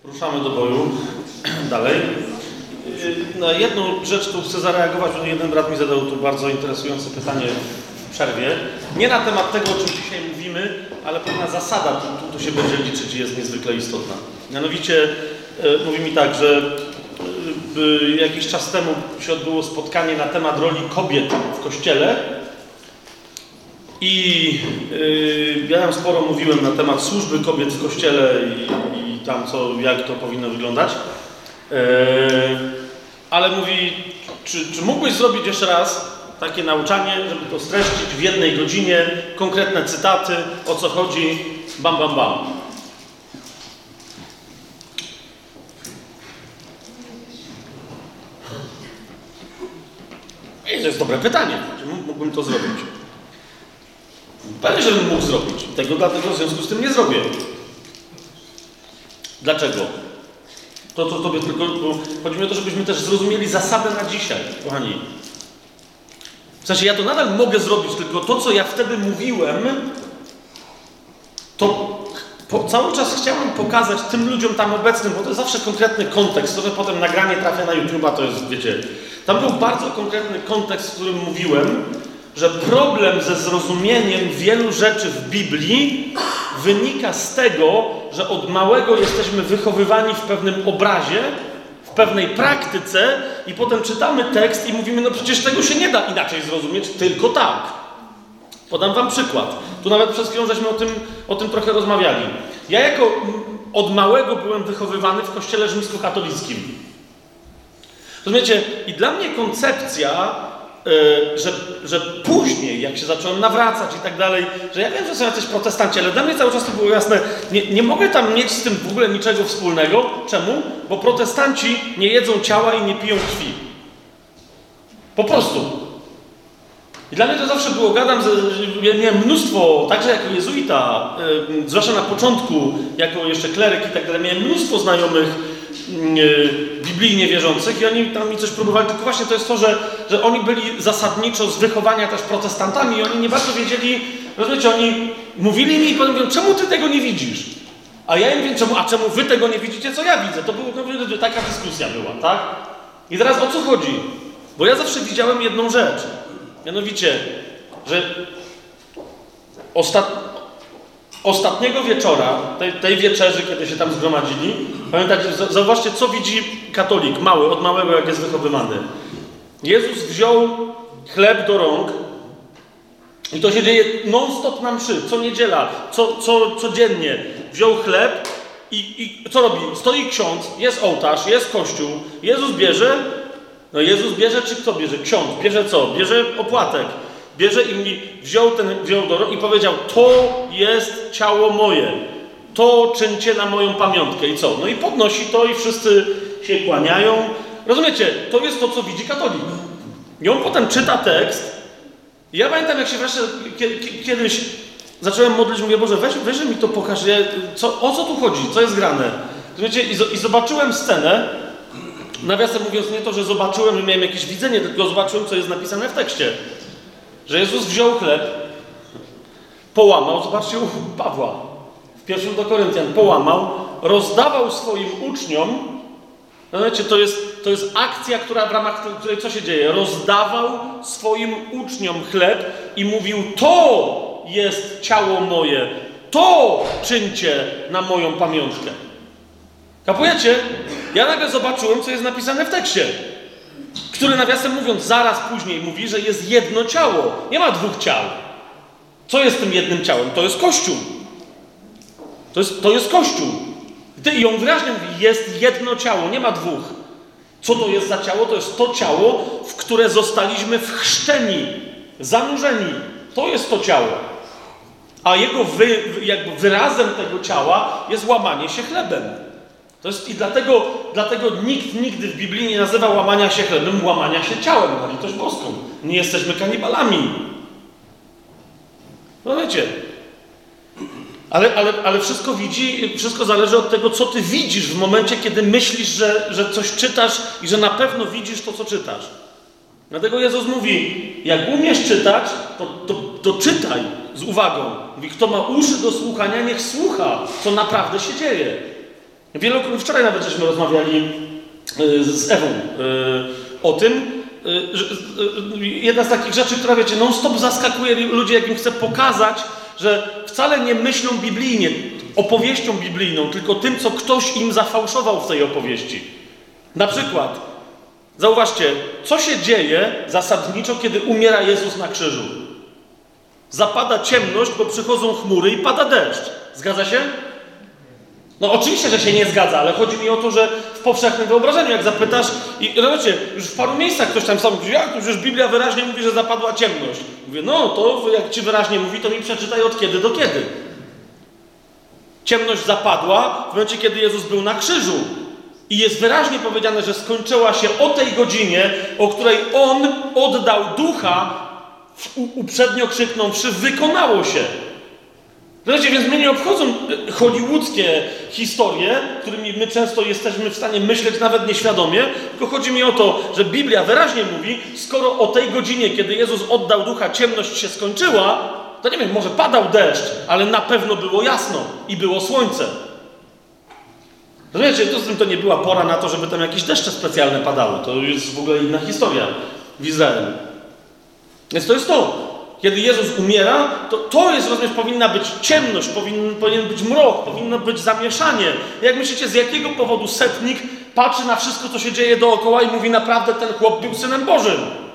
Ruszamy do boju. Dalej. Na jedną rzecz tu chcę zareagować, bo jeden brat mi zadał tu bardzo interesujące pytanie w przerwie. Nie na temat tego, o czym dzisiaj mówimy, ale pewna zasada tu się będzie liczyć i jest niezwykle istotna. Mianowicie mówi mi tak, że jakiś czas temu się odbyło spotkanie na temat roli kobiet w Kościele i ja tam sporo mówiłem na temat służby kobiet w Kościele i tam jak to powinno wyglądać. Ale mówi, czy mógłbyś zrobić jeszcze raz takie nauczanie, żeby to streścić w jednej godzinie, konkretne cytaty, o co chodzi, bam, bam, bam. I to jest dobre pytanie, czy mógłbym to zrobić? Pewnie, żebym mógł zrobić. Dlatego w związku z tym nie zrobię. Dlaczego? To tobie tylko, bo chodzi mi o to, żebyśmy też zrozumieli zasadę na dzisiaj, kochani. W sensie ja to nadal mogę zrobić, tylko to, co ja wtedy mówiłem, to cały czas chciałem pokazać tym ludziom tam obecnym, bo to jest zawsze konkretny kontekst, to, że potem nagranie trafia na YouTube'a, to jest, wiecie, tam był bardzo konkretny kontekst, w którym mówiłem, że problem ze zrozumieniem wielu rzeczy w Biblii wynika z tego, że od małego jesteśmy wychowywani w pewnym obrazie, w pewnej praktyce i potem czytamy tekst i mówimy, no przecież tego się nie da inaczej zrozumieć, tylko tak. Podam wam przykład. Tu nawet przez chwilę żeśmy o tym trochę rozmawiali. Ja od małego byłem wychowywany w kościele rzymskokatolickim. Rozumiecie? I dla mnie koncepcja, że później, jak się zacząłem nawracać i tak dalej, że ja wiem, że są jacyś protestanci, ale dla mnie cały czas to było jasne, nie mogę tam mieć z tym w ogóle niczego wspólnego. Czemu? Bo protestanci nie jedzą ciała i nie piją krwi. Po prostu. I dla mnie to zawsze było, ja miałem mnóstwo, także jako jezuita, zwłaszcza na początku, jako jeszcze kleryk i tak dalej, miałem mnóstwo znajomych biblijnie wierzących i oni tam mi coś próbowali, tylko właśnie to jest to, że oni byli zasadniczo z wychowania też protestantami i oni nie bardzo wiedzieli, rozumiecie, oni mówili mi i potem mówią, czemu ty tego nie widzisz? A ja im wiem, czemu wy tego nie widzicie, co ja widzę? To była taka dyskusja była, tak? I teraz o co chodzi? Bo ja zawsze widziałem jedną rzecz, mianowicie, że ostatniego wieczora, tej wieczerzy, kiedy się tam zgromadzili, pamiętajcie, zauważcie, co widzi katolik, od małego, jak jest wychowywany. Jezus wziął chleb do rąk i to się dzieje non-stop na mszy, co niedziela, codziennie. Wziął chleb i co robi? Stoi ksiądz, jest ołtarz, jest kościół, Jezus bierze, czy kto bierze? Ksiądz, bierze co? Bierze opłatek. Bierze i wziął do rąk i powiedział, to jest ciało moje, to czyńcie na moją pamiątkę. I co? No i podnosi to i wszyscy się kłaniają. Rozumiecie? To jest to, co widzi katolik. I on potem czyta tekst. I ja pamiętam, jak się wreszcie kiedyś zacząłem modlić, mówię, Boże, weź mi to pokaż, o co tu chodzi, co jest grane. Rozumiecie? I zobaczyłem scenę, nawiasem mówiąc, nie to, że zobaczyłem, że miałem jakieś widzenie, tylko zobaczyłem, co jest napisane w tekście. Że Jezus wziął chleb, połamał, zobaczcie u Pawła, w 1 do Koryntian, połamał, rozdawał swoim uczniom, wiecie, to jest akcja, w ramach której co się dzieje? Rozdawał swoim uczniom chleb i mówił, to jest ciało moje, to czyńcie na moją pamiątkę. Kapujecie? Ja nagle zobaczyłem, co jest napisane w tekście. Który nawiasem mówiąc zaraz później mówi, że jest jedno ciało. Nie ma dwóch ciał. Co jest tym jednym ciałem? To jest Kościół. To jest Kościół. I on wyraźnie mówi, jest jedno ciało, nie ma dwóch. Co to jest za ciało? To jest to ciało, w które zostaliśmy wchrzczeni, zanurzeni. To jest to ciało. A jego jakby wyrazem tego ciała jest łamanie się chlebem. I dlatego nikt nigdy w Biblii nie nazywa łamania się chlebem, łamania się ciałem, na litość boską. Nie jesteśmy kanibalami. No wiecie. Ale wszystko zależy od tego, co ty widzisz w momencie, kiedy myślisz, że coś czytasz i że na pewno widzisz to, co czytasz. Dlatego Jezus mówi, jak umiesz czytać, to czytaj z uwagą. Mówi, kto ma uszy do słuchania, niech słucha, co naprawdę się dzieje. Wczoraj nawet żeśmy rozmawiali z Ewą o tym, że jedna z takich rzeczy, która, wiecie, non-stop zaskakuje ludzi, jak im chce pokazać, że wcale nie myślą biblijnie, opowieścią biblijną, tylko tym, co ktoś im zafałszował w tej opowieści. Na przykład, zauważcie, co się dzieje zasadniczo, kiedy umiera Jezus na krzyżu. Zapada ciemność, bo przychodzą chmury i pada deszcz. Zgadza się? No oczywiście, że się nie zgadza, ale chodzi mi o to, że w powszechnym wyobrażeniu, jak zapytasz, i zobaczcie, już w paru miejscach ktoś tam sam mówi, jak to już Biblia wyraźnie mówi, że zapadła ciemność. Mówię, no to jak ci wyraźnie mówi, to mi przeczytaj od kiedy do kiedy. Ciemność zapadła w momencie, kiedy Jezus był na krzyżu. I jest wyraźnie powiedziane, że skończyła się o tej godzinie, o której On oddał ducha, uprzednio krzyknąwszy, wykonało się. Wiecie, więc mnie nie obchodzą hollywoodzkie historie, którymi my często jesteśmy w stanie myśleć nawet nieświadomie, tylko chodzi mi o to, że Biblia wyraźnie mówi, skoro o tej godzinie, kiedy Jezus oddał ducha, ciemność się skończyła, to nie wiem, może padał deszcz, ale na pewno było jasno i było słońce. Rozumiecie, to nie była pora na to, żeby tam jakieś deszcze specjalne padały. To jest w ogóle inna historia w Izraelu. Więc to jest to. Kiedy Jezus umiera, to jest, rozumiesz, powinna być ciemność, powinien być mrok, powinno być zamieszanie. Jak myślicie, z jakiego powodu setnik patrzy na wszystko, co się dzieje dookoła i mówi, naprawdę ten chłop był Synem Bożym?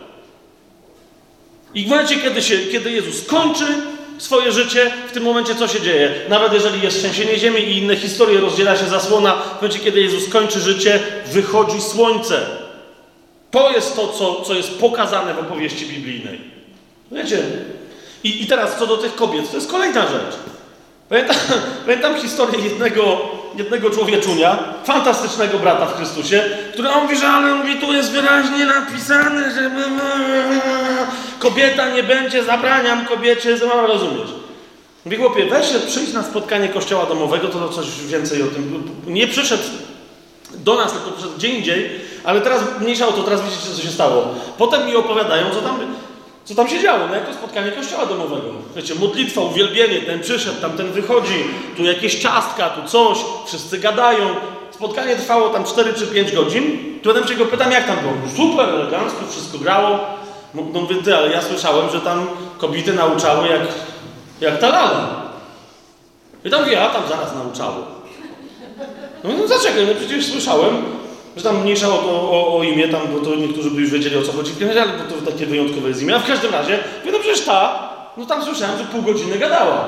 I w momencie, kiedy Jezus kończy swoje życie, w tym momencie co się dzieje? Nawet jeżeli jest trzęsienie ziemi i inne historie, rozdziela się zasłona, w momencie, kiedy Jezus kończy życie, wychodzi słońce. To jest to, co jest pokazane w opowieści biblijnej. Wiecie? I teraz co do tych kobiet, to jest kolejna rzecz. Pamiętam historię jednego człowieczunia, fantastycznego brata w Chrystusie, który on mówi, że ale mówi, tu jest wyraźnie napisane, że kobieta nie będzie, zabraniam kobiecie, rozumiesz? Mówi, chłopie, weź się, przyjdź na spotkanie kościoła domowego, to coś więcej o tym. Nie przyszedł do nas, tylko przyszedł gdzie indziej, ale teraz mniejsza o to, teraz widzicie, co się stało. Potem mi opowiadają, co tam się działo, no jak to spotkanie kościoła domowego. Wiecie, modlitwa, uwielbienie, ten przyszedł, tamten wychodzi, tu jakieś ciastka, tu coś, wszyscy gadają. Spotkanie trwało tam 4 czy 5 godzin. Potem się go pytam, jak tam było. Super, elegancko, wszystko grało. No mówię, ty, ale ja słyszałem, że tam kobiety nauczały jak ta lala. I tam mówię, a tam zaraz nauczało. No zaczekaj, no przecież słyszałem, że tam mniejsza o imię, tam, bo to niektórzy by już wiedzieli, o co chodzi, ale bo to takie wyjątkowe jest imię. A w każdym razie, no przecież no tam słyszałem, że pół godziny gadała.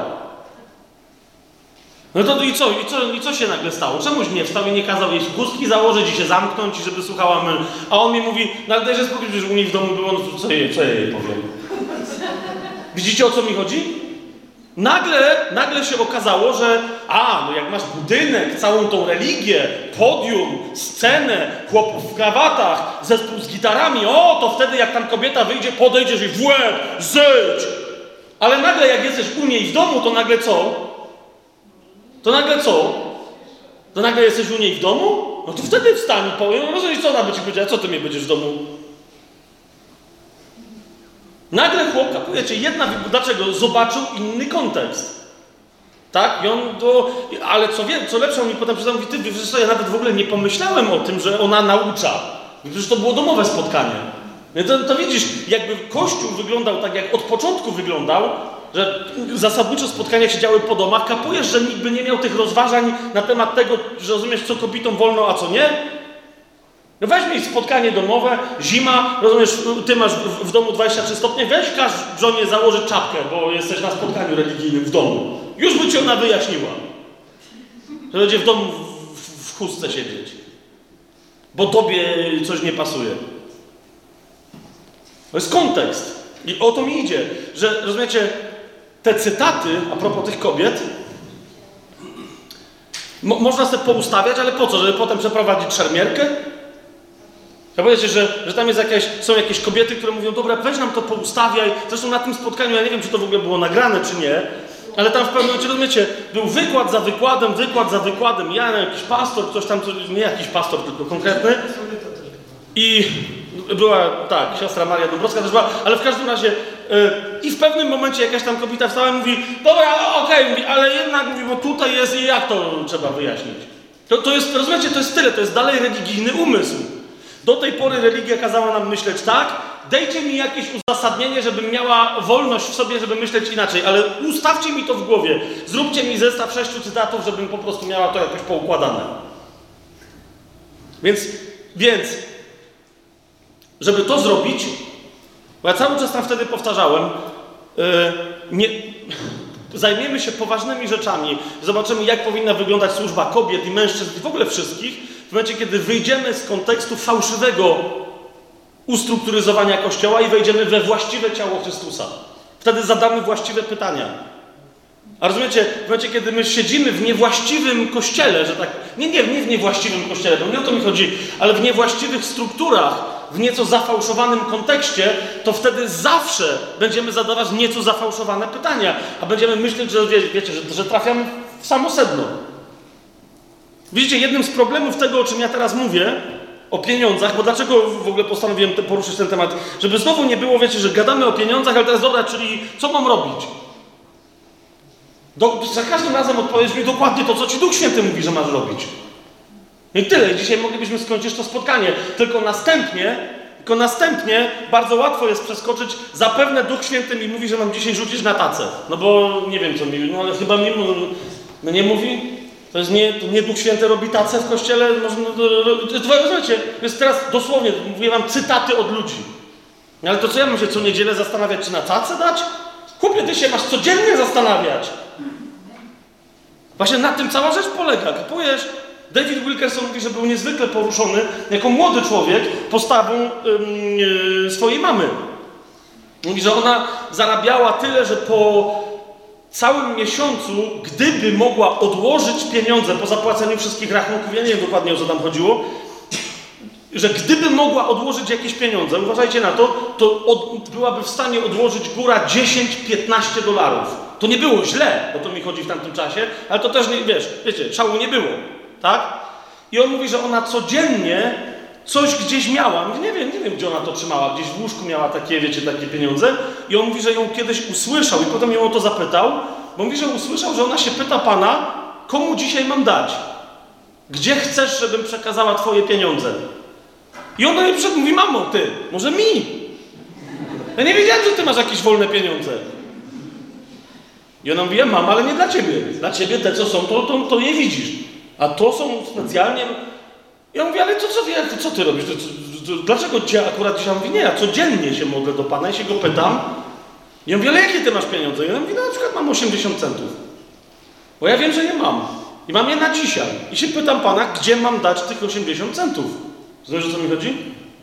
No to i co się nagle stało? Czemuś nie wstał i nie kazał jej chustki założyć i się zamknąć i żeby słuchała A on mi mówi, no ale dajże spokój, że u niej w domu było, no to co ja jej powiem? Widzicie, o co mi chodzi? Nagle się okazało, że no jak masz budynek, całą tą religię, podium, scenę, chłopów w krawatach, zespół z gitarami, to wtedy jak tam kobieta wyjdzie, podejdziesz i w łeb, zejdź! Ale nagle jak jesteś u niej w domu, to nagle co? To nagle jesteś u niej w domu? No to wtedy wstań i powiem, rozumiesz, co ona by ci powiedziała, co ty mnie będziesz w domu? Nagle chłopka, powiecie, dlaczego? Zobaczył inny kontekst. Tak? I on ale co lepsze, on mi potem przyznał, mówi, ty, wiesz co, ja nawet w ogóle nie pomyślałem o tym, że ona naucza. Przecież to było domowe spotkanie. To widzisz, jakby Kościół wyglądał tak, jak od początku wyglądał, że zasadniczo spotkania się działy po domach, kapujesz, że nikt by nie miał tych rozważań na temat tego, że rozumiesz, co kobietom wolno, a co nie? No weź mieć spotkanie domowe, zima, rozumiesz, ty masz w domu 23 stopnie, weź każ żonie założyć czapkę, bo jesteś na spotkaniu religijnym w domu. Już by ci ona wyjaśniła, że będzie w domu w chustce siedzieć, bo tobie coś nie pasuje. To jest kontekst. I o to mi idzie, że rozumiecie, te cytaty a propos tych kobiet można sobie poustawiać, ale po co? Żeby potem przeprowadzić szermierkę? Ja powiecie, że tam są jakieś kobiety, które mówią, dobra, weź nam to poustawiaj. Zresztą na tym spotkaniu, ja nie wiem, czy to w ogóle było nagrane, czy nie, ale tam w pewnym momencie, rozumiecie, był wykład za wykładem. Ja, jakiś pastor, ktoś tam, nie jakiś pastor, tylko konkretny. I była, tak, siostra Maria Dąbrowska też była, ale w każdym razie i w pewnym momencie jakaś tam kobieta wstała i mówi, dobra, okej, mówi, ale jednak, mówi, bo tutaj jest i jak to trzeba wyjaśnić. To jest, rozumiecie, to jest tyle, to jest dalej religijny umysł. Do tej pory religia kazała nam myśleć tak, dajcie mi jakieś uzasadnienie, żebym miała wolność w sobie, żeby myśleć inaczej, ale ustawcie mi to w głowie, zróbcie mi zestaw 6 cytatów, żebym po prostu miała to jakoś poukładane. Więc żeby to zrobić, bo ja cały czas tam wtedy powtarzałem, zajmiemy się poważnymi rzeczami, zobaczymy, jak powinna wyglądać służba kobiet i mężczyzn i w ogóle wszystkich, w momencie, kiedy wyjdziemy z kontekstu fałszywego ustrukturyzowania Kościoła i wejdziemy we właściwe ciało Chrystusa. Wtedy zadamy właściwe pytania. A rozumiecie, w momencie, kiedy my siedzimy w niewłaściwym kościele, że tak, nie w niewłaściwym kościele, bo nie o to mi chodzi, ale w niewłaściwych strukturach, w nieco zafałszowanym kontekście, to wtedy zawsze będziemy zadawać nieco zafałszowane pytania, a będziemy myśleć, że wiecie, że trafiamy w samo sedno. Widzicie, jednym z problemów tego, o czym ja teraz mówię, o pieniądzach, bo dlaczego w ogóle postanowiłem poruszyć ten temat, żeby znowu nie było, wiecie, że gadamy o pieniądzach, ale teraz dobra, czyli co mam robić? Za każdym razem odpowiedz mi dokładnie to, co Ci Duch Święty mówi, że masz robić. I tyle. Dzisiaj moglibyśmy skończyć to spotkanie. Tylko następnie bardzo łatwo jest przeskoczyć. Zapewne Duch Święty mi mówi, że mam dzisiaj rzucić na tacę. No bo nie wiem, co mi mówi. No ale chyba mi nie mówi. To nie Duch Święty robi tacę w kościele. Rozumiecie? Jest teraz dosłownie, mówię wam cytaty od ludzi. Ale to co ja mam się co niedzielę zastanawiać, czy na tacę dać? Chłopie, ty się masz codziennie zastanawiać. Właśnie na tym cała rzecz polega. Kupujesz. David Wilkerson mówi, że był niezwykle poruszony jako młody człowiek postawą swojej mamy. Mówi, że ona zarabiała tyle, że po całym miesiącu, gdyby mogła odłożyć pieniądze po zapłaceniu wszystkich rachunków, ja nie wiem dokładnie, o co tam chodziło, że gdyby mogła odłożyć jakieś pieniądze, uważajcie na to byłaby w stanie odłożyć góra $10–15. To nie było źle, o to mi chodzi w tamtym czasie, ale to też nie, wiecie, szału nie było, tak? I on mówi, że ona codziennie coś gdzieś miała, nie wiem, gdzie ona to trzymała, gdzieś w łóżku miała takie, wiecie, takie pieniądze i on mówi, że ją kiedyś usłyszał i potem ją o to zapytał, bo mówi, że usłyszał, że ona się pyta Pana, komu dzisiaj mam dać? Gdzie chcesz, żebym przekazała Twoje pieniądze? I on do niej przyszedł, mówi, mamo, ty, może mi? Ja nie wiedziałem, że ty masz jakieś wolne pieniądze. I ona mówi, ja mam, ale nie dla ciebie. Dla ciebie te, co są, to je widzisz. A to są specjalnie... Ja mówię, ale co ty robisz? Dlaczego cię akurat dzisiaj? Mówi, nie, ja codziennie się modlę do Pana i się go pytam. I ja mówię, ale jakie ty masz pieniądze? I ona mówi, no na przykład mam 80 centów. Bo ja wiem, że je mam. I mam je na dzisiaj. I się pytam Pana, gdzie mam dać tych 80 centów? Znasz, o co mi chodzi?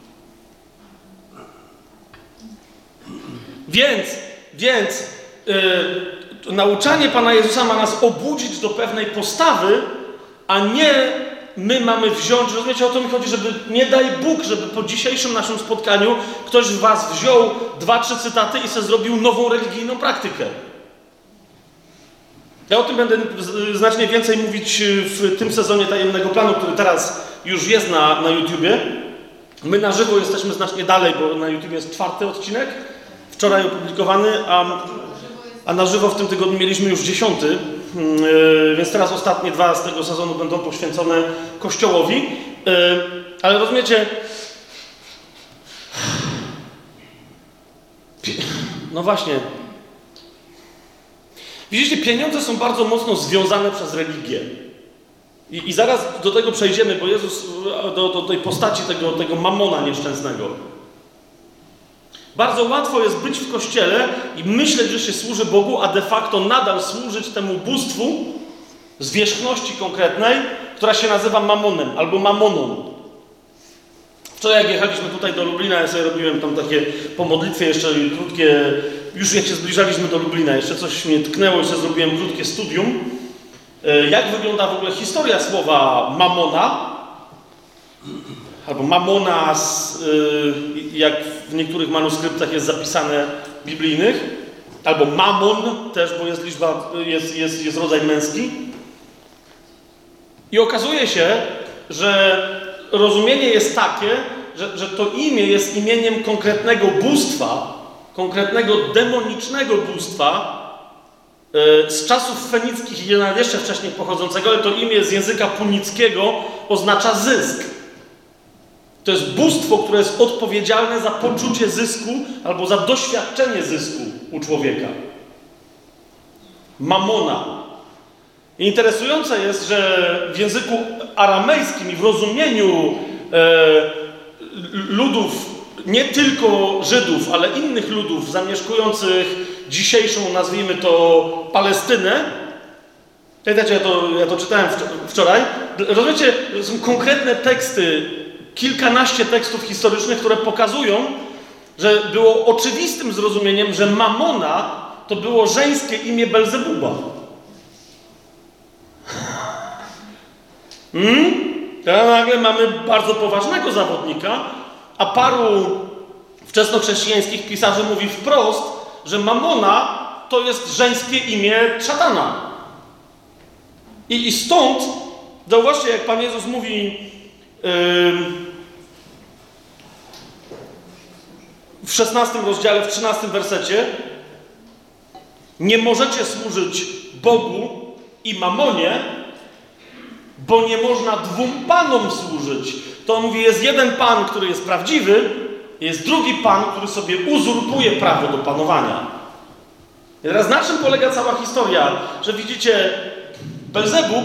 Więc nauczanie Pana Jezusa ma nas obudzić do pewnej postawy, a nie my mamy wziąć, rozumiecie, o to mi chodzi, żeby, nie daj Bóg, żeby po dzisiejszym naszym spotkaniu ktoś z was wziął 2-3 cytaty i sobie zrobił nową religijną praktykę. Ja o tym będę znacznie więcej mówić w tym sezonie Tajemnego Planu, który teraz już jest na YouTubie. My na żywo jesteśmy znacznie dalej, bo na YouTubie jest 4. odcinek, wczoraj opublikowany, a na żywo w tym tygodniu mieliśmy już 10. Więc teraz ostatnie 2 z tego sezonu będą poświęcone Kościołowi. Ale rozumiecie, no właśnie, widzicie, pieniądze są bardzo mocno związane przez religię. I zaraz do tego przejdziemy, bo Jezus do tej postaci tego mamona nieszczęsnego. Bardzo łatwo jest być w Kościele i myśleć, że się służy Bogu, a de facto nadal służyć temu bóstwu zwierzchności konkretnej, która się nazywa mamonem albo mamoną. Wczoraj jak jechaliśmy tutaj do Lublina, ja sobie robiłem tam takie po modlitwie jeszcze krótkie, już jak się zbliżaliśmy do Lublina, jeszcze coś mnie tknęło, jeszcze zrobiłem krótkie studium. Jak wygląda w ogóle historia słowa mamona? Albo mamonas, jak w niektórych manuskryptach jest zapisane biblijnych, albo mamon też, bo jest liczba, jest rodzaj męski. I okazuje się, że rozumienie jest takie, że to imię jest imieniem konkretnego bóstwa, konkretnego demonicznego bóstwa, z czasów fenickich i nawet jeszcze wcześniej pochodzącego, ale to imię z języka punickiego oznacza zysk. To jest bóstwo, które jest odpowiedzialne za poczucie zysku albo za doświadczenie zysku u człowieka. Mamona. I interesujące jest, że w języku aramejskim i w rozumieniu ludów, nie tylko Żydów, ale innych ludów zamieszkujących dzisiejszą, nazwijmy to, Palestynę. Pamiętacie, ja to czytałem wczoraj. Rozumiecie, są konkretne teksty, kilkanaście tekstów historycznych, które pokazują, że było oczywistym zrozumieniem, że Mamona to było żeńskie imię Belzebuba. Teraz nagle mamy bardzo poważnego zawodnika, a paru wczesnochrześcijańskich pisarzy mówi wprost, że Mamona to jest żeńskie imię szatana. I stąd, zauważcie, jak Pan Jezus mówi w 16 rozdziale, w 13 wersecie: nie możecie służyć Bogu i Mamonie, bo nie można dwóm panom służyć. To on mówi, jest jeden pan, który jest prawdziwy, jest drugi pan, który sobie uzurpuje prawo do panowania. I teraz na czym polega cała historia? Że widzicie, Belzebub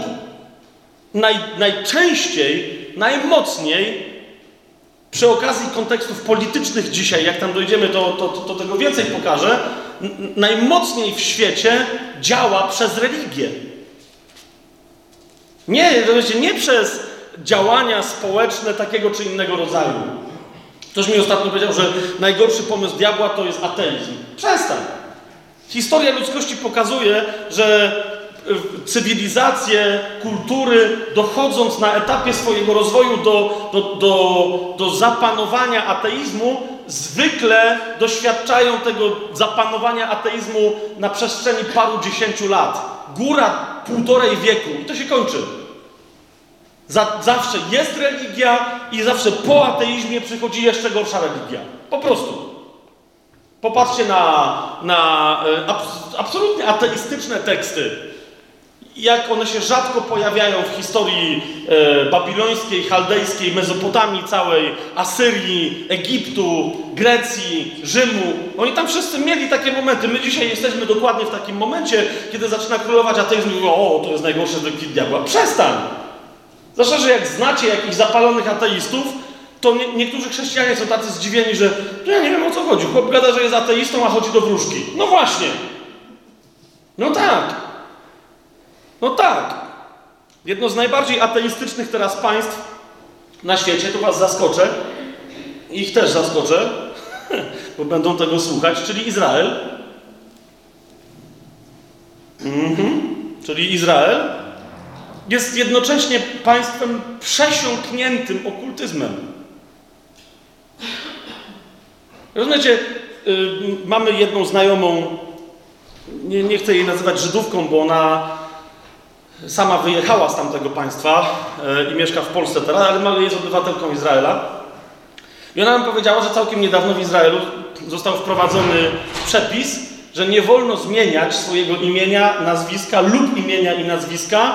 najczęściej, najmocniej, przy okazji kontekstów politycznych dzisiaj, jak tam dojdziemy, to tego więcej pokażę, najmocniej w świecie działa przez religię. Nie przez działania społeczne takiego czy innego rodzaju. Ktoś mi ostatnio powiedział, że najgorszy pomysł diabła to jest ateizm. Przestań. Historia ludzkości pokazuje, że cywilizacje, kultury, dochodząc na etapie swojego rozwoju do zapanowania ateizmu, zwykle doświadczają tego zapanowania ateizmu na przestrzeni paru dziesięciu lat. Góra półtorej wieku i to się kończy. Zawsze jest religia i zawsze po ateizmie przychodzi jeszcze gorsza religia. Po prostu. Popatrzcie na absolutnie ateistyczne teksty. Jak one się rzadko pojawiają w historii babilońskiej, chaldejskiej, Mezopotamii całej, Asyrii, Egiptu, Grecji, Rzymu. Oni tam wszyscy mieli takie momenty. My dzisiaj jesteśmy dokładnie w takim momencie, kiedy zaczyna królować ateizm i mówią, o, to jest najgorszy wykwit diabła. Przestań! Zwłaszcza, że jak znacie jakichś zapalonych ateistów, to niektórzy chrześcijanie są tacy zdziwieni, że ja nie wiem, o co chodzi. Chłop gada, że jest ateistą, a chodzi do wróżki. No właśnie! No tak! No tak! Jedno z najbardziej ateistycznych teraz państw na świecie, tu was zaskoczę, ich też zaskoczę, bo będą tego słuchać, czyli Izrael. Czyli Izrael jest jednocześnie państwem przesiąkniętym okultyzmem. Rozumiecie, mamy jedną znajomą, nie chcę jej nazywać Żydówką, bo ona sama wyjechała z tamtego państwa i mieszka w Polsce teraz, ale jest obywatelką Izraela. I ona nam powiedziała, że całkiem niedawno w Izraelu został wprowadzony przepis, że nie wolno zmieniać swojego imienia, nazwiska lub imienia i nazwiska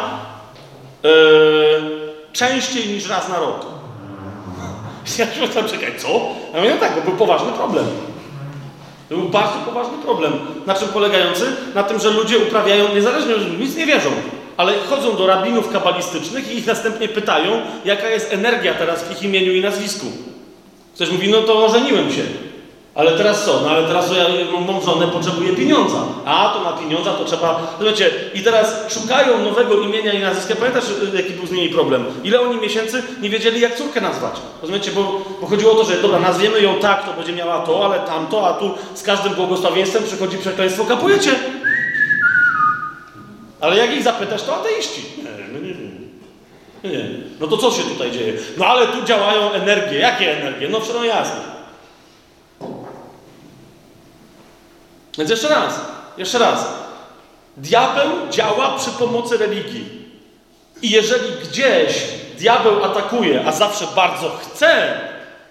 częściej niż raz na rok. Ja się tam czekaj, co? Ja mówię, no tak, bo był poważny problem. To był bardzo poważny problem. Na czym polegający? Na tym, że ludzie uprawiają, niezależnie od tego, nic nie wierzą, ale chodzą do rabinów kabalistycznych i ich następnie pytają, jaka jest energia teraz w ich imieniu i nazwisku. Ktoś mówi, no to ożeniłem się. Ale teraz co? No ale teraz ja mam żonę, potrzebuję pieniądza. A, to na pieniądza to trzeba... Zobaczcie, i teraz szukają nowego imienia i nazwiska. Pamiętasz, jaki był z nimi problem? Ile oni miesięcy nie wiedzieli, jak córkę nazwać? Rozumiecie? Bo chodziło o to, że dobra, nazwiemy ją tak, to będzie miała to, ale tamto, a tu z każdym błogosławieństwem przychodzi przekleństwo. Kapujecie? Ale jak ich zapytasz, to ateiści. Nie. No to co się tutaj dzieje? No ale tu działają energie. Jakie energie? No przecież jasne. Więc jeszcze raz. Diabeł działa przy pomocy religii. I jeżeli gdzieś diabeł atakuje, a zawsze bardzo chce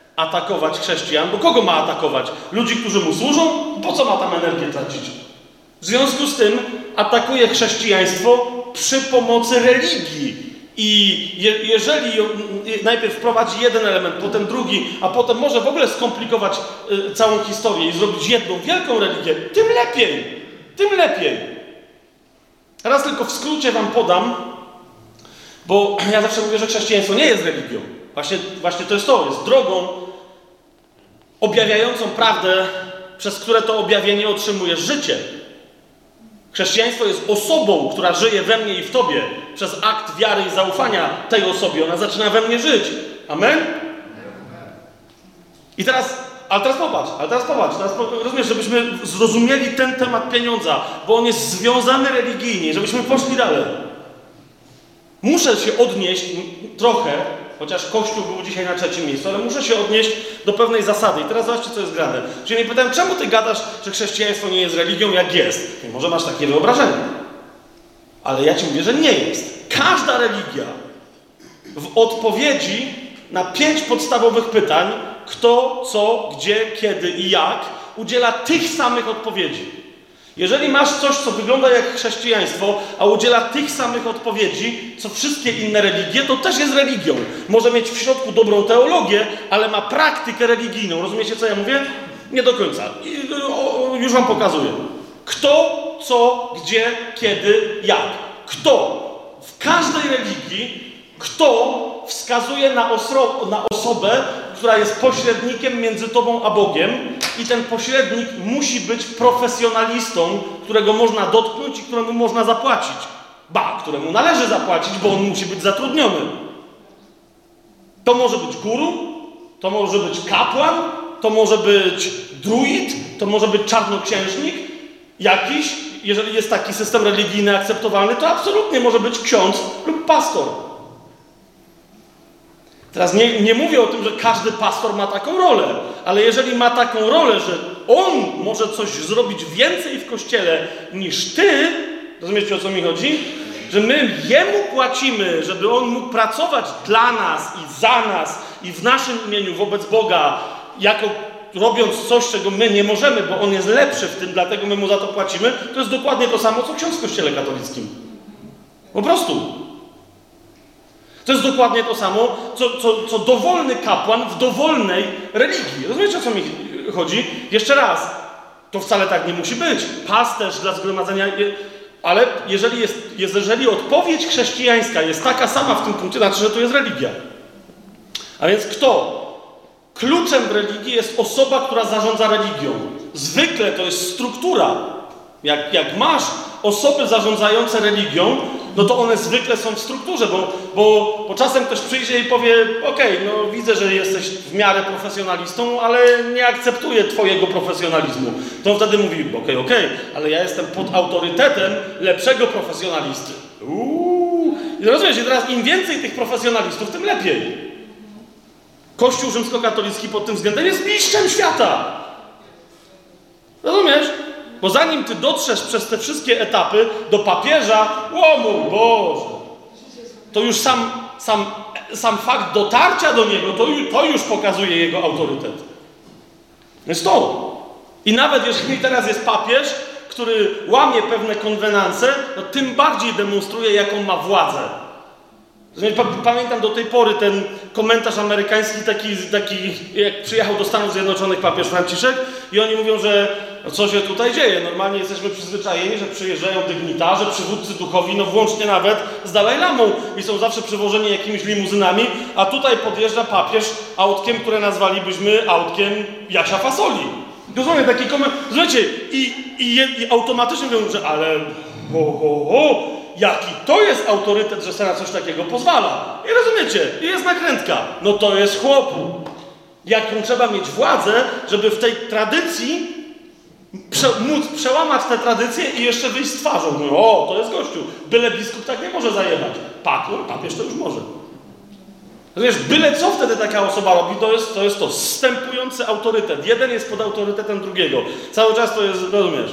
atakować chrześcijan, bo kogo ma atakować? Ludzi, którzy mu służą? Po co ma tam energię tracić? W związku z tym atakuje chrześcijaństwo przy pomocy religii. I jeżeli najpierw wprowadzi jeden element, potem drugi, a potem może w ogóle skomplikować całą historię i zrobić jedną wielką religię, tym lepiej. Tym lepiej. Teraz tylko w skrócie wam podam, bo ja zawsze mówię, że chrześcijaństwo nie jest religią. Właśnie to jest drogą objawiającą prawdę, przez które to objawienie otrzymujesz życie. Chrześcijaństwo jest osobą, która żyje we mnie i w tobie. Przez akt wiary i zaufania tej osobie. Ona zaczyna we mnie żyć. Amen? Ale teraz popatrz. Rozumiesz, żebyśmy zrozumieli ten temat pieniądza, bo on jest związany religijnie, żebyśmy poszli dalej. Muszę się odnieść trochę, chociaż Kościół był dzisiaj na 3. miejscu, ale muszę się odnieść do pewnej zasady. I teraz zobaczcie, co jest grane. Czyli mnie pytałem, czemu ty gadasz, że chrześcijaństwo nie jest religią, jak jest? I może masz takie wyobrażenie. Ale ja ci mówię, że nie jest. Każda religia w odpowiedzi na 5 podstawowych pytań, kto, co, gdzie, kiedy i jak, udziela tych samych odpowiedzi. Jeżeli masz coś, co wygląda jak chrześcijaństwo, a udziela tych samych odpowiedzi, co wszystkie inne religie, to też jest religią. Może mieć w środku dobrą teologię, ale ma praktykę religijną. Rozumiecie, co ja mówię? Nie do końca. Już wam pokazuję. Kto, co, gdzie, kiedy, jak. Kto? W każdej religii kto wskazuje na osobę, która jest pośrednikiem między tobą a Bogiem i ten pośrednik musi być profesjonalistą, którego można dotknąć i któremu można zapłacić. Któremu należy zapłacić, bo on musi być zatrudniony. To może być guru, to może być kapłan, to może być druid, to może być czarnoksiężnik jakiś. Jeżeli jest taki system religijny akceptowalny, to absolutnie może być ksiądz lub pastor. Teraz nie mówię o tym, że każdy pastor ma taką rolę, ale jeżeli ma taką rolę, że on może coś zrobić więcej w Kościele niż ty, rozumiecie, o co mi chodzi? Że my jemu płacimy, żeby on mógł pracować dla nas i za nas i w naszym imieniu wobec Boga, robiąc coś, czego my nie możemy, bo on jest lepszy w tym, dlatego my mu za to płacimy, to jest dokładnie to samo, co ksiądz w Kościele katolickim. Po prostu. To jest dokładnie to samo, co dowolny kapłan w dowolnej religii. Rozumiecie, o co mi chodzi? Jeszcze raz, to wcale tak nie musi być. Pasterz dla zgromadzenia... Ale jeżeli odpowiedź chrześcijańska jest taka sama w tym punkcie, to znaczy, że to jest religia. A więc kto? Kluczem w religii jest osoba, która zarządza religią. Zwykle to jest struktura. Jak masz osoby zarządzające religią, no to one zwykle są w strukturze, bo czasem ktoś przyjdzie i powie: okej, no widzę, że jesteś w miarę profesjonalistą, ale nie akceptuję twojego profesjonalizmu. To on wtedy mówi: okej, ale ja jestem pod autorytetem lepszego profesjonalisty. I rozumiesz, teraz im więcej tych profesjonalistów, tym lepiej. Kościół rzymskokatolicki pod tym względem jest mistrzem świata. Rozumiesz? Bo zanim ty dotrzesz przez te wszystkie etapy do papieża, o mój Boże, to już sam fakt dotarcia do niego, to już pokazuje jego autorytet. Jest to. I nawet jeżeli teraz jest papież, który łamie pewne konwenanse, no tym bardziej demonstruje, jaką ma władzę. Pamiętam do tej pory ten komentarz amerykański, taki jak przyjechał do Stanów Zjednoczonych papież Franciszek i oni mówią, że co się tutaj dzieje? Normalnie jesteśmy przyzwyczajeni, że przyjeżdżają dygnitarze, przywódcy duchowi, no włącznie nawet z Dalajlamą i są zawsze przywożeni jakimiś limuzynami, a tutaj podjeżdża papież autkiem, które nazwalibyśmy autkiem Jasia Fasoli. Dosłownie taki komentarz. Słuchajcie, i automatycznie mówią, że ale jaki to jest autorytet, że sobie na coś takiego pozwala. I rozumiecie, i jest nakrętka. No to jest chłopu. Jaką trzeba mieć władzę, żeby w tej tradycji móc przełamać tę tradycję i jeszcze wyjść z twarzą. No, to jest gościu. Byle biskup tak nie może zajechać. Papież to już może. Rozumiesz, byle co wtedy taka osoba robi, to jest to. Zstępujący autorytet. Jeden jest pod autorytetem drugiego. Cały czas to jest, rozumiesz.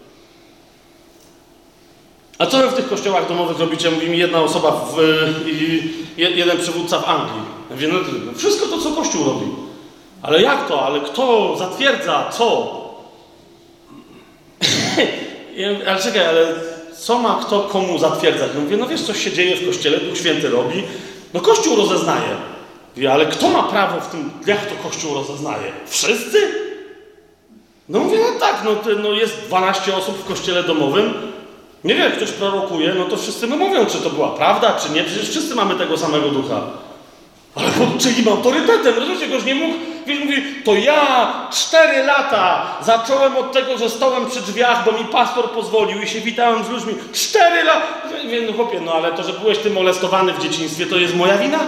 A co wy w tych kościołach domowych robicie? Mówi mi jedna osoba i jeden przywódca w Anglii. Ja mówię, no wszystko to, co Kościół robi. Ale jak to? Ale kto zatwierdza? Co? Ale czekaj, ale co ma kto komu zatwierdzać? No mówię, no wiesz, coś się dzieje w Kościele, Duch Święty robi. No Kościół rozeznaje. Mówię, ale kto ma prawo w tym, jak to Kościół rozeznaje? Wszyscy? No mówię, no tak, no jest 12 osób w Kościele domowym. Nie wiem, jak ktoś prorokuje, no to wszyscy mu mówią, czy to była prawda, czy nie. Przecież wszyscy mamy tego samego Ducha. Ale pod czyim autorytetem? Rozumiecie, goś nie mógł. Wiesz, mówi, to ja 4 lata zacząłem od tego, że stołem przy drzwiach, bo mi pastor pozwolił i się witałem z ludźmi. 4 lata! No chłopie, no ale to, że byłeś ty molestowany w dzieciństwie, to jest moja wina?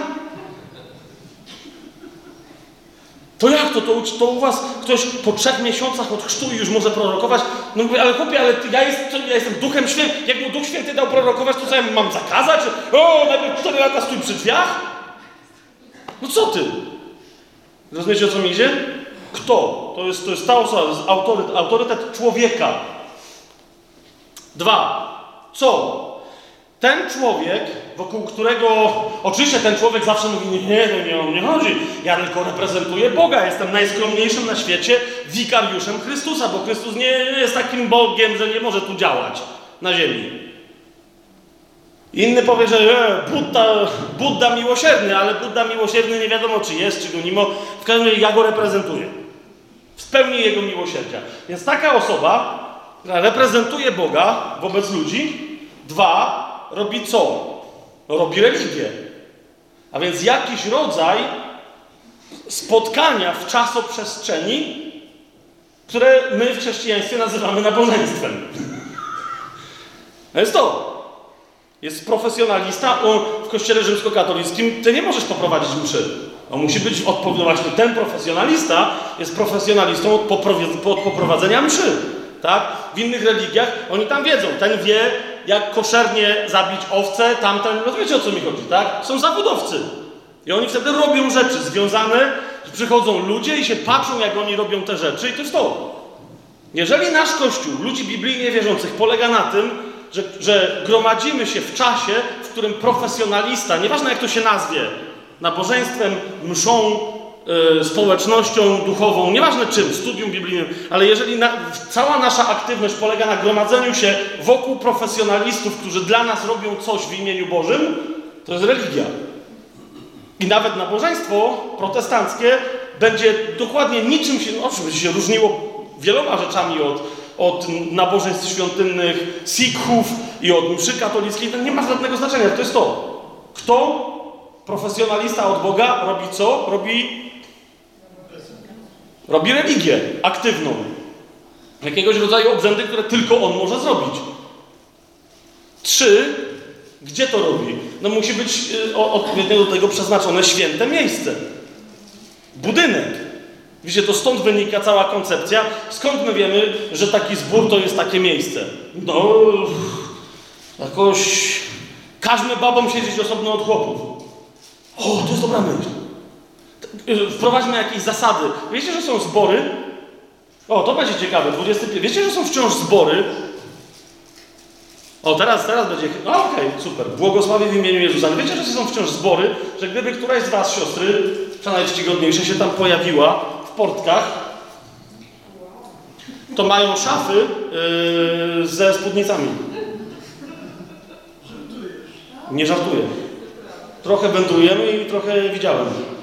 To jak to? To u was ktoś po 3 miesiącach od chrztu już może prorokować? No mówię, ale chłopie, ale ja jestem Duchem Świętym. Jak mu Duch Święty dał prorokować, to co ja mam zakazać? O, najpierw 4 lata stój przy drzwiach? No co ty? Rozumiecie, o co mi idzie? Kto? To jest ta osoba, to jest autorytet człowieka. 2. Co? Ten człowiek, wokół którego... Oczywiście ten człowiek zawsze mówi, nie, o mnie chodzi. Ja tylko reprezentuję Boga. Jestem najskromniejszym na świecie wikariuszem Chrystusa, bo Chrystus nie jest takim Bogiem, że nie może tu działać na ziemi. Inny powie, że Budda miłosierny, ale Budda miłosierny nie wiadomo, czy jest, czy go nie ma. W każdym razie ja go reprezentuję. W pełni jego miłosierdzia. Więc taka osoba, która reprezentuje Boga wobec ludzi, 2, robi co? Robi religię. A więc jakiś rodzaj spotkania w czasoprzestrzeni, które my w chrześcijaństwie nazywamy nabożeństwem. To jest to. Jest profesjonalista, w kościele rzymskokatolickim ty nie możesz poprowadzić mszy. On musi być właśnie ten profesjonalista jest profesjonalistą od poprowadzenia mszy. Tak? W innych religiach oni tam wiedzą. Ten wie, jak koszernie zabić owcę, tamten, rozumiecie, o co mi chodzi, tak? Są zawodowcy. I oni wtedy robią rzeczy związane, że przychodzą ludzie i się patrzą, jak oni robią te rzeczy i to jest to. Jeżeli nasz Kościół, ludzi biblijnie wierzących, polega na tym, że gromadzimy się w czasie, w którym profesjonalista, nieważne jak to się nazwie, nabożeństwem, mszą, społecznością duchową, nieważne czym, studium biblijnym, ale jeżeli cała nasza aktywność polega na gromadzeniu się wokół profesjonalistów, którzy dla nas robią coś w imieniu Bożym, to jest religia. I nawet nabożeństwo protestanckie będzie dokładnie niczym się, oczywiście się różniło wieloma rzeczami od nabożeństw świątynnych Sikhów i od mszy katolickiej, to nie ma żadnego znaczenia. To jest to. Kto? Profesjonalista od Boga robi co? Robi religię aktywną. Jakiegoś rodzaju obrzędy, które tylko on może zrobić. 3. Gdzie to robi? No musi być odpowiednio do tego przeznaczone święte miejsce. Budynek. Widzicie, to stąd wynika cała koncepcja. Skąd my wiemy, że taki zbór to jest takie miejsce? No, jakoś każmy babom siedzieć osobno od chłopów. O, to jest dobra myśl. Wprowadźmy jakieś zasady. Wiecie, że są zbory? O, to będzie ciekawe. 25. Wiecie, że są wciąż zbory? O, teraz będzie... Okej, super. Błogosławię w imieniu Jezusa. Ale wiecie, że są wciąż zbory, że gdyby któraś z was, siostry, co najczcigodniejsze, się tam pojawiła w portkach, to mają szafy ze spódnicami. Nie żartuję. Trochę wędrujemy i trochę widziałem.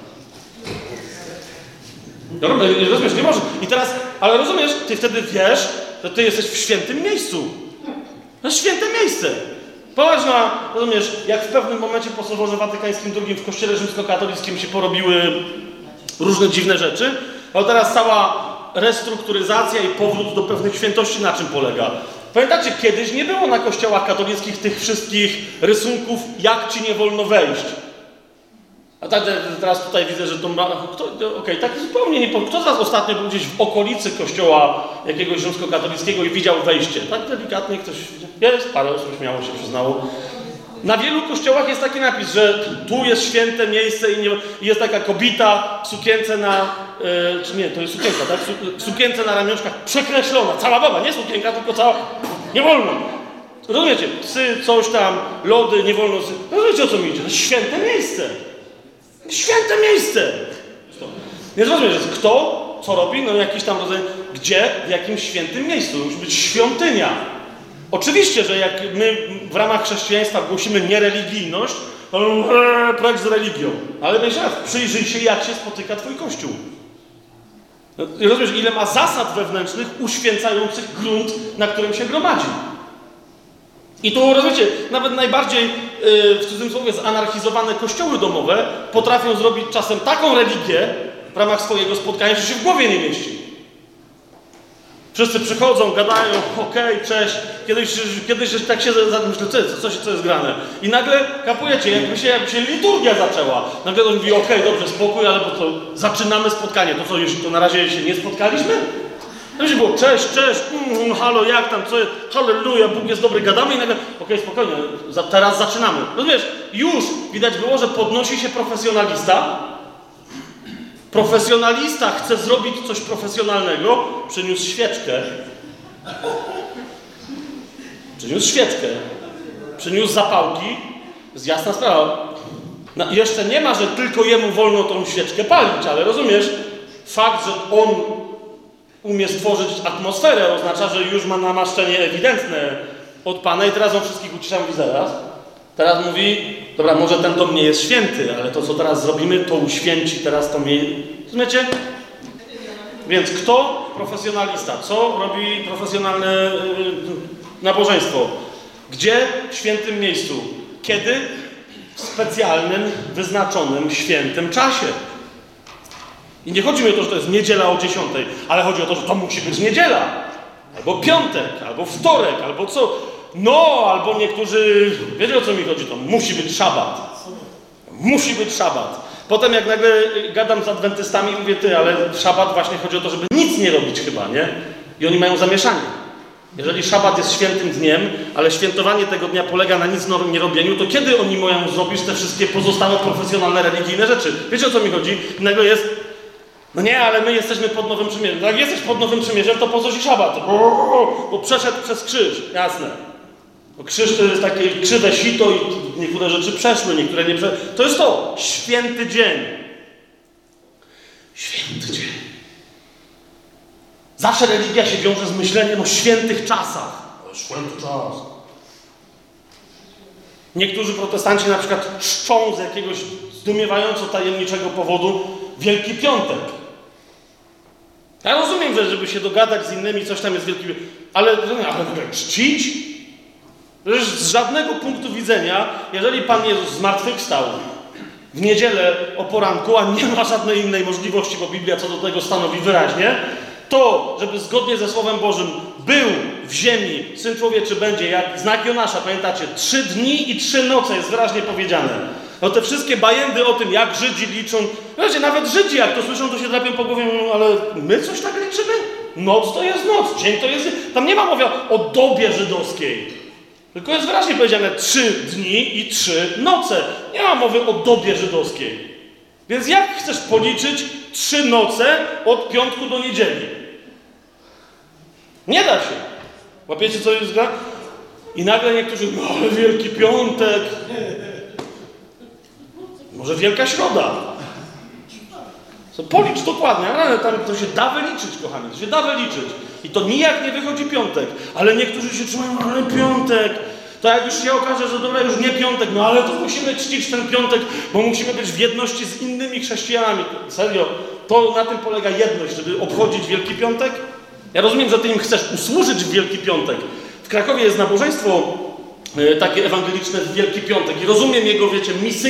Rozumiesz, nie może. I teraz, ale rozumiesz, ty wtedy wiesz, że ty jesteś w świętym miejscu. To jest święte miejsce. Popatrz na, rozumiesz, jak w pewnym momencie po Soborze Watykańskim II w Kościele Rzymskokatolickim się porobiły różne dziwne rzeczy, a teraz cała restrukturyzacja i powrót do pewnych świętości na czym polega? Pamiętacie, kiedyś nie było na kościołach katolickich tych wszystkich rysunków, jak ci nie wolno wejść. A teraz tutaj widzę, że to ma... Okej, tak zupełnie nie... Kto z was ostatnio był gdzieś w okolicy kościoła jakiegoś rzymskokatolickiego i widział wejście? Tak delikatnie ktoś... Jest, parę osób śmiało się przyznało. Na wielu kościołach jest taki napis, że tu jest święte miejsce i jest taka kobieta w sukience na... czy nie, to jest sukienka, tak? Sukience na ramionczkach przekreślona. Cała baba, nie sukienka, tylko cała... Nie wolno. Rozumiecie? Psy, coś tam, lody, nie wolno... Rozumiecie, o co mi idzie? To jest święte miejsce. Święte miejsce! Więc rozumiesz, że kto, co robi? No jakiś tam rodzaj... Gdzie? W jakim świętym miejscu? Musi być świątynia. Oczywiście, że jak my w ramach chrześcijaństwa głosimy niereligijność, to precz z religią. Ale weź raz, przyjrzyj się, jak się spotyka twój Kościół. Rozumiesz, ile ma zasad wewnętrznych uświęcających grunt, na którym się gromadzi. I tu, rozumiecie, nawet najbardziej, w cudzysłowie, zanarchizowane kościoły domowe potrafią zrobić czasem taką religię w ramach swojego spotkania, że się w głowie nie mieści. Wszyscy przychodzą, gadają, okej, cześć, kiedyś tak się myślę, co jest grane. I nagle, kapujecie, jakby się liturgia zaczęła. Nagle ktoś mówi, okej, dobrze, spokój, ale bo to zaczynamy spotkanie. To co, jeśli to na razie się nie spotkaliśmy? To się było, cześć, halo, jak tam, co jest, halleluja, Bóg jest dobry, gadamy i nagle, okej, spokojnie, teraz zaczynamy. Rozumiesz, już widać było, że podnosi się profesjonalista. Profesjonalista chce zrobić coś profesjonalnego, przyniósł świeczkę, przyniósł zapałki, jest jasna sprawa. No, jeszcze nie ma, że tylko jemu wolno tą świeczkę palić, ale rozumiesz, fakt, że on umie stworzyć atmosferę, oznacza, że już ma namaszczenie ewidentne od Pana i teraz on wszystkich ucisza, mówi zaraz. Teraz mówi, dobra, może ten dom nie jest święty, ale to, co teraz zrobimy, to uświęci teraz to miejsce. Rozumiecie? Więc kto? Profesjonalista. Co robi profesjonalne nabożeństwo? Gdzie? W świętym miejscu. Kiedy? W specjalnym, wyznaczonym, świętym czasie. I nie chodzi mi o to, że to jest niedziela o 10, ale chodzi o to, że to musi być niedziela. Albo piątek, albo wtorek, albo co. No, albo niektórzy, wiecie o co mi chodzi, to musi być szabat. Musi być szabat. Potem jak nagle gadam z adwentystami i mówię, ty, ale w szabat właśnie chodzi o to, żeby nic nie robić chyba, nie? I oni mają zamieszanie. Jeżeli szabat jest świętym dniem, ale świętowanie tego dnia polega na nic nie robieniu, to kiedy oni mają zrobić te wszystkie pozostałe profesjonalne, religijne rzeczy? Wiecie o co mi chodzi? I nagle jest, no nie, ale my jesteśmy pod Nowym Przymierzem. Jak jesteś pod Nowym Przymierzem, to po co ci szabat? Bo przeszedł przez krzyż, jasne. Bo krzyż to jest takie krzywe sito i niektóre rzeczy przeszły, niektóre nie przeszły. To jest to, święty dzień. Święty dzień. Zawsze religia się wiąże z myśleniem o świętych czasach. O, święty czas. Niektórzy protestanci na przykład czczą z jakiegoś zdumiewająco tajemniczego powodu Wielki Piątek. Ja rozumiem, że żeby się dogadać z innymi, coś tam jest Wielki Piątek, ale czcić? Przecież z żadnego punktu widzenia, jeżeli Pan Jezus zmartwychwstał w niedzielę o poranku, a nie ma żadnej innej możliwości, bo Biblia co do tego stanowi wyraźnie, to, żeby zgodnie ze Słowem Bożym był w ziemi, Syn Człowieczy będzie jak znak Jonasza, pamiętacie, 3 dni i 3 noce jest wyraźnie powiedziane. No te wszystkie bajendy o tym, jak Żydzi liczą, wiecie, nawet Żydzi jak to słyszą, to się drapią po głowie, mówią, ale my coś tak liczymy? Noc to jest noc, dzień to jest... Tam nie ma mowa o dobie żydowskiej. Tylko jest wyraźnie powiedziane 3 dni i 3 noce. Nie ma mowy o dobie żydowskiej. Więc jak chcesz policzyć 3 noce od piątku do niedzieli? Nie da się. Łapiecie, co jest gra? I nagle niektórzy, no ale Wielki Piątek. Może Wielka Środa. Co, policz dokładnie, ale tam to się da wyliczyć, kochani, to się da wyliczyć. I to nijak nie wychodzi piątek. Ale niektórzy się trzymają, ale piątek. To jak już się okaże, że dobra, już nie piątek, no ale to musimy czcić ten piątek, bo musimy być w jedności z innymi chrześcijanami. Serio, to na tym polega jedność, żeby obchodzić Wielki Piątek. Ja rozumiem, że ty im chcesz usłużyć w Wielki Piątek. W Krakowie jest nabożeństwo takie ewangeliczne w Wielki Piątek i rozumiem jego, wiecie,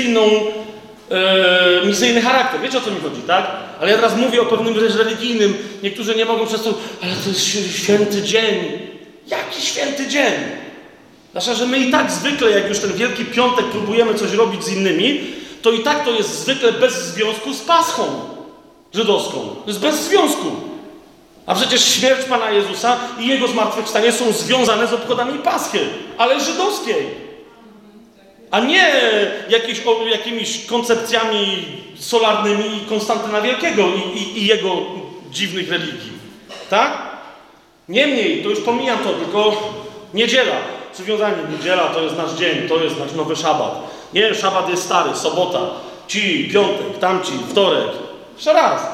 misyjny charakter. Wiecie, o co mi chodzi, tak? Ale ja teraz mówię o pewnym rzecz religijnym. Niektórzy nie mogą przez to, ale to jest święty dzień. Jaki święty dzień? Znaczy, że my i tak zwykle, jak już ten Wielki Piątek próbujemy coś robić z innymi, to i tak to jest zwykle bez związku z Paschą żydowską. To jest bez związku. A przecież śmierć Pana Jezusa i Jego zmartwychwstanie są związane z obchodami Paschy, ale żydowskiej. A nie jakimiś koncepcjami solarnymi Konstantyna Wielkiego i jego dziwnych religii. Tak? Niemniej, to już pomijam to, tylko niedziela. Przywiązanie, niedziela to jest nasz dzień, to jest nasz nowy szabat. Nie, szabat jest stary, sobota, ci, piątek, tamci, wtorek. Jeszcze raz.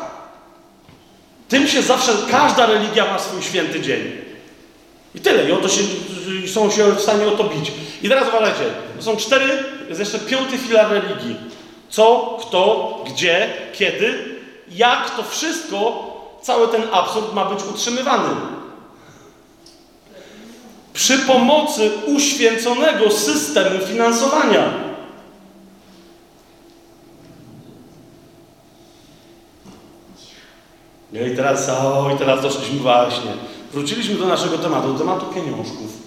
Tym się zawsze, każda religia ma swój święty dzień. I tyle. I o to się i są się w stanie o to bić. I teraz uważajcie, to są 4, jest jeszcze 5. filar religii. Co, kto, gdzie, kiedy, jak to wszystko, cały ten absurd ma być utrzymywany. Przy pomocy uświęconego systemu finansowania. I teraz doszliśmy właśnie. Wróciliśmy do naszego tematu, do tematu pieniążków.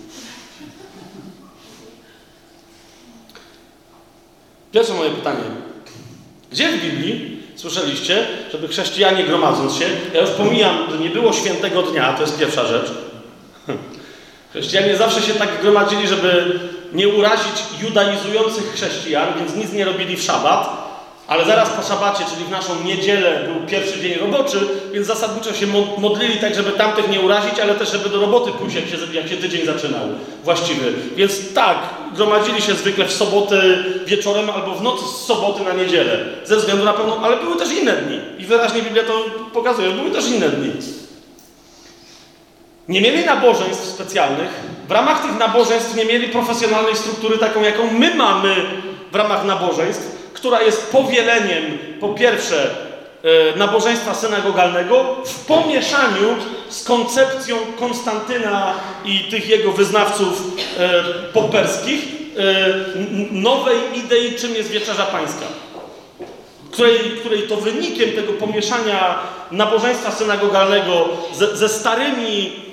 Pierwsze moje pytanie. Gdzie w Biblii słyszeliście, żeby chrześcijanie gromadząc się, ja już pomijam, że nie było świętego dnia, to jest pierwsza rzecz. Chrześcijanie zawsze się tak gromadzili, żeby nie urazić judaizujących chrześcijan, więc nic nie robili w szabat, ale zaraz po szabacie, czyli w naszą niedzielę, był pierwszy dzień roboczy, więc zasadniczo się modlili tak, żeby tamtych nie urazić, ale też, żeby do roboty pójść, jak się tydzień zaczynał właściwy. Więc tak, gromadzili się zwykle w soboty wieczorem albo w nocy z soboty na niedzielę. Ze względu na pewno, ale były też inne dni. I wyraźnie Biblia to pokazuje, że były też inne dni. Nie mieli nabożeństw specjalnych. W ramach tych nabożeństw nie mieli profesjonalnej struktury taką, jaką my mamy w ramach nabożeństw, która jest powieleniem, po pierwsze, nabożeństwa synagogalnego w pomieszaniu z koncepcją Konstantyna i tych jego wyznawców poperskich nowej idei, czym jest wieczerza pańska. Której to wynikiem tego pomieszania nabożeństwa synagogalnego ze starymi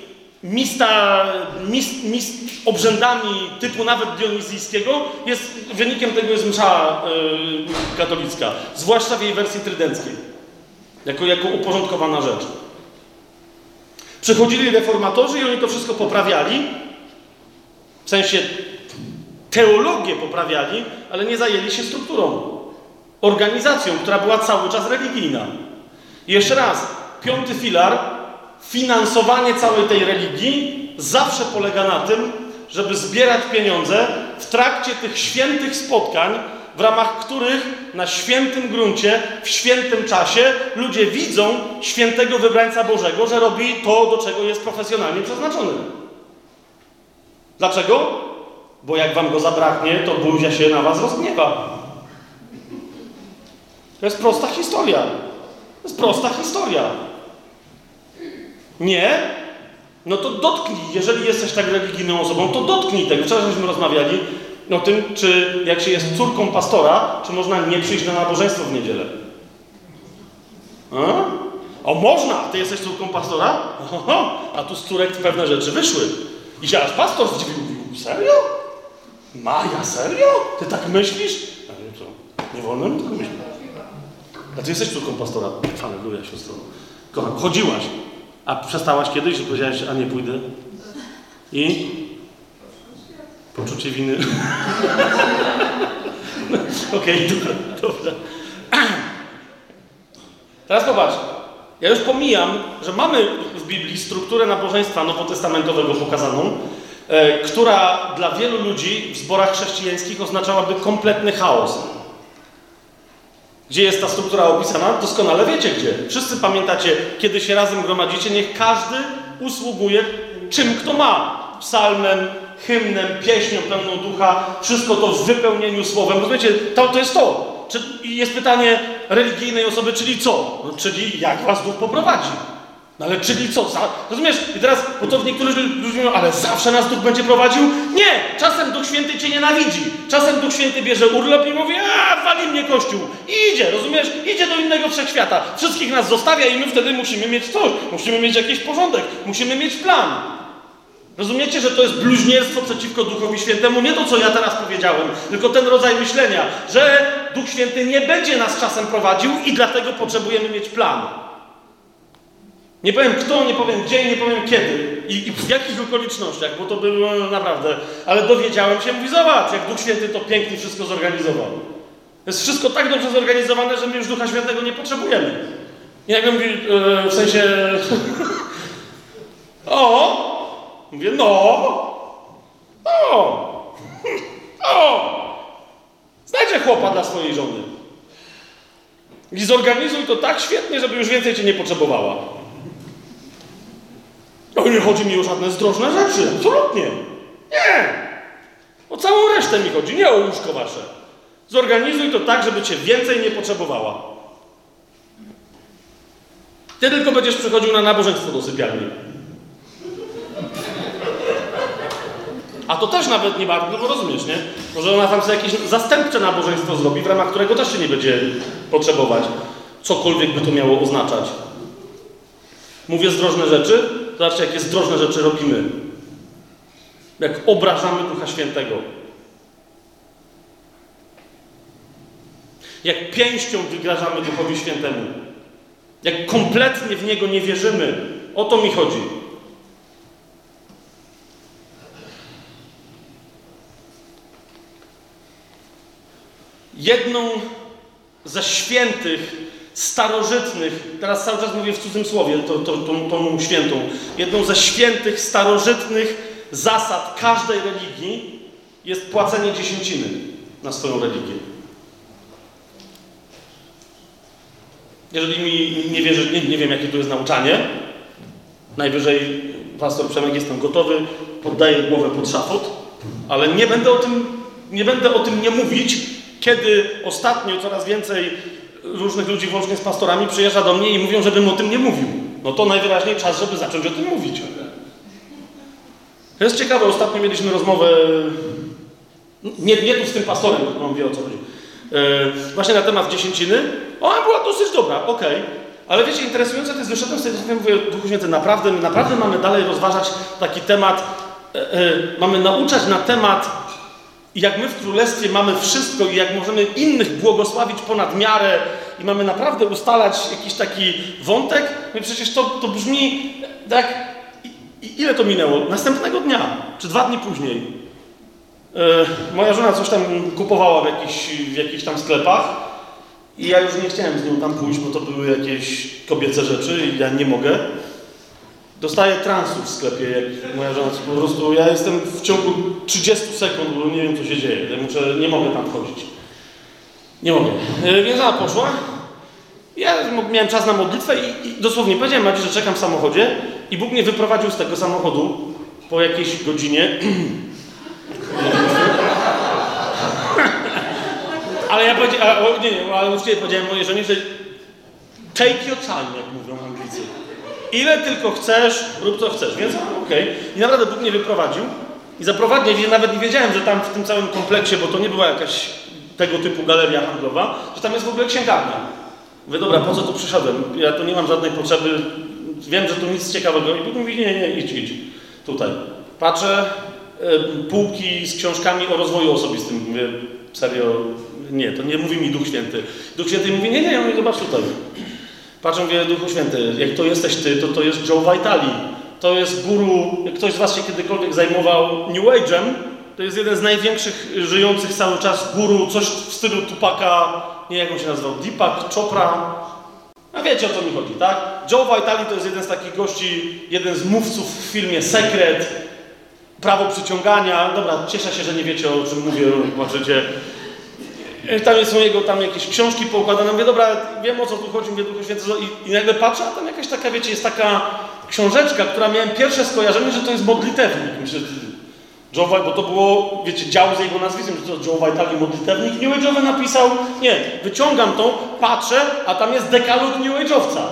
obrzędami typu nawet dionizyjskiego, wynikiem tego jest msza katolicka, zwłaszcza w jej wersji trydenckiej, jako uporządkowana rzecz. Przychodzili reformatorzy i oni to wszystko poprawiali, w sensie teologię poprawiali, ale nie zajęli się strukturą, organizacją, która była cały czas religijna. I jeszcze raz, 5. filar, finansowanie całej tej religii zawsze polega na tym, żeby zbierać pieniądze w trakcie tych świętych spotkań, w ramach których na świętym gruncie, w świętym czasie ludzie widzą świętego wybrańca Bożego, że robi to, do czego jest profesjonalnie przeznaczony. Dlaczego? Bo jak wam go zabraknie, to buzia się na was rozgniewa. To jest prosta historia. To jest prosta historia. Nie? No to dotknij. Jeżeli jesteś tak religijną osobą, to dotknij tego. Wczoraj żeśmy rozmawiali o tym, czy jak się jest córką pastora, czy można nie przyjść na nabożeństwo w niedzielę. O, można! Ty jesteś córką pastora? A tu z córek pewne rzeczy wyszły. I się aż pastor zdziwił. Mówił, serio? Maja, serio? Ty tak myślisz? A nie, co? Nie wolno mi tylko myśleć. A ty jesteś córką pastora. Halleluja, siostro. Kocham, chodziłaś. A przestałaś kiedyś, że powiedziałaś, a nie pójdę? I? Poczucie winy. Okej, dobra. Teraz popatrz. Ja już pomijam, że mamy w Biblii strukturę nabożeństwa nowotestamentowego pokazaną, która dla wielu ludzi w zborach chrześcijańskich oznaczałaby kompletny chaos. Gdzie jest ta struktura opisana? Doskonale wiecie gdzie. Wszyscy pamiętacie, kiedy się razem gromadzicie, niech każdy usługuje czym kto ma. Psalmem, hymnem, pieśnią pełną ducha, wszystko to w wypełnieniu słowem. Rozumiecie, to jest to. I jest pytanie religijnej osoby, czyli co? No, czyli jak was Bóg poprowadzi. No ale czyli co? Rozumiesz? I teraz, bo to niektórzy ludzie mówią, ale zawsze nas Duch będzie prowadził? Nie! Czasem Duch Święty cię nienawidzi. Czasem Duch Święty bierze urlop i mówi, wali mnie Kościół. I idzie, rozumiesz? Idzie do innego wszechświata. Wszystkich nas zostawia i my wtedy musimy mieć coś. Musimy mieć jakiś porządek. Musimy mieć plan. Rozumiecie, że to jest bluźnierstwo przeciwko Duchowi Świętemu? Nie to, co ja teraz powiedziałem, tylko ten rodzaj myślenia, że Duch Święty nie będzie nas czasem prowadził i dlatego potrzebujemy mieć plan. Nie powiem kto, nie powiem gdzie i nie powiem kiedy i w jakich okolicznościach, bo to było naprawdę... Ale dowiedziałem się, mówi, zobacz, jak Duch Święty to pięknie wszystko zorganizował. Jest wszystko tak dobrze zorganizowane, że my już Ducha Świętego nie potrzebujemy. I nagle mówi, w sensie... Mówię, znajdzie chłopa dla swojej żony. I zorganizuj to tak świetnie, żeby już więcej cię nie potrzebowała. Nie chodzi mi o żadne zdrożne rzeczy, absolutnie. Nie! O całą resztę mi chodzi, nie o łóżko wasze. Zorganizuj to tak, żeby cię więcej nie potrzebowała. Ty tylko będziesz przychodził na nabożeństwo do sypialni. A to też nawet nie bardzo, bo rozumiesz, nie? Może ona tam sobie jakieś zastępcze nabożeństwo zrobi, w ramach którego też się nie będzie potrzebować. Cokolwiek by to miało oznaczać. Mówię zdrożne rzeczy, zobaczcie, jakie zdrożne rzeczy robimy. Jak obrażamy Ducha Świętego. Jak pięścią wygrażamy Duchowi Świętemu. Jak kompletnie w Niego nie wierzymy. O to mi chodzi. Jedną ze świętych, starożytnych, teraz cały czas mówię w cudzym słowie, tą świętą, jedną ze świętych, starożytnych zasad każdej religii jest płacenie dziesięciny na swoją religię. Jeżeli mi nie wierzysz, nie wiem jakie tu jest nauczanie, najwyżej pastor Przemek, jestem gotowy, poddaję głowę pod szafot, ale nie będę o tym nie mówić, kiedy ostatnio coraz więcej różnych ludzi, włącznie z pastorami, przyjeżdża do mnie i mówią, żebym o tym nie mówił. No to najwyraźniej czas, żeby zacząć o tym mówić. To jest ciekawe, ostatnio mieliśmy rozmowę, nie tu z tym pastorem, bo on wie o co chodzi, właśnie na temat dziesięciny. Ona była dosyć dobra, okej. Ale wiecie, interesujące to jest, wyszedłem z tej rozmowy, mówię, Duchu Święty, naprawdę mamy dalej rozważać taki temat, mamy nauczać na temat, jak my w Królestwie mamy wszystko i jak możemy innych błogosławić ponad miarę i mamy naprawdę ustalać jakiś taki wątek, no i przecież to brzmi tak, ile to minęło? Następnego dnia, czy 2 dni później. Moja żona coś tam kupowała w jakichś tam sklepach i ja już nie chciałem z nią tam pójść, bo to były jakieś kobiece rzeczy i ja nie mogę. Dostaję transu w sklepie, jak moja żona, po prostu ja jestem w ciągu 30 sekund, bo nie wiem co się dzieje, nie mogę tam wchodzić. Nie mogę. Więc ona poszła, ja miałem czas na modlitwę i dosłownie powiedziałem Madzi, że czekam w samochodzie i Bóg mnie wyprowadził z tego samochodu po jakiejś godzinie. Ale ja powiedziałem, ale uczciwie powiedziałem mojej żonie, że take your time, jak mówią Anglicy. Ile tylko chcesz, rób co chcesz, więc okej. I naprawdę Bóg mnie wyprowadził i zaprowadził, nawet nie wiedziałem, że tam w tym całym kompleksie, bo to nie była jakaś tego typu galeria handlowa, że tam jest w ogóle księgarnia. Mówię, dobra, po co tu przyszedłem? Ja tu nie mam żadnej potrzeby, wiem, że tu nic ciekawego. I Bóg mówi, nie, idź, tutaj. Patrzę, półki z książkami o rozwoju osobistym. Mówię, serio, nie, to nie mówi mi Duch Święty. Duch Święty mówi, nie, ja mówię, zobacz tutaj. Patrzę, mówię, Duchu Święty, jak to jesteś ty, to jest Joe Vitale. To jest guru, jak ktoś z was się kiedykolwiek zajmował New Age'em, to jest jeden z największych żyjących cały czas guru, coś w stylu Tupaka, nie jak on się nazywał, Deepak Chopra. A wiecie o co mi chodzi, tak? Joe Vitale to jest jeden z takich gości, jeden z mówców w filmie Sekret, Prawo przyciągania. Dobra, cieszę się, że nie wiecie o czym mówię, zobaczycie. Tam są jego jakieś książki poukładane. Mówię, dobra, wiem o co tu chodzi, mówię, Duchu Święty. I nagle patrzę, a tam jakaś taka, wiecie, jest taka książeczka, która miałem pierwsze skojarzenie, że to jest modlitewnik. Myślę, Joe Vitale, bo to było, wiecie, dział z jego nazwiskiem, że to Joe Vitale modlitewnik. New Age'owy napisał, nie, wyciągam to, patrzę, a tam jest dekalog New Age'owca.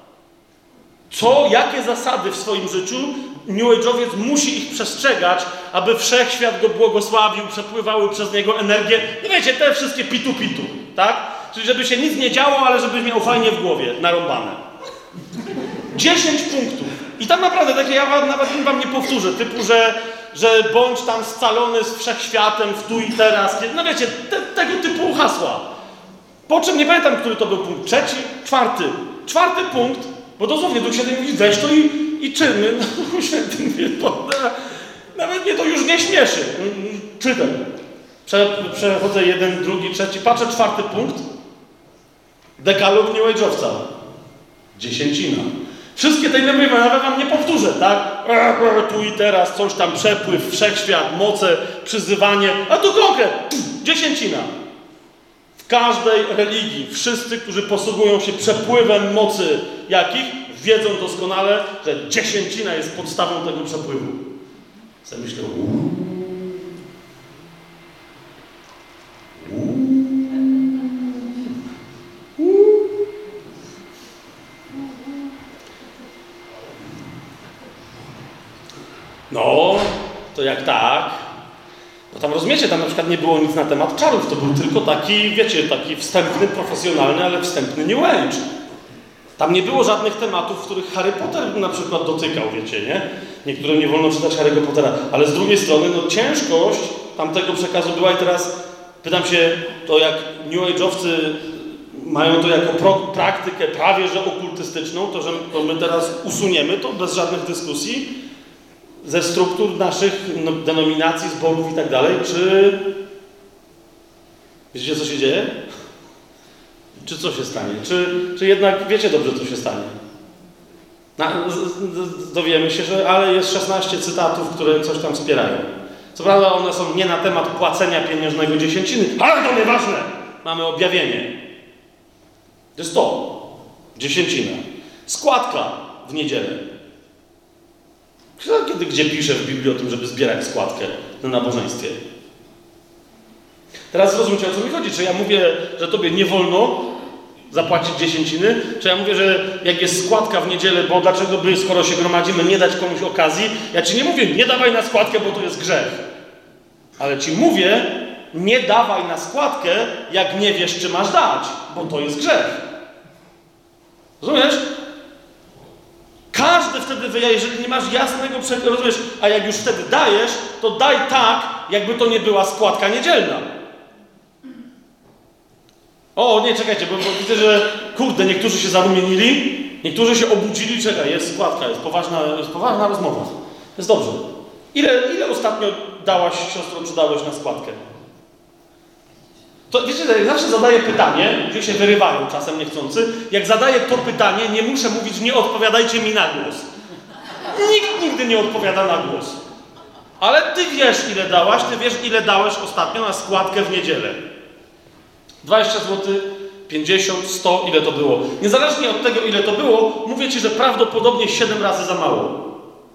Jakie zasady w swoim życiu New Age'owiec musi ich przestrzegać, aby wszechświat go błogosławił, przepływały przez niego energie. No wiecie, te wszystkie pitu, tak? Czyli żeby się nic nie działo, ale żebyś miał fajnie w głowie, narąbane. 10 punktów. I tam naprawdę, takie ja nawet wam nie powtórzę, typu, że bądź tam scalony z wszechświatem w tu i teraz. No wiecie, tego typu hasła. Po czym, nie pamiętam, który to był punkt, 3., 4. 4. punkt, bo dosłownie Duch Święty mówi, weź to i czyny. No, Duch Święty mówi, nawet mnie to już nie śmieszy. Czytam. Przechodzę 1, 2, 3, patrzę 4. punkt. Dekalog New Age'owca. 10. Wszystkie te inne nawet wam nie powtórzę, tak? Tu i teraz, coś tam, przepływ, wszechświat, moce, przyzywanie. A tu konkret, 10. W każdej religii wszyscy, którzy posługują się przepływem mocy jakich, wiedzą doskonale, że 10 jest podstawą tego przepływu. Co myślę, To jak tak? No tam rozumiecie, tam na przykład nie było nic na temat czarów. To był tylko taki, wiecie, taki wstępny, profesjonalny, ale wstępny New Age. Tam nie było żadnych tematów, których Harry Potter na przykład dotykał, wiecie, nie? Niektórym nie wolno czytać Harry'ego Pottera. Ale z drugiej strony, no ciężkość tamtego przekazu była i teraz pytam się, to jak New Age'owcy mają to jako praktykę prawie że okultystyczną, to my teraz usuniemy to bez żadnych dyskusji ze struktur naszych denominacji, zborów i tak dalej, czy wiecie, co się dzieje? Czy co się stanie? Czy jednak wiecie dobrze, co się stanie? Dowiemy się, że ale jest 16 cytatów, które coś tam wspierają. Co prawda one są nie na temat płacenia pieniężnego dziesięciny, ale to nieważne. Mamy objawienie. To jest to. Dziesięcina. Składka w niedzielę. Gdzie pisze w Biblii o tym, żeby zbierać składkę na nabożeństwie? Teraz zrozumcie, o co mi chodzi. Czy ja mówię, że tobie nie wolno zapłacić dziesięciny? Czy ja mówię, że jak jest składka w niedzielę, bo dlaczego by, skoro się gromadzimy, nie dać komuś okazji? Ja ci nie mówię, nie dawaj na składkę, bo to jest grzech. Ale ci mówię, nie dawaj na składkę, jak nie wiesz, czy masz dać, bo to jest grzech. Rozumiesz? Każdy wtedy wyjaśnia, jeżeli nie masz jasnego przekazu, rozumiesz, a jak już wtedy dajesz, to daj tak, jakby to nie była składka niedzielna. O, nie, czekajcie, bo widzę, że kurde, niektórzy się zarumienili, niektórzy się obudzili, czekaj, jest składka, jest poważna rozmowa. Jest dobrze. Ile ostatnio dałaś, siostro, czy dałeś na składkę? To wiecie, jak zawsze zadaję pytanie, ludzie się wyrywają czasem niechcący, jak zadaję to pytanie, nie muszę mówić, nie odpowiadajcie mi na głos. Nikt nigdy nie odpowiada na głos. Ale ty wiesz, ile dałaś, ty wiesz, ile dałeś ostatnio na składkę w niedzielę. 20 zł, 50, 100, ile to było. Niezależnie od tego, ile to było, mówię ci, że prawdopodobnie 7 razy za mało.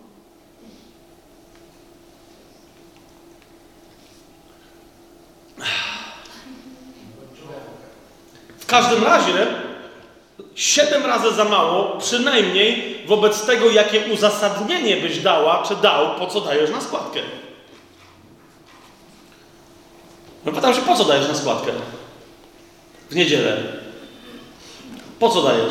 W każdym razie 7 razy za mało, przynajmniej wobec tego, jakie uzasadnienie byś dała, czy dał, po co dajesz na składkę. No pytam się, po co dajesz na składkę? W niedzielę. Po co dajesz?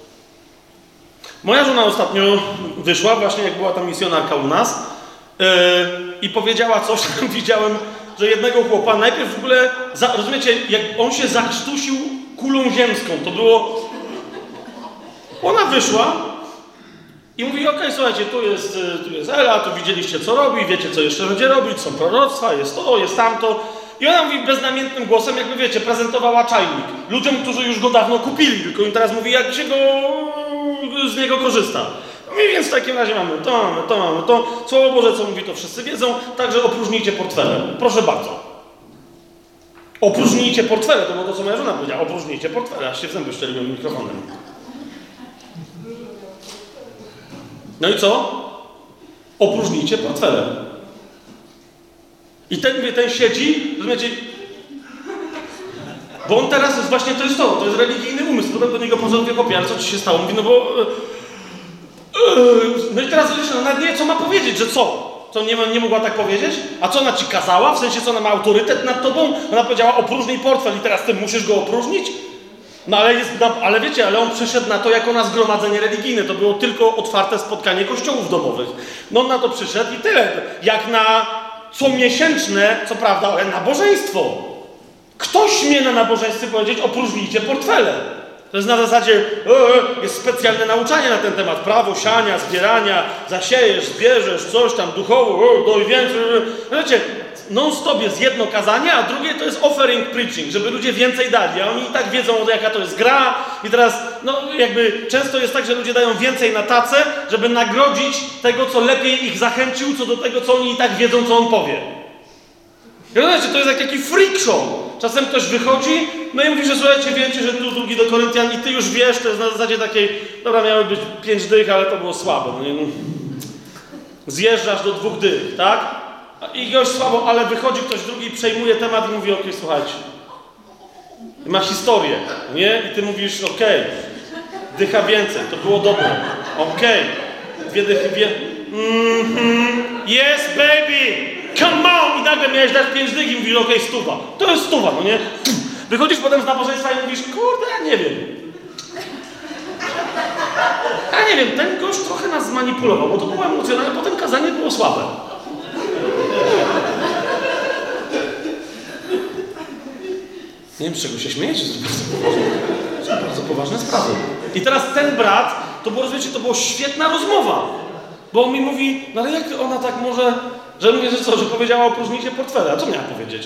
Moja żona ostatnio wyszła, właśnie jak była ta misjonarka u nas i powiedziała coś, tam widziałem, że jednego chłopa najpierw w ogóle, rozumiecie, jak on się zakrztusił kulą ziemską, to było... Ona wyszła i mówi, okej, słuchajcie, tu jest Ela, tu widzieliście, co robi, wiecie, co jeszcze będzie robić, są proroctwa, jest to, jest tamto. I ona mówi beznamiętnym głosem, jakby wiecie, prezentowała czajnik. Ludziom, którzy już go dawno kupili, tylko im teraz mówi, jak się z niego korzysta. No i więc w takim razie mamy to. Słowo Boże, co mówi, to wszyscy wiedzą, także opróżnijcie portfele. Proszę bardzo. Opróżnijcie portfele, to było to, co moja żona powiedziała. Opróżnijcie portfele, aż się w zęby szczeliłem mikrofonem. No i co? Opróżnijcie portfele. I ten siedzi, rozumiecie? Bo on teraz jest właśnie, to jest religijny umysł. Potem do niego porządnie kopie, ale co ci się stało? Mówi, no bo... No i teraz no, nawet nie wie, co ma powiedzieć, że co? Co, nie mogła tak powiedzieć? A co ona ci kazała? W sensie, co ona ma autorytet nad tobą? Ona powiedziała, opróżnij portfel i teraz ty musisz go opróżnić? No ale wiecie, ale on przyszedł na to jako na zgromadzenie religijne. To było tylko otwarte spotkanie kościołów domowych. No on na to przyszedł i tyle. Jak na comiesięczne, co prawda, ale nabożeństwo. Ktoś śmie na nabożeństwie powiedzieć, opróżnijcie portfele. To jest na zasadzie, jest specjalne nauczanie na ten temat. Prawo siania, zbierania, zasiejesz, zbierzesz, coś tam duchowo, doj więcej. Wiecie, non-stop jest jedno kazanie, a drugie to jest offering preaching, żeby ludzie więcej dali. A oni i tak wiedzą, jaka to jest gra. I teraz, no jakby często jest tak, że ludzie dają więcej na tacę, żeby nagrodzić tego, co lepiej ich zachęcił, co do tego, co oni i tak wiedzą, co on powie. Rozumiecie, to jest jak taki freak show. Czasem ktoś wychodzi, no i mówi, że słuchajcie, wiecie, że tu drugi do Koryntian i ty już wiesz, to jest na zasadzie takiej, dobra, miały być 5 dych, ale to było słabo. No nie? Zjeżdżasz do 2 dych, tak? I goś słabo, ale wychodzi ktoś drugi, przejmuje temat i mówi, okej, słuchajcie. I ma historię, nie? I ty mówisz, okej, dycha więcej, to było dobre, okej, 2 dychy yes baby, come on! I nagle miałeś dać 5 dych i mówisz, okej, 100. To jest 100, no nie? Wychodzisz potem z nabożeństwa i mówisz, kurde, ja nie wiem. Ja nie wiem, ten gość trochę nas zmanipulował, bo to było emocjonalne, potem kazanie było słabe. Nie wiem, z czego się śmiejecie, to są bardzo poważne sprawy. I teraz ten brat, to było, rozumiecie, to była świetna rozmowa. Bo on mi mówi, no ale jak ona tak może, że mówię, że co, że powiedziała opróżnijcie portfele, a co miała powiedzieć?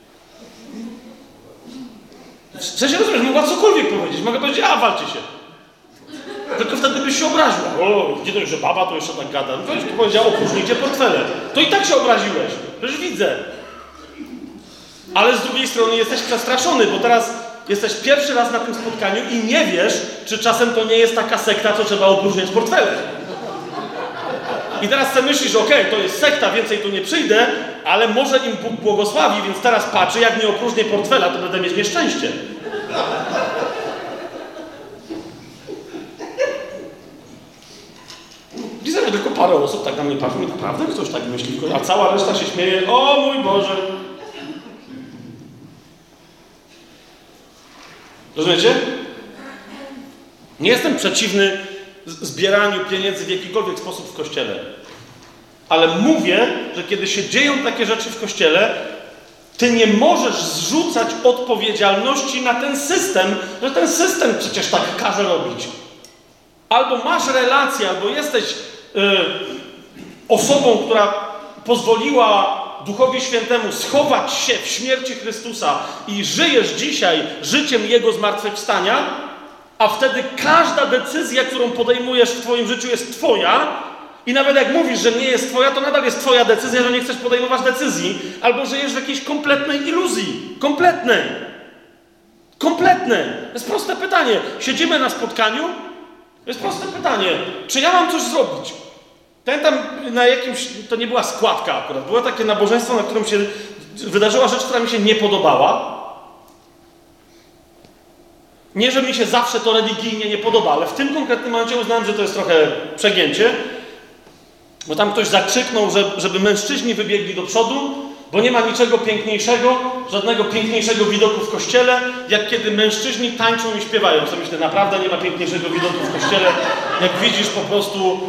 W sensie rozumiesz, mogła cokolwiek powiedzieć, mogę powiedzieć, a walcie się. Tylko wtedy byś się obraziła. O, nie to już, że baba to jeszcze tak gada. No to powiedziała, opróżnijcie portfele. To i tak się obraziłeś, przecież widzę. Ale z drugiej strony jesteś przestraszony, bo teraz jesteś pierwszy raz na tym spotkaniu i nie wiesz, czy czasem to nie jest taka sekta, co trzeba opróżniać portfele. I teraz sobie myślisz, okej, to jest sekta, więcej tu nie przyjdę, ale może im Bóg błogosławi, więc teraz patrzę, jak nie opróżnię portfela, to będę mieć nieszczęście. Widzę, że tylko parę osób tak na mnie patrzy, i naprawdę ktoś tak myśli, a cała reszta się śmieje, o mój Boże. Rozumiecie? Nie jestem przeciwny zbieraniu pieniędzy w jakikolwiek sposób w Kościele. Ale mówię, że kiedy się dzieją takie rzeczy w Kościele, ty nie możesz zrzucać odpowiedzialności na ten system, że ten system przecież tak każe robić. Albo masz relację, albo jesteś osobą, która pozwoliła Duchowi Świętemu schować się w śmierci Chrystusa i żyjesz dzisiaj życiem Jego zmartwychwstania, a wtedy każda decyzja, którą podejmujesz w twoim życiu, jest twoja i nawet jak mówisz, że nie jest twoja, to nadal jest twoja decyzja, że nie chcesz podejmować decyzji, albo żyjesz w jakiejś kompletnej iluzji. Kompletnej. Kompletnej. To jest proste pytanie. Siedzimy na spotkaniu, to jest proste pytanie. Czy ja mam coś zrobić? Pamiętam na jakimś, to nie była składka akurat, było takie nabożeństwo, na którym się wydarzyła rzecz, która mi się nie podobała. Nie, że mi się zawsze to religijnie nie podoba, ale w tym konkretnym momencie uznałem, że to jest trochę przegięcie, bo tam ktoś zakrzyknął, żeby mężczyźni wybiegli do przodu, bo nie ma niczego piękniejszego, żadnego piękniejszego widoku w kościele, jak kiedy mężczyźni tańczą i śpiewają. Co myślę, naprawdę nie ma piękniejszego widoku w kościele, jak widzisz po prostu...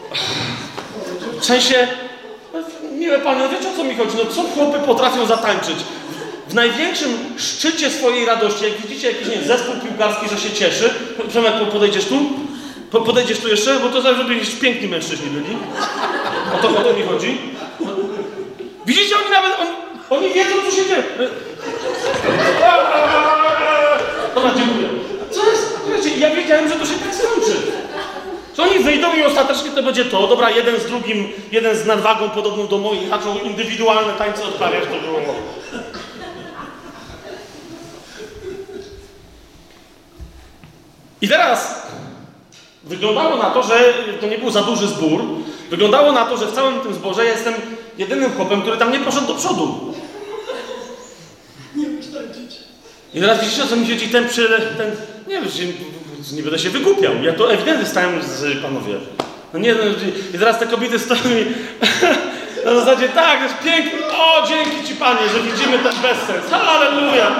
W sensie, miłe panie, wiecie o co mi chodzi? No co chłopy potrafią zatańczyć? W największym szczycie swojej radości, jak widzicie jakiś, nie wiem, zespół piłkarski, że się cieszy. Przemek, podejdziesz tu? Podejdziesz tu jeszcze? Bo to znaczy, żeby piękni mężczyźni byli. O to mi chodzi. Widzicie, oni nawet, oni wiedzą, co się dzieje. Dobra, dziękuję. Co jest? Wiecie, ja wiedziałem, że to się tak skończy. Że oni wyjdą i ostatecznie to będzie to. Dobra, jeden z drugim, jeden z nadwagą podobną do mojej, zaczął indywidualne tańce odprawiać, to było. I teraz wyglądało na to, że to nie był za duży zbór. Wyglądało na to, że w całym tym zborze ja jestem jedynym chłopem, który tam nie poszedł do przodu. I teraz widzicie, o co mi chodzi, ten nie wiem, nie będę się wygłupiał. Ja to ewidentnie stałem z panowie. No nie, no, i teraz te kobiety stoją i na zasadzie, tak, jest pięknie, o, dzięki ci Panie, że widzimy ten bezsens. Halleluja.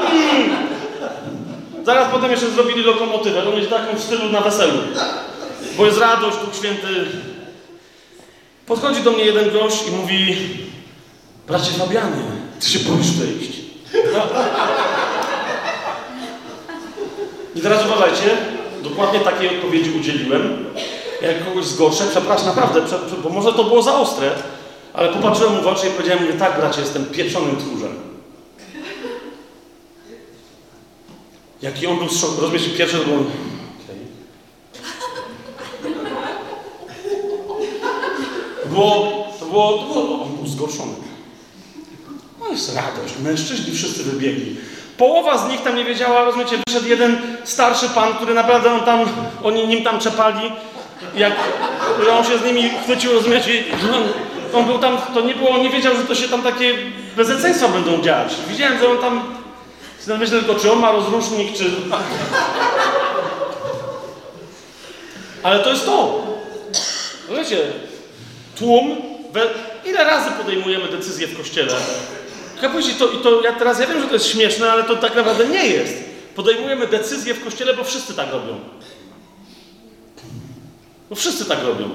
Zaraz potem jeszcze zrobili lokomotywę, to będzie taką w stylu na weselu. Bo jest radość, Duch Święty. Podchodzi do mnie jeden gość i mówi: bracie Fabianie, ty się boisz wyjść. I teraz uważajcie, dokładnie takiej odpowiedzi udzieliłem. Jak kogoś zgorszę, przepraszam, naprawdę, bo może to było za ostre, ale popatrzyłem mu w oczy i powiedziałem: mówię, tak bracie, jestem pieprzonym tchórzem. Jaki on był szok, rozumiecie, pierwszy to było... On był zgorszony. No jest radość, mężczyźni wszyscy wybiegli. Połowa z nich tam nie wiedziała, rozumiecie, wyszedł jeden starszy pan, który naprawdę oni nim tam czepali, jak on się z nimi chwycił, rozumiecie, on był tam, to nie było, on nie wiedział, że to się tam takie bezeceństwa będą dziać. Widziałem, że on tam, myślę tylko, czy on ma rozrusznik, czy... Ale to jest to. Wiecie, tłum, ile razy podejmujemy decyzje w Kościele? Ja wiem, że to jest śmieszne, ale to tak naprawdę nie jest. Podejmujemy decyzje w Kościele, bo wszyscy tak robią. Bo wszyscy tak robią.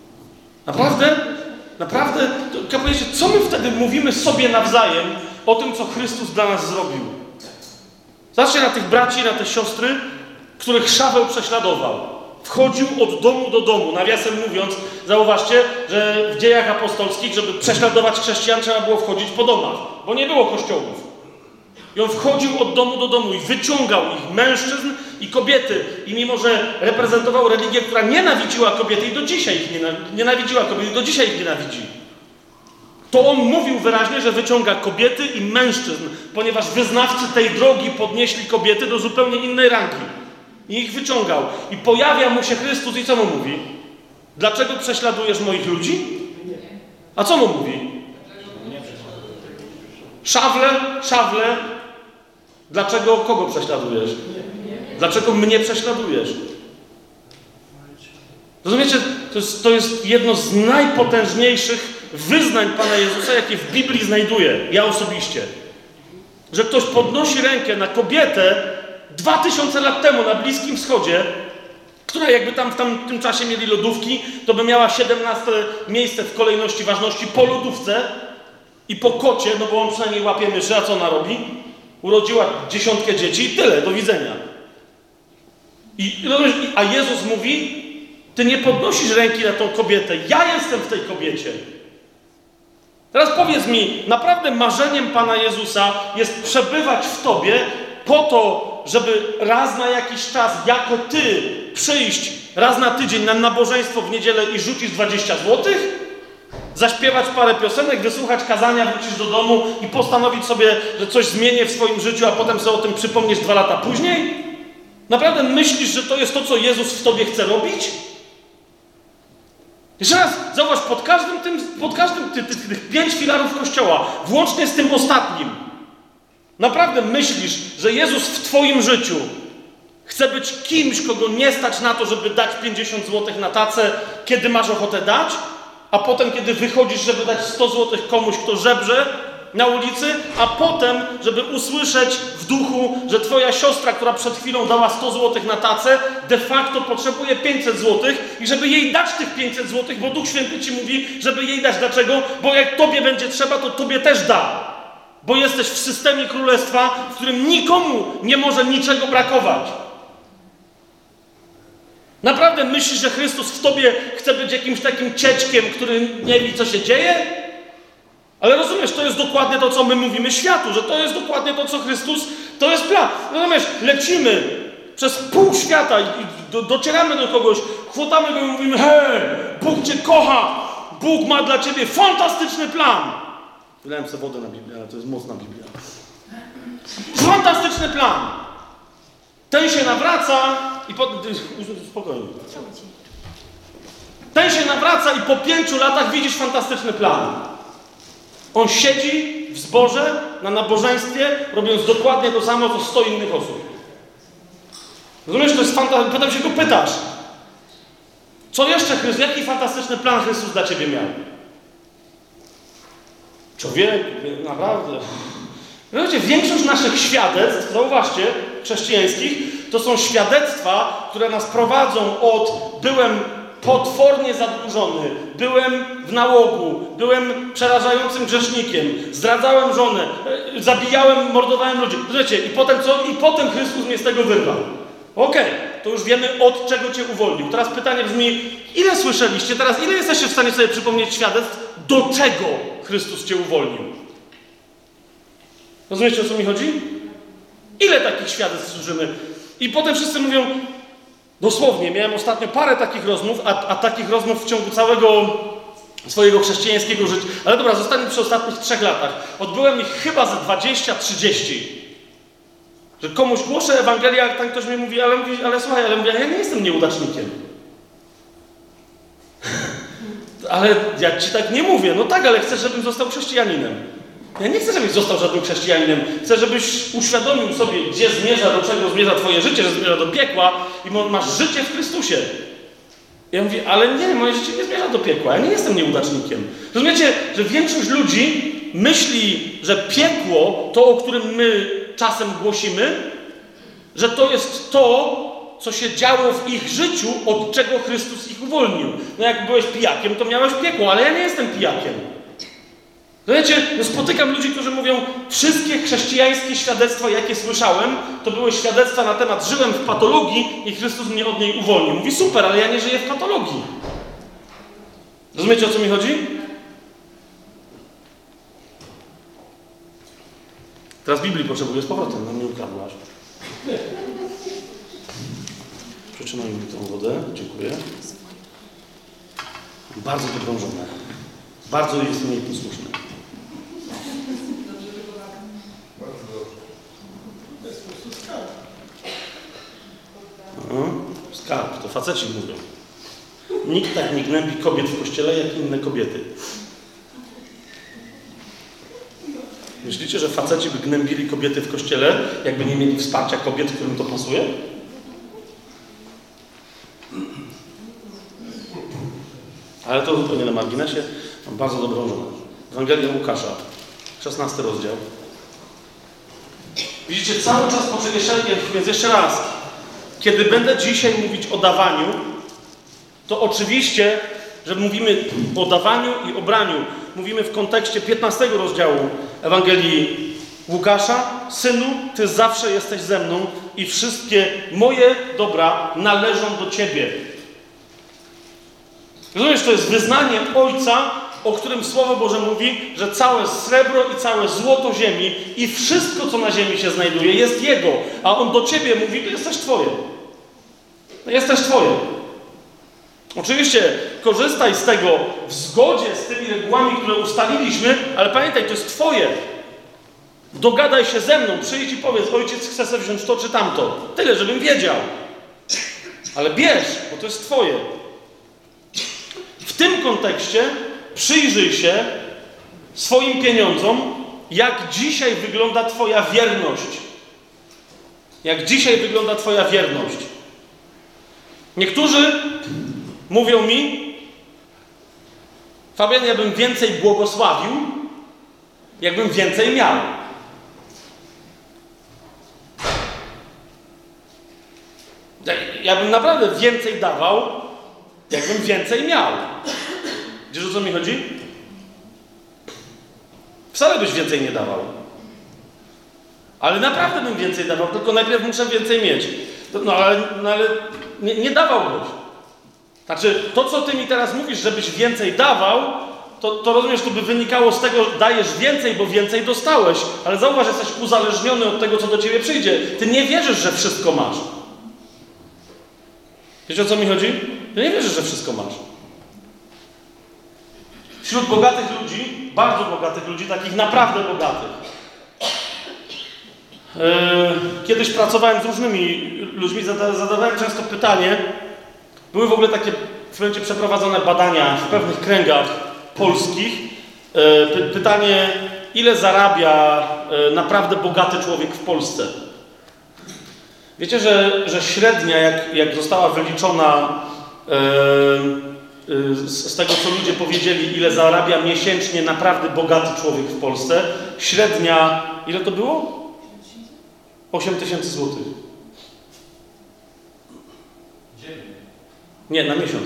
Naprawdę, co my wtedy mówimy sobie nawzajem o tym, co Chrystus dla nas zrobił? Zobaczcie na tych braci, na te siostry, których Szaweł prześladował. Wchodził od domu do domu. Nawiasem mówiąc, zauważcie, że w Dziejach Apostolskich, żeby prześladować chrześcijan, trzeba było wchodzić po domach, bo nie było kościołów. I on wchodził od domu do domu i wyciągał ich, mężczyzn i kobiety. I mimo, że reprezentował religię, która nienawidziła kobiety i do dzisiaj ich nienawidziła kobiety, do dzisiaj ich nienawidzi, to on mówił wyraźnie, że wyciąga kobiety i mężczyzn, ponieważ wyznawcy tej drogi podnieśli kobiety do zupełnie innej rangi. I ich wyciągał. I pojawia mu się Chrystus i co mu mówi? Dlaczego prześladujesz moich ludzi? A co mu mówi? Szawle, dlaczego kogo prześladujesz? Dlaczego mnie prześladujesz? Rozumiecie? To jest jedno z najpotężniejszych wyznań Pana Jezusa, jakie w Biblii znajduję, ja osobiście. Że ktoś podnosi rękę na kobietę 2000 lat temu na Bliskim Wschodzie, która jakby tam w tamtym czasie mieli lodówki, to by miała 17 miejsce w kolejności ważności po lodówce i po kocie, no bo on przynajmniej łapie myszy, a co ona robi? Urodziła 10 dzieci i tyle, do widzenia. A Jezus mówi, ty nie podnosisz ręki na tą kobietę, ja jestem w tej kobiecie. Teraz powiedz mi, naprawdę marzeniem Pana Jezusa jest przebywać w tobie po to, żeby raz na jakiś czas, jako ty, przyjść raz na tydzień na nabożeństwo w niedzielę i rzucić 20 złotych? Zaśpiewać parę piosenek, wysłuchać kazania, wrócić do domu i postanowić sobie, że coś zmienię w swoim życiu, a potem sobie o tym przypomnieć 2 lata później? Naprawdę myślisz, że to jest to, co Jezus w tobie chce robić? Jeszcze raz, zauważ, pod każdym tych 5 filarów Kościoła, włącznie z tym ostatnim, naprawdę myślisz, że Jezus w twoim życiu chce być kimś, kogo nie stać na to, żeby dać 50 zł na tacę, kiedy masz ochotę dać, a potem, kiedy wychodzisz, żeby dać 100 zł komuś, kto żebrze na ulicy, a potem, żeby usłyszeć w duchu, że twoja siostra, która przed chwilą dała 100 zł na tacę, de facto potrzebuje 500 zł i żeby jej dać tych 500 zł, bo Duch Święty ci mówi, żeby jej dać. Dlaczego? Bo jak tobie będzie trzeba, to tobie też da. Bo jesteś w systemie królestwa, w którym nikomu nie może niczego brakować. Naprawdę myślisz, że Chrystus w tobie chce być jakimś takim ciećkiem, który nie wie, co się dzieje? Ale rozumiesz, to jest dokładnie to, co my mówimy światu, że to jest dokładnie to, co Chrystus, to jest plan. Rozumiesz, lecimy przez pół świata i docieramy do kogoś, chwytamy go i mówimy, hej, Bóg cię kocha, Bóg ma dla ciebie fantastyczny plan. Wylałem sobie wodę na Biblię, ale to jest mocna Biblia. Fantastyczny plan. Ten się nawraca i spokojnie. Ten się nawraca i po 5 latach widzisz fantastyczny plan. On siedzi w zborze, na nabożeństwie, robiąc dokładnie to samo, co 100 innych osób. Rozumiesz, to jest fantastyczne. Potem się go pytasz, co jeszcze Chrystus, jaki fantastyczny plan Chrystus dla ciebie miał? Człowiek, naprawdę. Wiecie, większość naszych świadectw, zauważcie, chrześcijańskich, to są świadectwa, które nas prowadzą od byłem potwornie zadłużony, byłem w nałogu, byłem przerażającym grzesznikiem, zdradzałem żonę, zabijałem, mordowałem ludzi. Wiecie, i potem co? I potem Chrystus mnie z tego wyrwał. Okej, to już wiemy, od czego cię uwolnił. Teraz pytanie brzmi, ile słyszeliście, teraz ile jesteście w stanie sobie przypomnieć świadectw, do czego Chrystus cię uwolnił? Rozumiecie, o co mi chodzi? Ile takich świadectw słyszymy? I potem wszyscy mówią, dosłownie, miałem ostatnio parę takich rozmów, a takich rozmów w ciągu całego swojego chrześcijańskiego życia. Ale dobra, zostańmy przy ostatnich 3 latach. Odbyłem ich chyba ze 20-30. Że komuś głoszę Ewangelię, a tam ktoś mi mówi, ale słuchaj, ale mówię, ja nie jestem nieudacznikiem. Ale ja ci tak nie mówię. No tak, ale chcę, żebym został chrześcijaninem. Ja nie chcę, żebyś został żadnym chrześcijaninem. Chcę, żebyś uświadomił sobie, gdzie zmierza, do czego zmierza twoje życie, że zmierza do piekła i masz życie w Chrystusie. Ja mówię, ale nie, moje życie nie zmierza do piekła, ja nie jestem nieudacznikiem. Rozumiecie, że większość ludzi myśli, że piekło, to o którym my czasem głosimy, że to jest to, co się działo w ich życiu, od czego Chrystus ich uwolnił. No jak byłeś pijakiem, to miałeś piekło, ale ja nie jestem pijakiem. No wiecie, no spotykam ludzi, którzy mówią, wszystkie chrześcijańskie świadectwa, jakie słyszałem, to były świadectwa na temat, żyłem w patologii i Chrystus mnie od niej uwolnił. Mówi, super, ale ja nie żyję w patologii. Rozumiecie, o co mi chodzi? Teraz Biblii potrzebuję z powrotem, no mnie ukradłaś. Przytrzymaj mi tą wodę, dziękuję. Bardzo pogrążone. Bardzo jest mniej posłuszne. Skarb, to faceci mówią. Nikt tak nie gnębi kobiet w kościele, jak inne kobiety. Myślicie, że faceci by gnębili kobiety w kościele, jakby nie mieli wsparcia kobiet, którym to pasuje? Ale to zupełnie na marginesie. Mam bardzo dobrą żonę. Ewangelia Łukasza, 16 rozdział. Widzicie, cały czas więc jeszcze raz. Kiedy będę dzisiaj mówić o dawaniu, to oczywiście, że mówimy o dawaniu i o braniu. Mówimy w kontekście 15 rozdziału Ewangelii Łukasza. Synu, Ty zawsze jesteś ze mną i wszystkie moje dobra należą do Ciebie. Rozumiesz, to jest wyznanie Ojca, o którym Słowo Boże mówi, że całe srebro i całe złoto ziemi i wszystko, co na ziemi się znajduje, jest Jego. A On do Ciebie mówi, to jest też Twoje. To jest też Twoje. Oczywiście korzystaj z tego w zgodzie z tymi regułami, które ustaliliśmy, ale pamiętaj, to jest Twoje. Dogadaj się ze mną, przyjdź i powiedz, ojciec chce sobie wziąć to czy tamto. Tyle, żebym wiedział. Ale bierz, bo to jest Twoje. W tym kontekście przyjrzyj się swoim pieniądzom, jak dzisiaj wygląda Twoja wierność. Jak dzisiaj wygląda Twoja wierność. Niektórzy mówią mi, Fabian, ja bym więcej błogosławił, jakbym więcej miał. Ja bym naprawdę więcej dawał, jakbym więcej miał. Wiesz, o co mi chodzi? Wcale byś więcej nie dawał. Ale naprawdę bym więcej dawał, tylko najpierw muszę więcej mieć. No ale nie dawałbyś. Znaczy, to co ty mi teraz mówisz, żebyś więcej dawał, to rozumiesz, to by wynikało z tego, że dajesz więcej, bo więcej dostałeś. Ale zauważ, jesteś uzależniony od tego, co do ciebie przyjdzie. Ty nie wierzysz, że wszystko masz. Wiecie, o co mi chodzi? Ty nie wierzysz, że wszystko masz. Wśród bogatych ludzi, bardzo bogatych ludzi, takich naprawdę bogatych. Kiedyś pracowałem z różnymi ludźmi, zadawałem często pytanie. Były w ogóle takie w momencie przeprowadzone badania w pewnych kręgach polskich. Pytanie, ile zarabia naprawdę bogaty człowiek w Polsce? Wiecie, że średnia, jak została wyliczona z tego, co ludzie powiedzieli, ile zarabia miesięcznie naprawdę bogaty człowiek w Polsce, średnia, ile to było? 8 000 złotych. Nie, na miesiąc.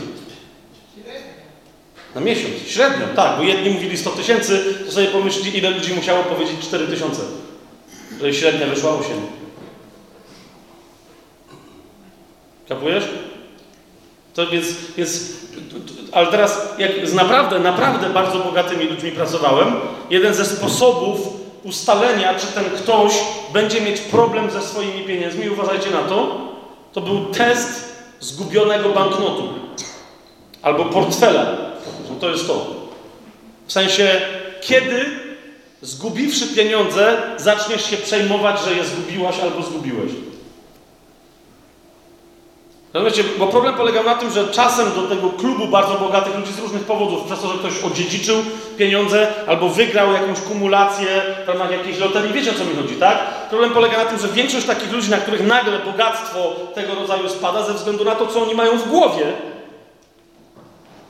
Na miesiąc, średnio, tak, bo jedni mówili 100 000, to sobie pomyśleli, ile ludzi musiało powiedzieć 4 000. To średnia wyszła 8. Kapujesz? To więc, ale teraz, jak z naprawdę bardzo bogatymi ludźmi pracowałem, jeden ze sposobów ustalenia, czy ten ktoś będzie mieć problem ze swoimi pieniędzmi, uważajcie na to, to był test zgubionego banknotu. Albo portfela. No to jest to. W sensie, kiedy zgubiwszy pieniądze, zaczniesz się przejmować, że je zgubiłaś albo zgubiłeś. Rozumiecie, bo problem polegał na tym, że czasem do tego klubu bardzo bogatych ludzi z różnych powodów, przez to, że ktoś odziedziczył pieniądze albo wygrał jakąś kumulację w ramach jakiejś loterii. Wiecie, o co mi chodzi, tak? Problem polega na tym, że większość takich ludzi, na których nagle bogactwo tego rodzaju spada ze względu na to, co oni mają w głowie,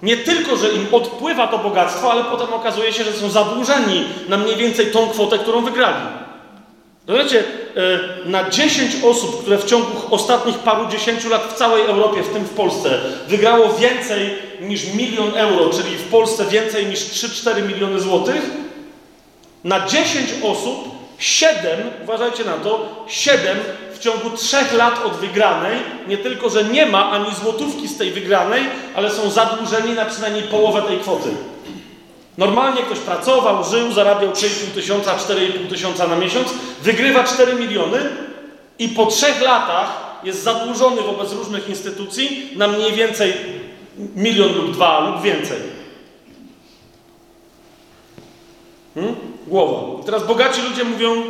Nie tylko, że im odpływa to bogactwo, ale potem okazuje się, że są zadłużeni na mniej więcej tą kwotę, którą wygrali. Zobaczcie, na 10 osób, które w ciągu ostatnich paru dziesięciu lat w całej Europie, w tym w Polsce, wygrało więcej niż 1 000 000 euro, czyli w Polsce więcej niż 3-4 miliony złotych, na 10 osób 7, uważajcie na to, 7 w ciągu 3 lat od wygranej, nie tylko, że nie ma ani złotówki z tej wygranej, ale są zadłużeni na przynajmniej połowę tej kwoty. Normalnie ktoś pracował, żył, zarabiał 3,5 tysiąca, 4,5 tysiąca na miesiąc, wygrywa 4 miliony i po 3 latach jest zadłużony wobec różnych instytucji na mniej więcej 1 000 000 lub 2 lub więcej. Głowa. I teraz bogaci ludzie mówią,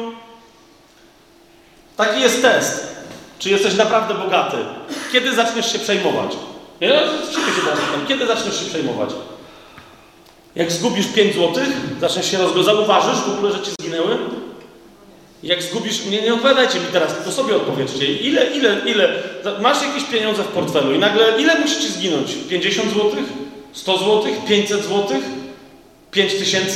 taki jest test, czy jesteś naprawdę bogaty. Kiedy zaczniesz się przejmować? Kiedy zaczniesz się przejmować? Jak zgubisz 5 złotych, zaczniesz się zauważysz w ogóle, że ci zginęły? Jak zgubisz, nie odpowiadajcie mi teraz, tylko sobie odpowiedzcie. Ile, masz jakieś pieniądze w portfelu i nagle, ile musi ci zginąć? 50 złotych? 100 złotych? 500 złotych? 5000?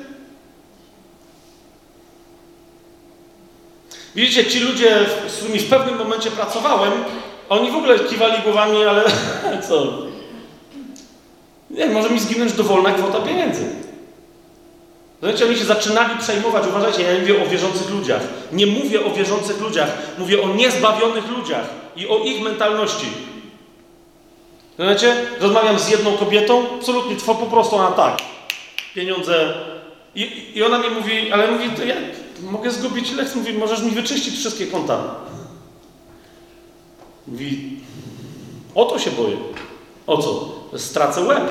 Widzicie, ci ludzie, z którymi w pewnym momencie pracowałem, oni w ogóle kiwali głowami, ale co? Nie, może mi zginąć dowolna kwota pieniędzy. Zobaczcie, oni się zaczynali przejmować. Uważajcie, ja nie mówię o wierzących ludziach. Nie mówię o wierzących ludziach. Mówię o niezbawionych ludziach i o ich mentalności. Zobaczcie, rozmawiam z jedną kobietą, absolutnie, po prostu ona tak. Pieniądze. I ona mi mówi, ale mówi, to ja mogę zgubić ile chcę. Mówi, możesz mi wyczyścić wszystkie konta. Mówi, o to się boję. O co? Stracę łeb.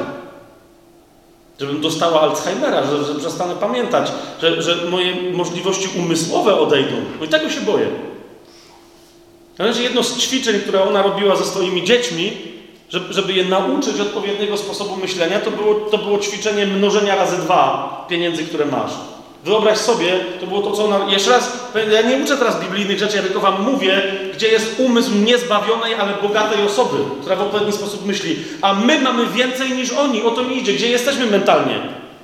Żebym dostała Alzheimera, że przestanę pamiętać, że moje możliwości umysłowe odejdą. No i tego się boję. Znaczy, jedno z ćwiczeń, które ona robiła ze swoimi dziećmi, żeby je nauczyć odpowiedniego sposobu myślenia, to było ćwiczenie mnożenia razy 2 pieniędzy, które masz. Wyobraź sobie, to było to, co ona... Jeszcze raz, ja nie uczę teraz biblijnych rzeczy, ja tylko wam mówię, gdzie jest umysł niezbawionej, ale bogatej osoby, która w odpowiedni sposób myśli. A my mamy więcej niż oni, o to mi idzie. Gdzie jesteśmy mentalnie?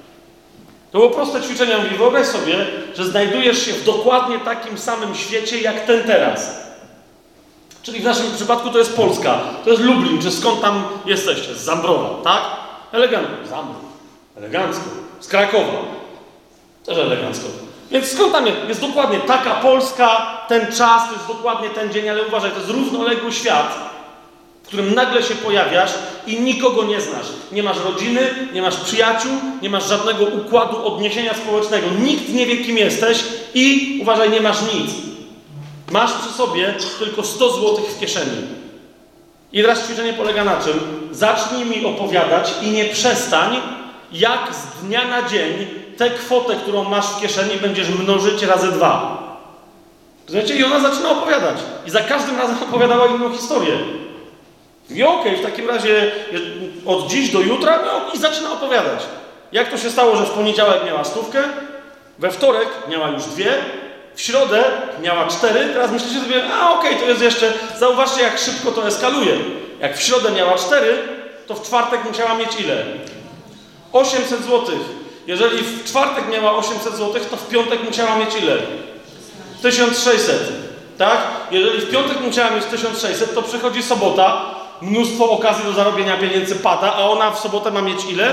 To było proste ćwiczenie. Ja mówię, wyobraź sobie, że znajdujesz się w dokładnie takim samym świecie, jak ten teraz. Czyli w naszym przypadku to jest Polska, to jest Lublin, czy skąd tam jesteście? Z Zambrowa, tak? Elegancko. Zambrów. Elegancko. Z Krakowa. Też elegancko. Więc skąd tam jest dokładnie taka Polska, ten czas, to jest dokładnie ten dzień, ale uważaj, to jest równoległy świat, w którym nagle się pojawiasz i nikogo nie znasz. Nie masz rodziny, nie masz przyjaciół, nie masz żadnego układu odniesienia społecznego. Nikt nie wie, kim jesteś i, uważaj, nie masz nic. Masz przy sobie tylko 100 złotych w kieszeni. I teraz ćwiczenie polega na czym? Zacznij mi opowiadać i nie przestań, jak z dnia na dzień tę kwotę, którą masz w kieszeni, będziesz mnożyć razy 2. Rozumiecie? I ona zaczyna opowiadać. I za każdym razem opowiadała inną historię. I okej, w takim razie od dziś do jutra i zaczyna opowiadać. Jak to się stało, że w poniedziałek miała 100, we wtorek miała już 2, w środę miała 4, teraz myślicie sobie, to jest jeszcze... Zauważcie, jak szybko to eskaluje. Jak w środę miała 4, to w czwartek musiała mieć ile? 800 złotych. Jeżeli w czwartek miała 800 zł, to w piątek musiała mieć ile? 1600. Tak? Jeżeli w piątek musiała mieć 1600, to przychodzi sobota, mnóstwo okazji do zarobienia pieniędzy pada, a ona w sobotę ma mieć ile?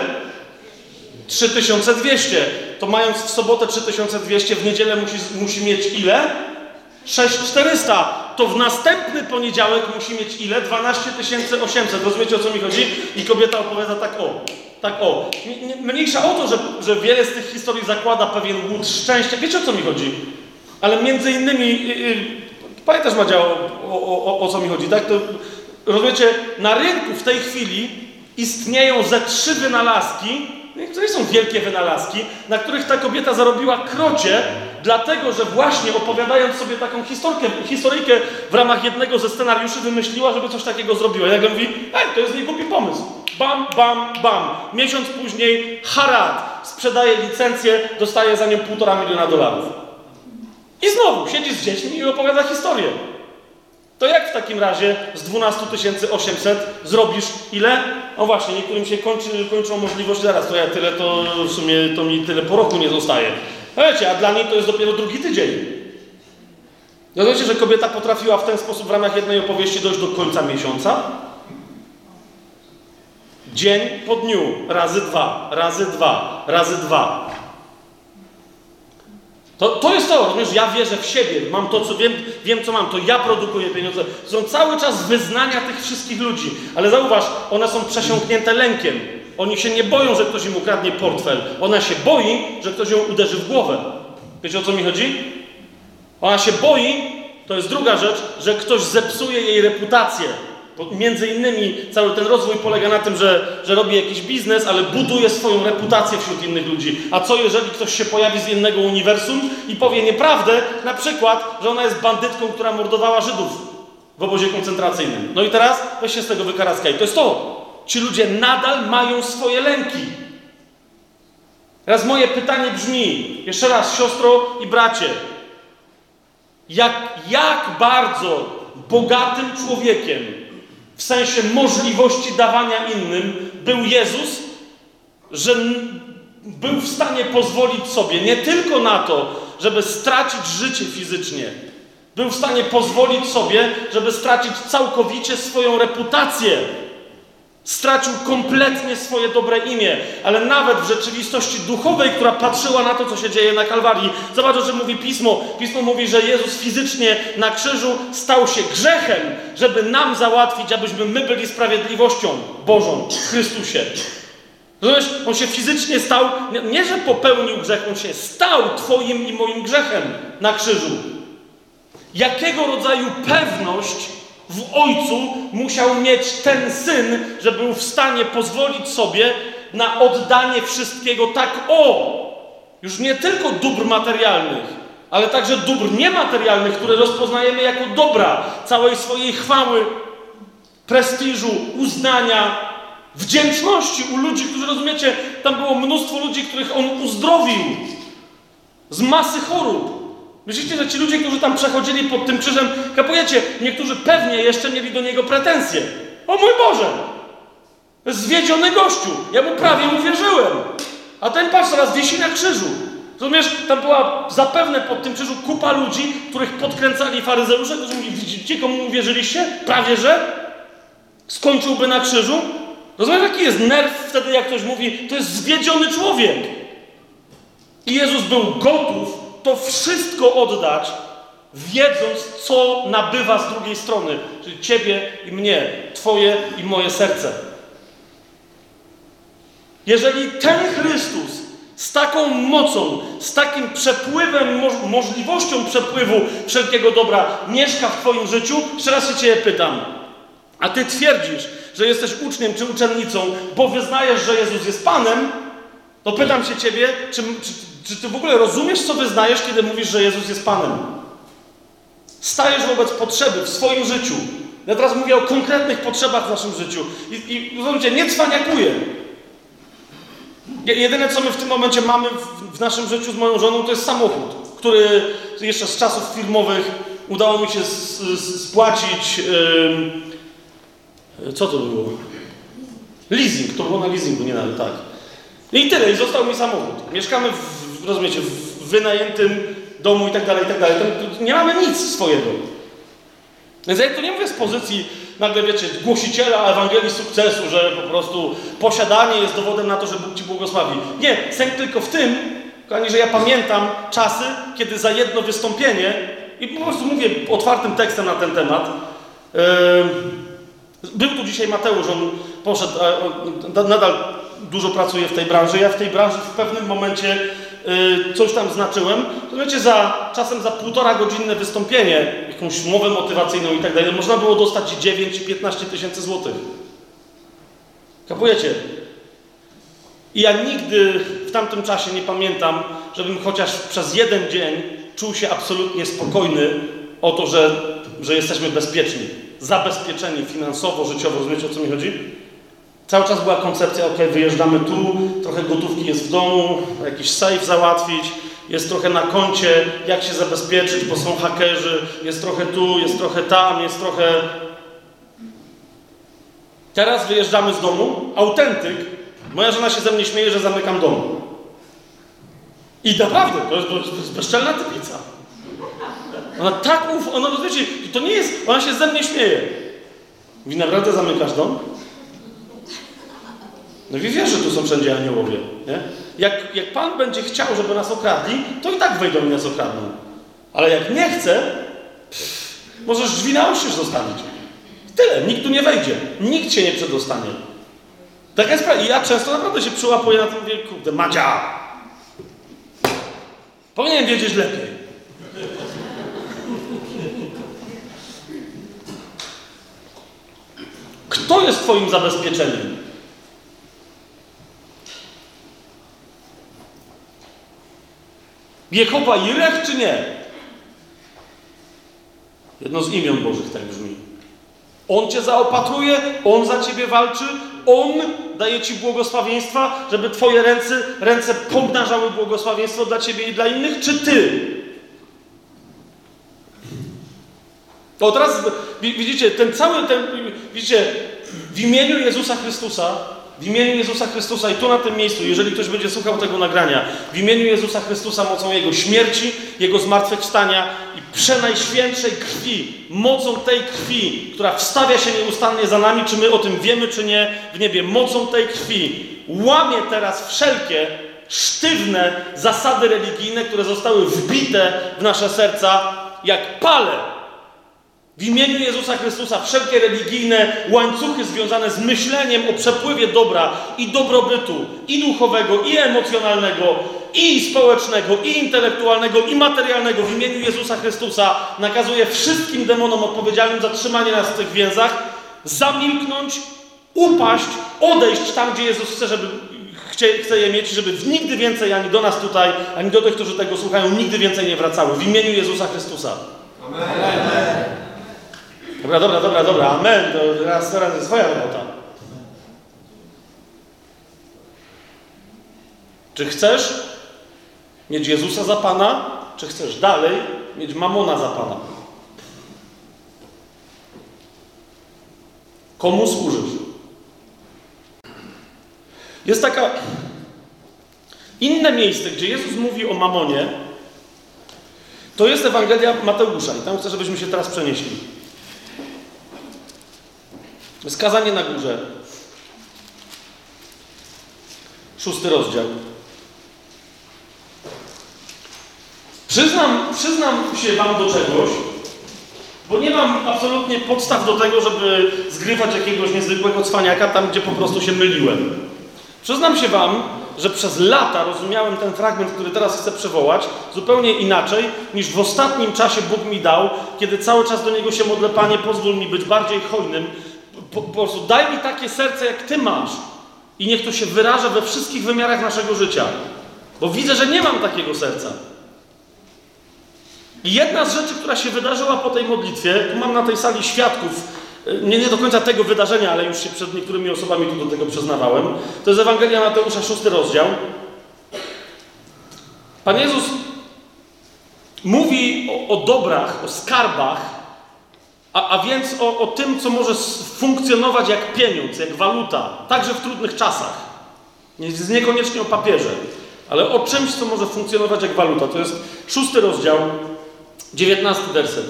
3200. To mając w sobotę 3200, w niedzielę musi mieć ile? 6400. To w następny poniedziałek musi mieć ile? 12800. Rozumiecie, o co mi chodzi? I kobieta opowiada tak o. Mniejsza o to, że wiele z tych historii zakłada pewien głód szczęścia. Wiecie, o co mi chodzi? Ale między innymi, pamiętasz, Madzia, o co mi chodzi, tak? To, rozumiecie, na rynku w tej chwili istnieją ze 3 wynalazki, to nie są wielkie wynalazki, na których ta kobieta zarobiła krocie, dlatego, że właśnie opowiadając sobie taką historyjkę w ramach jednego ze scenariuszy wymyśliła, żeby coś takiego zrobiła. I nagle mówi, to jest niegłupi pomysł. Bam, bam, bam. Miesiąc później Harad sprzedaje licencję, dostaje za nią $1,5 miliona. I znowu siedzi z dziećmi i opowiada historię. To jak w takim razie z 12 800 zrobisz ile? No właśnie, niektórym się kończą możliwości, zaraz, to ja tyle, to w sumie to mi tyle po roku nie zostaje. No wiecie, a dla niej to jest dopiero drugi tydzień. Rozumiecie, że kobieta potrafiła w ten sposób w ramach jednej opowieści dojść do końca miesiąca? Dzień po dniu, razy dwa, razy dwa, razy dwa. To jest to, rozumiesz, ja wierzę w siebie, mam to, co wiem co mam, to ja produkuję pieniądze. Są cały czas wyznania tych wszystkich ludzi, ale zauważ, one są przesiąknięte lękiem. Oni się nie boją, że ktoś im ukradnie portfel. Ona się boi, że ktoś ją uderzy w głowę. Wiecie, o co mi chodzi? Ona się boi, to jest druga rzecz, że ktoś zepsuje jej reputację. Bo między innymi cały ten rozwój polega na tym, że robi jakiś biznes, ale buduje swoją reputację wśród innych ludzi. A co jeżeli ktoś się pojawi z innego uniwersum i powie nieprawdę, na przykład, że ona jest bandytką, która mordowała Żydów w obozie koncentracyjnym. No i teraz weź się z tego wykaraskaj. To jest to. Ci ludzie nadal mają swoje lęki. Teraz moje pytanie brzmi, jeszcze raz, siostro i bracie, jak bardzo bogatym człowiekiem w sensie możliwości dawania innym był Jezus, że był w stanie pozwolić sobie nie tylko na to, żeby stracić życie fizycznie, był w stanie pozwolić sobie, żeby stracić całkowicie swoją reputację. Stracił kompletnie swoje dobre imię, ale nawet w rzeczywistości duchowej, która patrzyła na to, co się dzieje na Kalwarii. Zobacz, o czym mówi Pismo. Pismo mówi, że Jezus fizycznie na krzyżu stał się grzechem, żeby nam załatwić, abyśmy my byli sprawiedliwością Bożą w Chrystusie. Rozumiesz? On się fizycznie stał, nie że popełnił grzech, on się stał twoim i moim grzechem na krzyżu. Jakiego rodzaju pewność w Ojcu musiał mieć ten Syn, że był w stanie pozwolić sobie na oddanie wszystkiego tak już nie tylko dóbr materialnych, ale także dóbr niematerialnych, które rozpoznajemy jako dobra, całej swojej chwały, prestiżu, uznania, wdzięczności u ludzi, którzy, rozumiecie, tam było mnóstwo ludzi, których On uzdrowił z masy chorób. Myślicie, że ci ludzie, którzy tam przechodzili pod tym krzyżem, kapujecie, niektórzy pewnie jeszcze mieli do Niego pretensje. O mój Boże! Zwiedziony gościu! Ja mu prawie uwierzyłem. A ten patrz, teraz wisi na krzyżu. Rozumiesz? Tam była zapewne pod tym krzyżu kupa ludzi, których podkręcali faryzeusze, którzy mówili, widzicie, komu uwierzyliście? Prawie że? Skończyłby na krzyżu? Rozumiesz, jaki jest nerw wtedy, jak ktoś mówi, to jest zwiedziony człowiek. I Jezus był gotów to wszystko oddać, wiedząc, co nabywa z drugiej strony, czyli ciebie i mnie, twoje i moje serce. Jeżeli ten Chrystus z taką mocą, z takim przepływem, możliwością przepływu wszelkiego dobra mieszka w twoim życiu, jeszcze raz się ciebie pytam, a ty twierdzisz, że jesteś uczniem czy uczennicą, bo wyznajesz, że Jezus jest Panem, to pytam się ciebie, czy ty w ogóle rozumiesz, co wyznajesz, kiedy mówisz, że Jezus jest Panem? Stajesz wobec potrzeby w swoim życiu. Ja teraz mówię o konkretnych potrzebach w naszym życiu. I rozumiecie, nie cwaniakuję. Jedyne, co my w tym momencie mamy w naszym życiu z moją żoną, to jest samochód, który jeszcze z czasów filmowych udało mi się spłacić... co to było? Leasing. To było na leasingu, nie nawet tak. I tyle. I został mi samochód. Mieszkamy rozumiecie, w wynajętym domu i tak dalej, i tak dalej. Nie mamy nic swojego. Więc ja tu nie mówię z pozycji nagle, wiecie, głosiciela Ewangelii sukcesu, że po prostu posiadanie jest dowodem na to, że Bóg ci błogosławi. Nie, sęk tylko w tym, kochani, że ja pamiętam czasy, kiedy za jedno wystąpienie, i po prostu mówię otwartym tekstem na ten temat, był tu dzisiaj Mateusz, on poszedł, nadal dużo pracuje w tej branży. Ja w tej branży w pewnym momencie coś tam znaczyłem. To wiecie, czasem za 1,5-godzinne wystąpienie, jakąś mowę motywacyjną i tak dalej, można było dostać 9 i 15 tysięcy złotych. Kapujecie? I ja nigdy w tamtym czasie nie pamiętam, żebym chociaż przez jeden dzień czuł się absolutnie spokojny o to, że jesteśmy bezpieczni. Zabezpieczeni finansowo, życiowo. Rozumiecie, o co mi chodzi? Cały czas była koncepcja, ok, wyjeżdżamy tu, trochę gotówki jest w domu, jakiś safe załatwić jest trochę na koncie, jak się zabezpieczyć, bo są hakerzy, jest trochę tu, jest trochę tam, jest trochę... Teraz wyjeżdżamy z domu, autentyk. Moja żona się ze mnie śmieje, że zamykam dom. I naprawdę, to jest bezczelna typica. Ona tak ona, wiecie, to nie jest, ona się ze mnie śmieje. Mówi, naprawdę zamykasz dom? No i wiesz, że tu są wszędzie aniołowie, nie? Jak Pan będzie chciał, żeby nas okradli, to i tak wejdą i nas okradną. Ale jak nie chce, możesz drzwi na oścież zostawić. Tyle, nikt tu nie wejdzie. Nikt się nie przedostanie. Taka jest sprawa. I ja często naprawdę się przyłapuję na tym, mówię, kurde, Madzia! Powinien wiedzieć lepiej. Kto jest twoim zabezpieczeniem? Jehowa Jireh czy nie? Jedno z imion Bożych tak brzmi. On cię zaopatruje, On za ciebie walczy, On daje ci błogosławieństwa, żeby twoje ręce pomnażały błogosławieństwo dla ciebie i dla innych, czy ty? To teraz widzicie, widzicie, w imieniu Jezusa Chrystusa i tu na tym miejscu, jeżeli ktoś będzie słuchał tego nagrania, w imieniu Jezusa Chrystusa mocą Jego śmierci, Jego zmartwychwstania i przenajświętszej krwi, mocą tej krwi, która wstawia się nieustannie za nami, czy my o tym wiemy, czy nie, w niebie, mocą tej krwi łamie teraz wszelkie sztywne zasady religijne, które zostały wbite w nasze serca jak pale. W imieniu Jezusa Chrystusa wszelkie religijne łańcuchy związane z myśleniem o przepływie dobra i dobrobytu, i duchowego, i emocjonalnego, i społecznego, i intelektualnego, i materialnego w imieniu Jezusa Chrystusa nakazuje wszystkim demonom odpowiedzialnym za trzymanie nas w tych więzach zamilknąć, upaść, odejść tam, gdzie Jezus chce je mieć, żeby nigdy więcej ani do nas tutaj, ani do tych, którzy tego słuchają, nigdy więcej nie wracały. W imieniu Jezusa Chrystusa. Amen. Dobra. Amen. To teraz jest twoja robota. Czy chcesz mieć Jezusa za Pana, czy chcesz dalej mieć Mamona za Pana? Komu służysz? Jest taka inne miejsce, gdzie Jezus mówi o Mamonie. To jest Ewangelia Mateusza i tam chcę, żebyśmy się teraz przenieśli. Skazanie na górze. 6 rozdział. Przyznam się wam do czegoś, bo nie mam absolutnie podstaw do tego, żeby zgrywać jakiegoś niezwykłego cwaniaka tam, gdzie po prostu się myliłem. Przyznam się wam, że przez lata rozumiałem ten fragment, który teraz chcę przywołać, zupełnie inaczej, niż w ostatnim czasie Bóg mi dał, kiedy cały czas do Niego się modlę, Panie, pozwól mi być bardziej hojnym. Po prostu daj mi takie serce, jak Ty masz. I niech to się wyraża we wszystkich wymiarach naszego życia. Bo widzę, że nie mam takiego serca. I jedna z rzeczy, która się wydarzyła po tej modlitwie, tu mam na tej sali świadków, nie do końca tego wydarzenia, ale już się przed niektórymi osobami tu do tego przyznawałem, to jest Ewangelia Mateusza, 6 rozdział. Pan Jezus mówi o dobrach, o skarbach, a więc o tym, co może funkcjonować jak pieniądz, jak waluta, także w trudnych czasach. Niekoniecznie o papierze, ale o czymś, co może funkcjonować jak waluta. To jest 6 rozdział, 19 werset.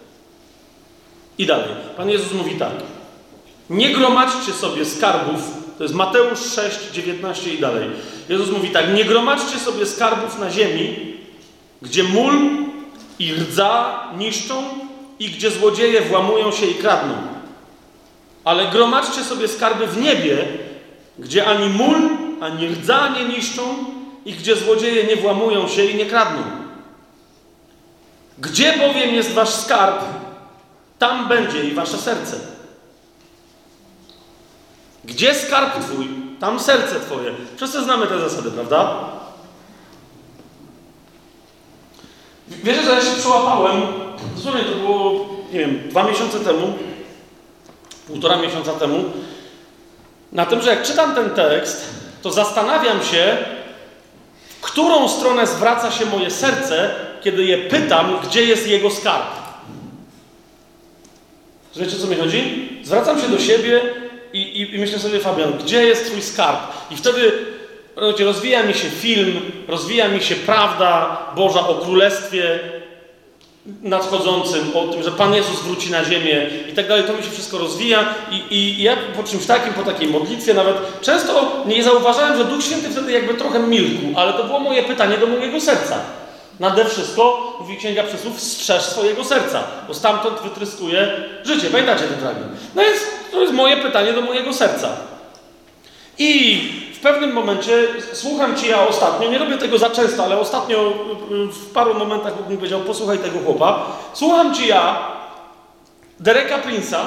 I dalej. Pan Jezus mówi tak. Nie gromadźcie sobie skarbów. To jest Mateusz 6, 19 i dalej. Jezus mówi tak. Nie gromadźcie sobie skarbów na ziemi, gdzie mól i rdza niszczą i gdzie złodzieje włamują się i kradną. Ale gromadźcie sobie skarby w niebie, gdzie ani mól, ani rdza nie niszczą i gdzie złodzieje nie włamują się i nie kradną. Gdzie bowiem jest wasz skarb, tam będzie i wasze serce. Gdzie skarb twój, tam serce twoje. Wszyscy znamy te zasady, prawda? Wiecie, że ja się przełapałem, dosłownie to było, nie wiem, 2 miesiące temu, 1,5 miesiąca temu, na tym, że jak czytam ten tekst, to zastanawiam się, w którą stronę zwraca się moje serce, kiedy je pytam, gdzie jest jego skarb. Wiecie, o co mi chodzi? Zwracam się do siebie i myślę sobie, Fabian, gdzie jest twój skarb? I wtedy rozwija mi się film, rozwija mi się prawda Boża o Królestwie nadchodzącym, o tym, że Pan Jezus wróci na ziemię i tak dalej. To mi się wszystko rozwija i ja po czymś takim, po takiej modlitwie nawet często nie zauważałem, że Duch Święty wtedy jakby trochę milkł, ale to było moje pytanie do mojego serca. Nade wszystko, mówi Księga Przysłów, strzeż swojego serca, bo stamtąd wytryskuje życie. Pamiętacie ten fragment? No więc to jest moje pytanie do mojego serca. I w pewnym momencie słucham Ci ja ostatnio, nie robię tego za często, ale ostatnio w paru momentach Bóg mi powiedział, posłuchaj tego chłopa. Słucham Ci ja Dereka Prince'a,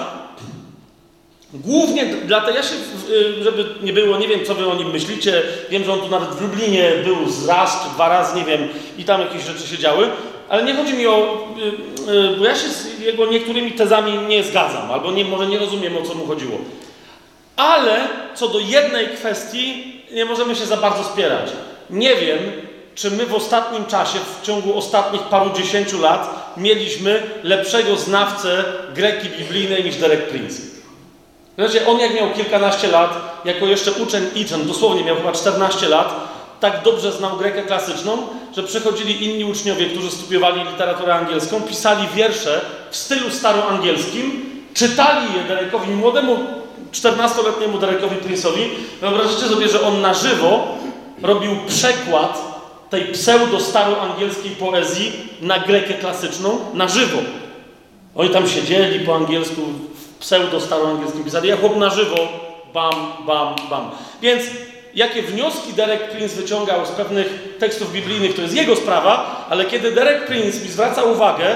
głównie dlatego, ja się, żeby nie było, nie wiem, co wy o nim myślicie, wiem, że on tu nawet w Lublinie był raz czy 2 razy, nie wiem, i tam jakieś rzeczy się działy, ale nie chodzi mi o, bo ja się z jego niektórymi tezami nie zgadzam, albo może nie rozumiem, o co mu chodziło. Ale co do jednej kwestii nie możemy się za bardzo spierać. Nie wiem, czy my w ostatnim czasie, w ciągu ostatnich parudziesięciu lat mieliśmy lepszego znawcę greki biblijnej niż Derek Prince. Znaczy, on jak miał kilkanaście lat, jako jeszcze uczeń, dosłownie miał chyba 14 lat, tak dobrze znał grekę klasyczną, że przychodzili inni uczniowie, którzy studiowali literaturę angielską, pisali wiersze w stylu staroangielskim, czytali je Derekowi, młodemu 14-letniemu Derekowi Prince'owi. Wyobraźcie sobie, że on na żywo robił przekład tej pseudo-staroangielskiej poezji na grekę klasyczną, na żywo. Oni tam siedzieli po angielsku, w pseudo-staroangielskim pisali, a chłop na żywo, bam, bam, bam. Więc jakie wnioski Derek Prince wyciągał z pewnych tekstów biblijnych, to jest jego sprawa, ale kiedy Derek Prince mi zwraca uwagę,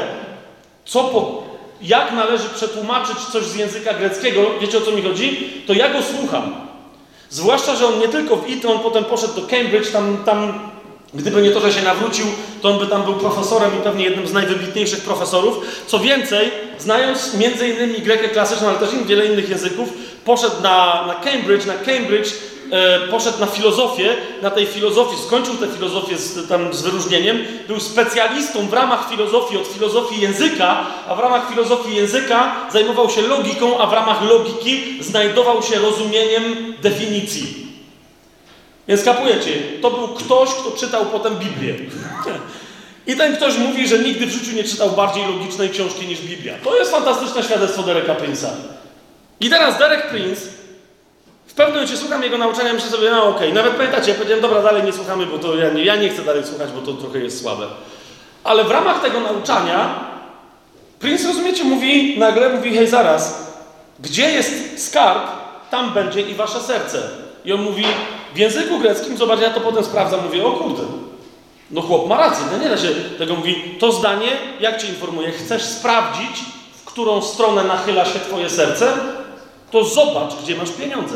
jak należy przetłumaczyć coś z języka greckiego, wiecie, o co mi chodzi? To ja go słucham. Zwłaszcza, że on nie tylko w Eton, potem poszedł do Cambridge, tam gdyby nie to, że się nawrócił, to on by tam był profesorem i pewnie jednym z najwybitniejszych profesorów. Co więcej, znając między innymi grekę klasyczną, ale też wiele innych języków, poszedł na Cambridge poszedł na filozofię, na tej filozofii, skończył tę filozofię z wyróżnieniem, był specjalistą w ramach filozofii od filozofii języka, a w ramach filozofii języka zajmował się logiką, a w ramach logiki znajdował się rozumieniem definicji. Więc kapujecie, to był ktoś, kto czytał potem Biblię. I ten ktoś mówi, że nigdy w życiu nie czytał bardziej logicznej książki niż Biblia. To jest fantastyczne świadectwo Dereka Prince'a. I teraz Derek Prince, w pewnym momencie słucham jego nauczania, myślę sobie, no okej. Nawet pamiętacie, ja powiedziałem, dobra, dalej nie słuchamy, bo to ja nie chcę dalej słuchać, bo to trochę jest słabe. Ale w ramach tego nauczania Prince, rozumiecie, nagle mówi, hej, zaraz, gdzie jest skarb, tam będzie i wasze serce. I on mówi, w języku greckim, zobacz, ja to potem sprawdzam, mówię, o kurde, no chłop ma rację, no nie da się tego, mówi, to zdanie, jak cię informuję, chcesz sprawdzić, w którą stronę nachyla się twoje serce, to zobacz, gdzie masz pieniądze.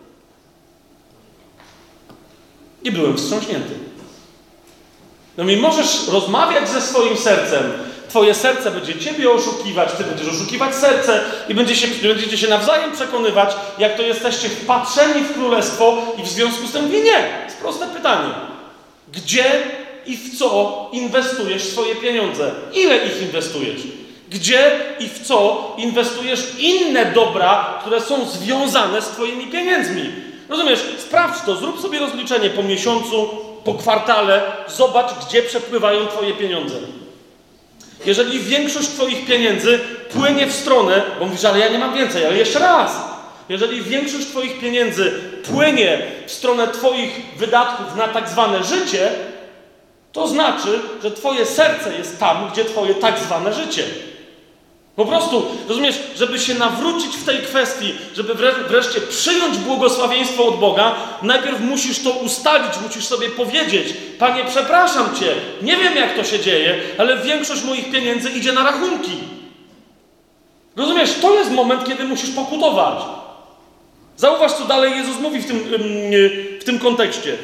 I byłem wstrząśnięty. No i możesz rozmawiać ze swoim sercem, twoje serce będzie ciebie oszukiwać, ty będziesz oszukiwać serce i będziecie się nawzajem przekonywać, jak to jesteście wpatrzeni w królestwo i w związku z tym mówi nie. Jest proste pytanie. Gdzie i w co inwestujesz swoje pieniądze? Ile ich inwestujesz? Gdzie i w co inwestujesz inne dobra, które są związane z twoimi pieniędzmi? Rozumiesz? Sprawdź to, zrób sobie rozliczenie po miesiącu, po kwartale, zobacz, gdzie przepływają twoje pieniądze. Jeżeli większość twoich pieniędzy płynie w stronę, bo mówisz, ale ja nie mam więcej, ale jeszcze raz. Jeżeli większość twoich pieniędzy płynie w stronę twoich wydatków na tak zwane życie, to znaczy, że twoje serce jest tam, gdzie twoje tak zwane życie. Po prostu, rozumiesz, żeby się nawrócić w tej kwestii, żeby wreszcie przyjąć błogosławieństwo od Boga, najpierw musisz to ustalić, musisz sobie powiedzieć, Panie, przepraszam Cię, nie wiem jak to się dzieje, ale większość moich pieniędzy idzie na rachunki. Rozumiesz, to jest moment, kiedy musisz pokutować. Zauważ, co dalej Jezus mówi w tym kontekście.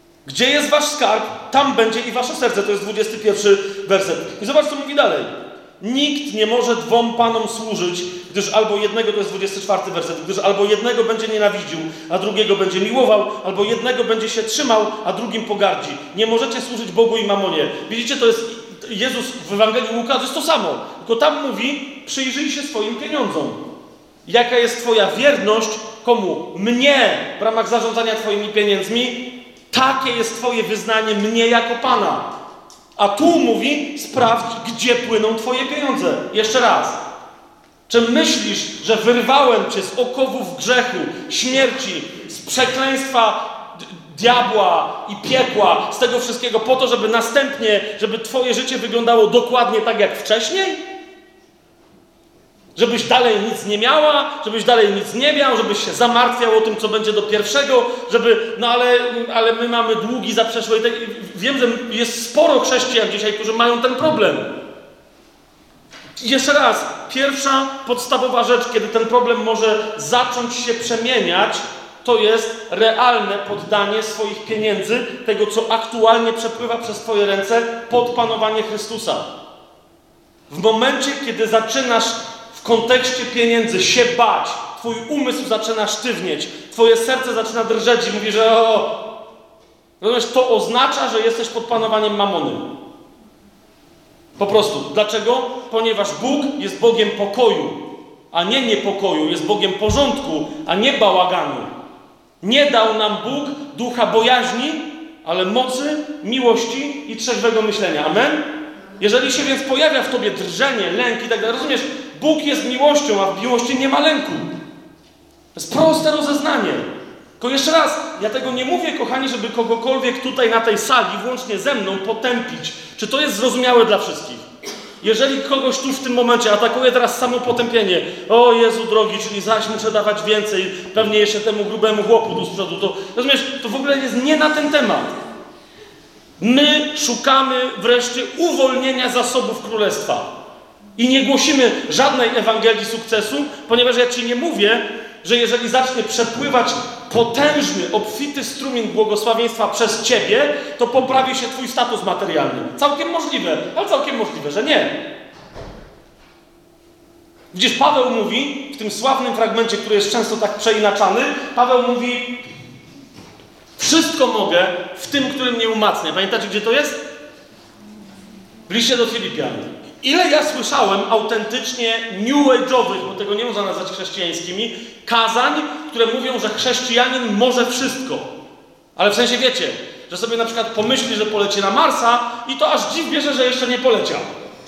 Gdzie jest wasz skarb, tam będzie i wasze serce. To jest 21 werset. I zobacz, co mówi dalej. Nikt nie może dwom panom służyć, gdyż albo jednego, to jest 24 werset, gdyż albo jednego będzie nienawidził, a drugiego będzie miłował, albo jednego będzie się trzymał, a drugim pogardzi. Nie możecie służyć Bogu i mamonie. Widzicie, to jest Jezus w Ewangelii Łukasza, to jest to samo. Tylko tam mówi, przyjrzyj się swoim pieniądzom. Jaka jest twoja wierność komu? Mnie w ramach zarządzania twoimi pieniędzmi. Takie jest twoje wyznanie mnie jako Pana. A tu mówi, sprawdź, gdzie płyną twoje pieniądze. Jeszcze raz. Czy myślisz, że wyrwałem cię z okowów grzechu, śmierci, z przekleństwa diabła i piekła, z tego wszystkiego po to, żeby następnie, żeby twoje życie wyglądało dokładnie tak jak wcześniej? Żebyś dalej nic nie miała, żebyś dalej nic nie miał, żebyś się zamartwiał o tym, co będzie do pierwszego, żeby, no ale my mamy długi za przeszłe i tak. Wiem, że jest sporo chrześcijan dzisiaj, którzy mają ten problem. Jeszcze raz, pierwsza podstawowa rzecz, kiedy ten problem może zacząć się przemieniać, to jest realne poddanie swoich pieniędzy, tego, co aktualnie przepływa przez twoje ręce, pod panowanie Chrystusa. W momencie, kiedy zaczynasz w kontekście pieniędzy się bać, twój umysł zaczyna sztywnieć, twoje serce zaczyna drżeć i mówi, że rozumiesz, to oznacza, że jesteś pod panowaniem mamony. Po prostu. Dlaczego? Ponieważ Bóg jest Bogiem pokoju, a nie niepokoju. Jest Bogiem porządku, a nie bałaganu. Nie dał nam Bóg ducha bojaźni, ale mocy, miłości i trzeźwego myślenia. Amen? Jeżeli się więc pojawia w tobie drżenie, lęk i tak dalej, rozumiesz, Bóg jest miłością, a w miłości nie ma lęku. To jest proste rozeznanie. Tylko jeszcze raz, ja tego nie mówię, kochani, żeby kogokolwiek tutaj na tej sali, włącznie ze mną, potępić. Czy to jest zrozumiałe dla wszystkich? Jeżeli kogoś tu w tym momencie atakuje teraz samo potępienie, o Jezu drogi, czyli zaś muszę dawać więcej, pewnie jeszcze temu grubemu chłopu tu z przodu, to rozumiesz, to w ogóle jest nie na ten temat. My szukamy wreszcie uwolnienia zasobów Królestwa. I nie głosimy żadnej Ewangelii sukcesu, ponieważ ja ci nie mówię, że jeżeli zacznie przepływać potężny, obfity strumień błogosławieństwa przez ciebie, to poprawi się twój status materialny. Całkiem możliwe, ale całkiem możliwe, że nie. Widzisz, Paweł mówi, w tym sławnym fragmencie, który jest często tak przeinaczany, Paweł mówi, wszystko mogę w tym, który mnie umacnia. Pamiętacie, gdzie to jest? W liście do Filipian. Ile ja słyszałem autentycznie new age'owych, bo tego nie można nazwać chrześcijańskimi, kazań, które mówią, że chrześcijanin może wszystko. Ale w sensie wiecie, że sobie na przykład pomyśli, że poleci na Marsa i to aż dziw bierze, że jeszcze nie poleciał.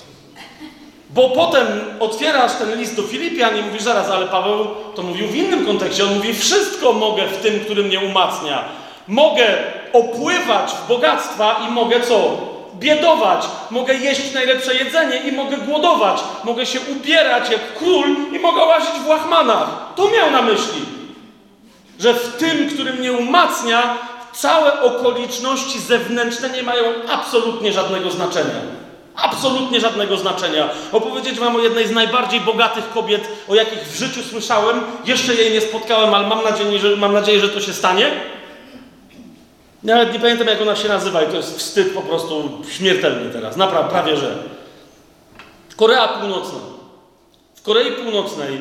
Bo potem otwierasz ten list do Filipian i mówisz, zaraz, ale Paweł to mówił w innym kontekście. On mówi, wszystko mogę w tym, który mnie umacnia. Mogę opływać w bogactwa i mogę co? Biedować, mogę jeść najlepsze jedzenie i mogę głodować, mogę się ubierać jak król i mogę łazić w łachmanach. To miał na myśli, że w tym, który mnie umacnia, całe okoliczności zewnętrzne nie mają absolutnie żadnego znaczenia. Absolutnie żadnego znaczenia. Opowiedzieć wam o jednej z najbardziej bogatych kobiet, o jakich w życiu słyszałem. Jeszcze jej nie spotkałem, ale mam nadzieję, że to się stanie. Nawet nie pamiętam, jak ona się nazywa i to jest wstyd po prostu śmiertelny teraz. Naprawdę, prawie że. Korea Północna. W Korei Północnej,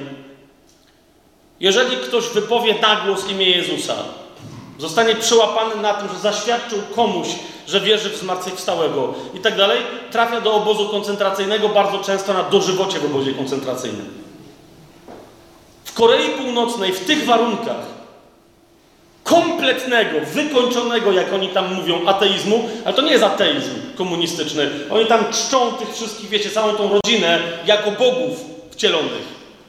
jeżeli ktoś wypowie na głos imię Jezusa, zostanie przyłapany na tym, że zaświadczył komuś, że wierzy w zmartwychwstałego i tak dalej, trafia do obozu koncentracyjnego, bardzo często na dożywocie w obozie koncentracyjnym. W Korei Północnej, w tych warunkach, kompletnego, wykończonego, jak oni tam mówią, ateizmu, ale to nie jest ateizm komunistyczny. Oni tam czczą tych wszystkich, wiecie, całą tą rodzinę jako bogów wcielonych.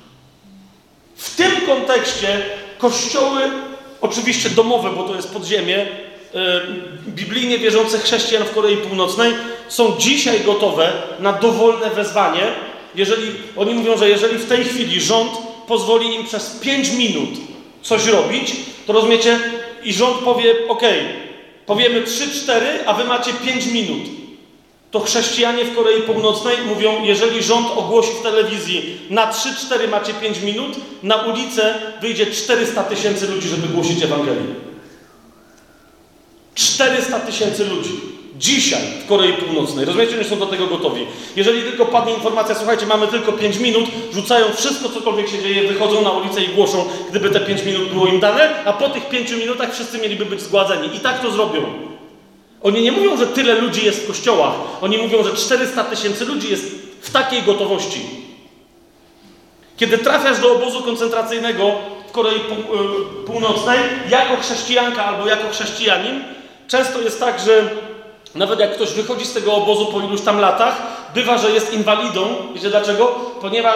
W tym kontekście kościoły, oczywiście domowe, bo to jest podziemie, biblijnie wierzących chrześcijan w Korei Północnej są dzisiaj gotowe na dowolne wezwanie, jeżeli oni mówią, że jeżeli w tej chwili rząd pozwoli im przez 5 minut coś robić, to rozumiecie, i rząd powie, powiemy 3-4, a wy macie 5 minut. To chrześcijanie w Korei Północnej mówią, jeżeli rząd ogłosi w telewizji, na 3-4 macie 5 minut, na ulicę wyjdzie 400 000 ludzi, żeby głosić Ewangelię. 400 000 ludzi. Dzisiaj w Korei Północnej. Rozumiecie, że są do tego gotowi. Jeżeli tylko padnie informacja, słuchajcie, mamy tylko 5 minut, rzucają wszystko, cokolwiek się dzieje, wychodzą na ulicę i głoszą, gdyby te 5 minut było im dane, a po tych 5 minutach wszyscy mieliby być zgładzeni. I tak to zrobią. Oni nie mówią, że tyle ludzi jest w kościołach. Oni mówią, że 400 000 ludzi jest w takiej gotowości. Kiedy trafiasz do obozu koncentracyjnego w Korei Północnej, jako chrześcijanka albo jako chrześcijanin, często jest tak, że nawet jak ktoś wychodzi z tego obozu po iluś tam latach, bywa, że jest inwalidą. Wiecie dlaczego? Ponieważ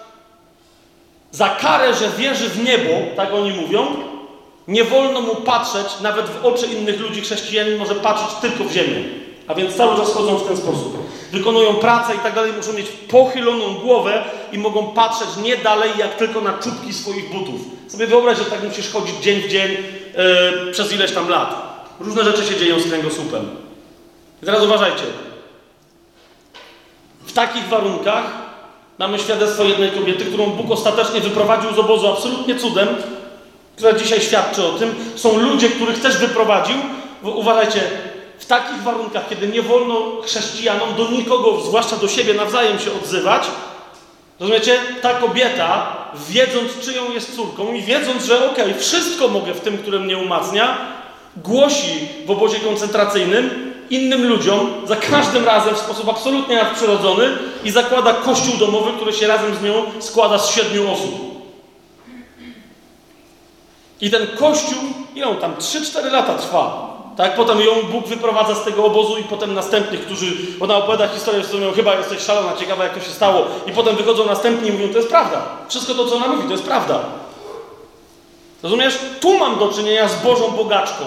za karę, że wierzy w niebo, tak oni mówią, nie wolno mu patrzeć nawet w oczy innych ludzi. Chrześcijanin może patrzeć tylko w ziemię. A więc cały czas chodzą w ten sposób. Wykonują pracę i tak dalej, muszą mieć pochyloną głowę i mogą patrzeć nie dalej jak tylko na czubki swoich butów. Sobie wyobraź, że tak musisz chodzić dzień w dzień przez ileś tam lat. Różne rzeczy się dzieją z kręgosłupem. I teraz uważajcie. W takich warunkach mamy świadectwo jednej kobiety, którą Bóg ostatecznie wyprowadził z obozu absolutnie cudem, która dzisiaj świadczy o tym. Są ludzie, których też wyprowadził. Uważajcie, w takich warunkach, kiedy nie wolno chrześcijanom do nikogo, zwłaszcza do siebie nawzajem się odzywać, rozumiecie? Ta kobieta, wiedząc, czyją jest córką i wiedząc, że okej, wszystko mogę w tym, które mnie umacnia, głosi w obozie koncentracyjnym innym ludziom, za każdym razem w sposób absolutnie nadprzyrodzony i zakłada kościół domowy, który się razem z nią składa z 7 osób. I ten kościół, ile on tam, 3-4 lata trwa. Tak? Potem ją Bóg wyprowadza z tego obozu i potem następnych, którzy, ona opowiada historię, że mówią, chyba jesteś szalona, ciekawa jak to się stało. I potem wychodzą następni i mówią, to jest prawda. Wszystko to, co ona mówi, to jest prawda. Rozumiesz? Tu mam do czynienia z Bożą bogaczką,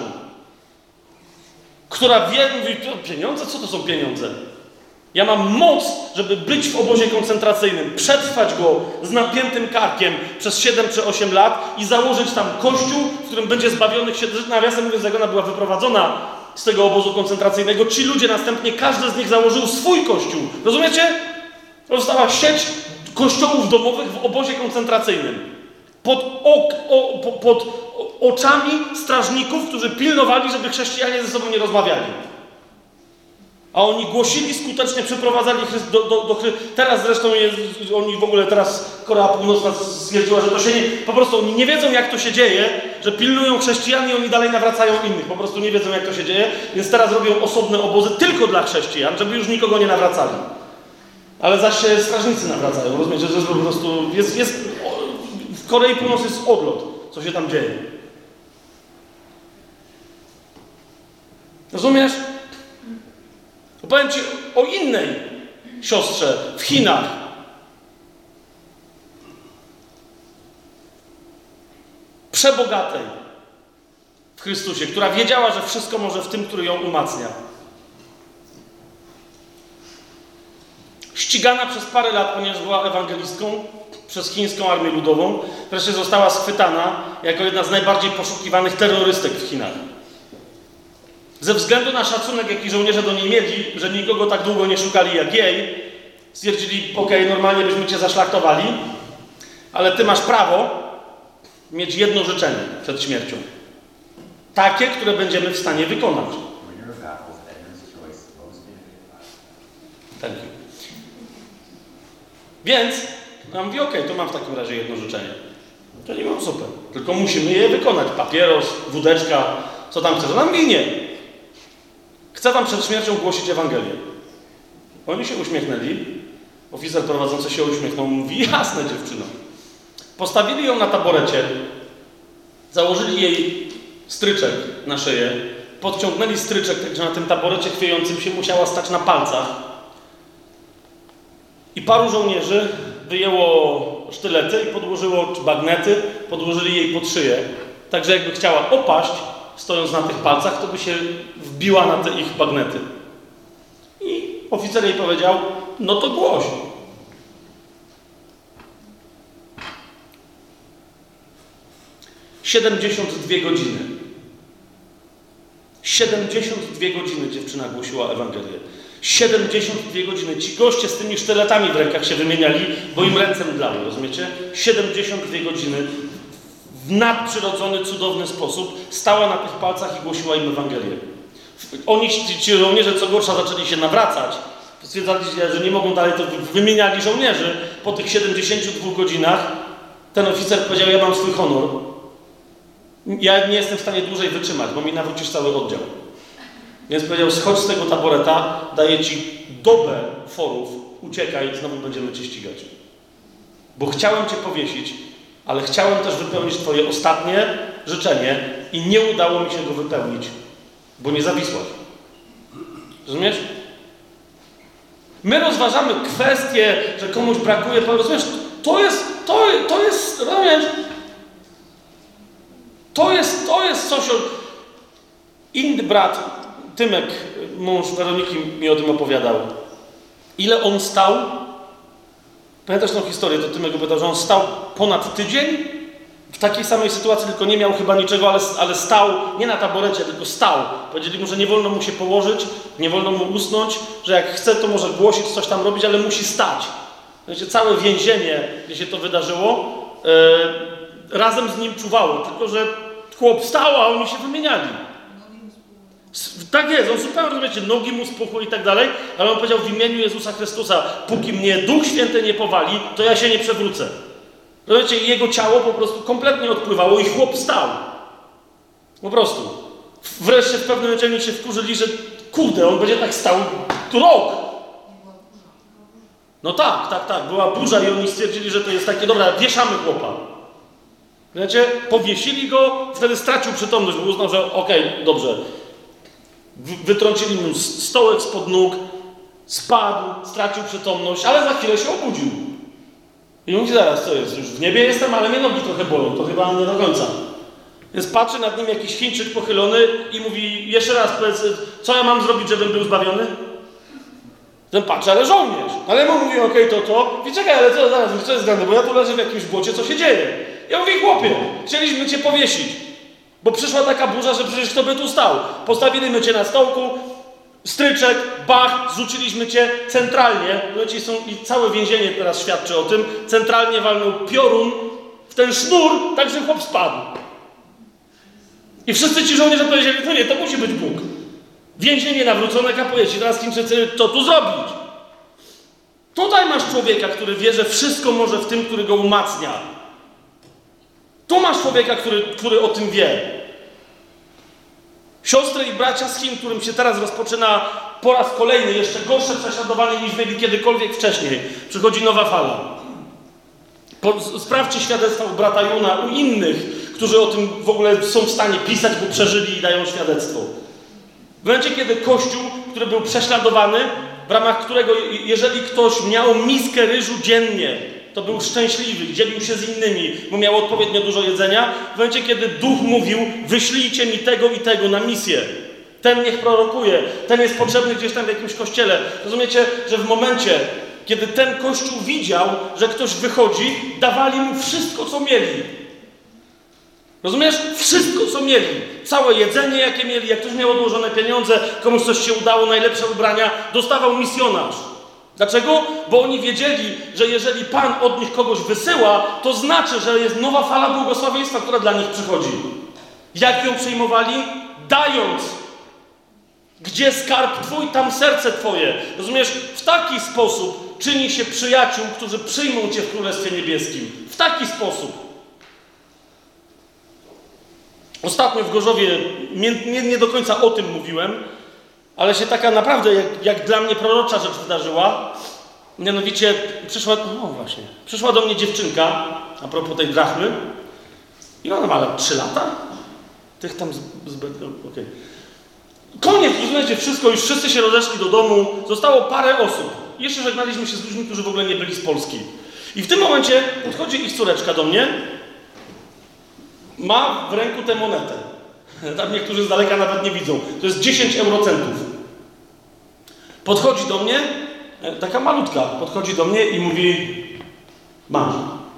która wie, mówi, pieniądze? Co to są pieniądze? Ja mam moc, żeby być w obozie koncentracyjnym, przetrwać go z napiętym karkiem przez 7 czy 8 lat i założyć tam kościół, w którym będzie zbawionych 7. Nawiasem mówiąc, jak ona była wyprowadzona z tego obozu koncentracyjnego, ci ludzie następnie, każdy z nich założył swój kościół. Rozumiecie? Powstała sieć kościołów domowych w obozie koncentracyjnym. Pod oczami strażników, którzy pilnowali, żeby chrześcijanie ze sobą nie rozmawiali. A oni głosili skutecznie, przyprowadzali do teraz zresztą oni w ogóle teraz Korea Północna stwierdziła, że to się nie... Po prostu oni nie wiedzą, jak to się dzieje, że pilnują chrześcijan i oni dalej nawracają innych. Po prostu nie wiedzą, jak to się dzieje, więc teraz robią osobne obozy tylko dla chrześcijan, żeby już nikogo nie nawracali. Ale zaś się strażnicy nawracają. Rozumiecie, że po prostu w Korei Północnej jest odlot, co się tam dzieje. Rozumiesz? Opowiem ci o innej siostrze w Chinach. Przebogatej w Chrystusie, która wiedziała, że wszystko może w tym, który ją umacnia. Ścigana przez parę lat, ponieważ była ewangelistką, przez chińską armię ludową, wreszcie została schwytana jako jedna z najbardziej poszukiwanych terrorystek w Chinach. Ze względu na szacunek, jaki żołnierze do niej mieli, że nikogo tak długo nie szukali jak jej, stwierdzili, okej, normalnie byśmy cię zaszlachtowali, ale ty masz prawo mieć jedno życzenie przed śmiercią. Takie, które będziemy w stanie wykonać. Thank you. Więc ja mówię, okej, to mam w takim razie jedno życzenie. To nie mam super. Tylko musimy je wykonać. Papieros, wódeczka, co tam chcesz. Ona mówi, nie. Chcę wam przed śmiercią głosić Ewangelię. Oni się uśmiechnęli. Oficer prowadzący się uśmiechnął. Mówi, jasne dziewczyno. Postawili ją na taborecie. Założyli jej stryczek na szyję. Podciągnęli stryczek, tak że na tym taborecie chwiejącym się musiała stać na palcach. I paru żołnierzy wyjęło sztylety i podłożyło, czy bagnety, podłożyli jej pod szyję. Także jakby chciała opaść, stojąc na tych palcach, to by się wbiła na te ich bagnety. I oficer jej powiedział, no to głoś. „72 godziny. 72 godziny dziewczyna głosiła Ewangelię. 72 godziny. Ci goście z tymi sztyletami w rękach się wymieniali, bo im ręce mdlały, rozumiecie? 72 godziny w nadprzyrodzony, cudowny sposób stała na tych palcach i głosiła im Ewangelię. Oni, ci żołnierze, co gorsza, zaczęli się nawracać. Stwierdzali, że nie mogą dalej, to wymieniali żołnierzy. Po tych 72 godzinach ten oficer powiedział, ja mam swój honor. Ja nie jestem w stanie dłużej wytrzymać, bo mi nawrócisz cały oddział. Więc powiedział, schodź z tego taboreta, daję ci dobę forów, uciekaj, znowu będziemy cię ścigać. Bo chciałem cię powiesić, ale chciałem też wypełnić twoje ostatnie życzenie i nie udało mi się go wypełnić, bo nie zawisłaś. Rozumiesz? My rozważamy kwestię, że komuś brakuje, rozumiesz? To jest, rozumiesz? To jest coś inny brat, Tymek, mąż Weroniki, mi o tym opowiadał. Ile on stał? Pamiętasz tą historię, to Tymek opowiadał, że on stał ponad tydzień w takiej samej sytuacji, tylko nie miał chyba niczego, ale stał, nie na taborecie, tylko stał. Powiedzieli mu, że nie wolno mu się położyć, nie wolno mu usnąć, że jak chce, to może głosić, coś tam robić, ale musi stać. Wiecie, całe więzienie, gdzie się to wydarzyło, razem z nim czuwało, tylko że chłop stał, a oni się wymieniali. Tak jest, on zupełnie, wiecie, nogi mu spuchły i tak dalej, ale on powiedział w imieniu Jezusa Chrystusa, póki mnie Duch Święty nie powali, to ja się nie przewrócę. Rozumiecie, jego ciało po prostu kompletnie odpływało i chłop stał. Po prostu. Wreszcie w pewnym momencie oni się wkurzyli, że kurde, on będzie tak stał tu rok. No tak, była burza i oni stwierdzili, że to jest takie, dobra, wieszamy chłopa. Wiecie, powiesili go, wtedy stracił przytomność, bo uznał, że okej, dobrze. Wytrącili mu stołek spod nóg, spadł, stracił przytomność, ale za chwilę się obudził. I mówi, zaraz, co jest? Już w niebie jestem, ale mnie nogi trochę bolą, to chyba nie do końca. Więc patrzy nad nim jakiś Chińczyk pochylony i mówi, jeszcze raz powiedz, co ja mam zrobić, żebym był zbawiony? Ten patrzy, ale żołnierz. Ale mu mówi, okej, to. I czekaj, ale co, zaraz, co jest grane, bo ja tu leżę w jakimś błocie, co się dzieje? Ja mówię, chłopie, chcieliśmy cię powiesić. Bo przyszła taka burza, że przecież kto by tu stał? Postawiliśmy cię na stołku, stryczek, bach, zrzuciliśmy cię centralnie. I całe więzienie teraz świadczy o tym. Centralnie walnął piorun w ten sznur, tak że chłop spadł. I wszyscy ci żołnierze powiedzieli, no nie, to musi być Bóg. Więzienie nawrócone, kapujecie. Teraz Chińczycy, co tu zrobić? Tutaj masz człowieka, który wie, że wszystko może w tym, który go umacnia. Tu masz człowieka, który o tym wie. Siostry i bracia z Chin, którym się teraz rozpoczyna po raz kolejny jeszcze gorsze prześladowanie niż mieli kiedykolwiek wcześniej. Przychodzi nowa fala. Sprawdźcie świadectwa u brata Juna, u innych, którzy o tym w ogóle są w stanie pisać, bo przeżyli i dają świadectwo. W momencie, kiedy Kościół, który był prześladowany, w ramach którego, jeżeli ktoś miał miskę ryżu dziennie, to był szczęśliwy, dzielił się z innymi, bo miał odpowiednio dużo jedzenia. W momencie, kiedy Duch mówił, wyślijcie mi tego i tego na misję. Ten niech prorokuje, ten jest potrzebny gdzieś tam w jakimś kościele. Rozumiecie, że w momencie, kiedy ten Kościół widział, że ktoś wychodzi, dawali mu wszystko, co mieli. Rozumiesz? Wszystko, co mieli. Całe jedzenie, jakie mieli, jak ktoś miał odłożone pieniądze, komuś coś się udało, najlepsze ubrania, dostawał misjonarz. Dlaczego? Bo oni wiedzieli, że jeżeli Pan od nich kogoś wysyła, to znaczy, że jest nowa fala błogosławieństwa, która dla nich przychodzi. Jak ją przyjmowali? Dając. Gdzie skarb Twój, tam serce Twoje. Rozumiesz? W taki sposób czyni się przyjaciół, którzy przyjmą Cię w Królestwie Niebieskim. W taki sposób. Ostatnio w Gorzowie, nie do końca o tym mówiłem, ale się taka naprawdę, jak dla mnie prorocza rzecz wydarzyła. Mianowicie przyszła do mnie dziewczynka, a propos tej drachmy, i ona ma 3 lata? Tych tam okej. Koniec, rozumiecie, wszystko, już wszyscy się rozeszli do domu, zostało parę osób. Jeszcze żegnaliśmy się z ludźmi, którzy w ogóle nie byli z Polski. I w tym momencie podchodzi ich córeczka do mnie, ma w ręku tę monetę. Tam niektórzy z daleka nawet nie widzą. To jest 10 eurocentów. Podchodzi do mnie, taka malutka, podchodzi do mnie i mówi, masz.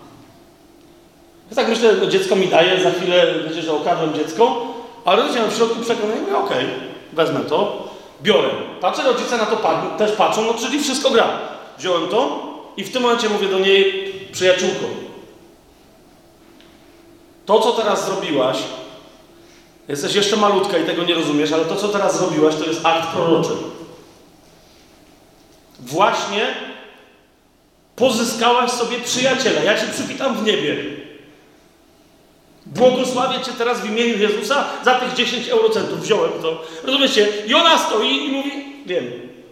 Ja tak myślę, dziecko mi daje, za chwilę wiecie, że okażę dziecko, ale rodzice mam w środku przekonanie, mówię, okej, wezmę to, biorę. Patrzę, rodzice na to też patrzą, no czyli wszystko gra. Wziąłem to i w tym momencie mówię do niej, przyjaciółko, to, co teraz zrobiłaś, Jesteś jeszcze malutka i tego nie rozumiesz, ale to, co teraz zrobiłaś, to jest akt proroczy. Właśnie pozyskałaś sobie przyjaciela. Ja cię przywitam w niebie. Błogosławię cię teraz w imieniu Jezusa za tych 10 eurocentów. Wziąłem to. Rozumiecie? I ona stoi i mówi, wiem.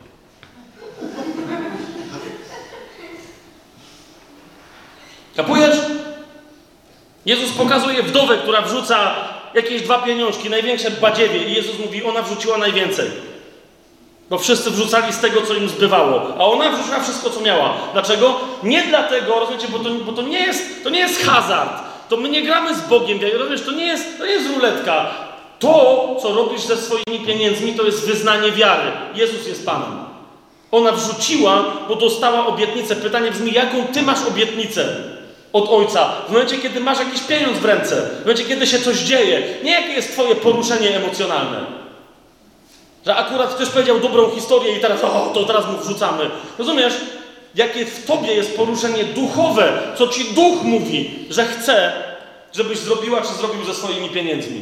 Kapujesz? Jezus pokazuje wdowę, która wrzuca jakieś 2 pieniążki, największe badziewie. I Jezus mówi, ona wrzuciła najwięcej. Bo wszyscy wrzucali z tego, co im zbywało. A ona wrzuciła wszystko, co miała. Dlaczego? Nie dlatego, rozumiecie, bo to nie jest hazard. To my nie gramy z Bogiem. Rozumiesz, to nie jest ruletka. To, co robisz ze swoimi pieniędzmi, to jest wyznanie wiary. Jezus jest Panem. Ona wrzuciła, bo dostała obietnicę. Pytanie brzmi, jaką ty masz obietnicę od Ojca? W momencie, kiedy masz jakiś pieniądz w ręce. W momencie, kiedy się coś dzieje. Nie jakie jest twoje poruszenie emocjonalne. Że akurat ktoś powiedział dobrą historię i teraz, to teraz mu wrzucamy. Rozumiesz? Jakie w tobie jest poruszenie duchowe, co ci duch mówi, że chce, żebyś zrobiła czy zrobił ze swoimi pieniędzmi.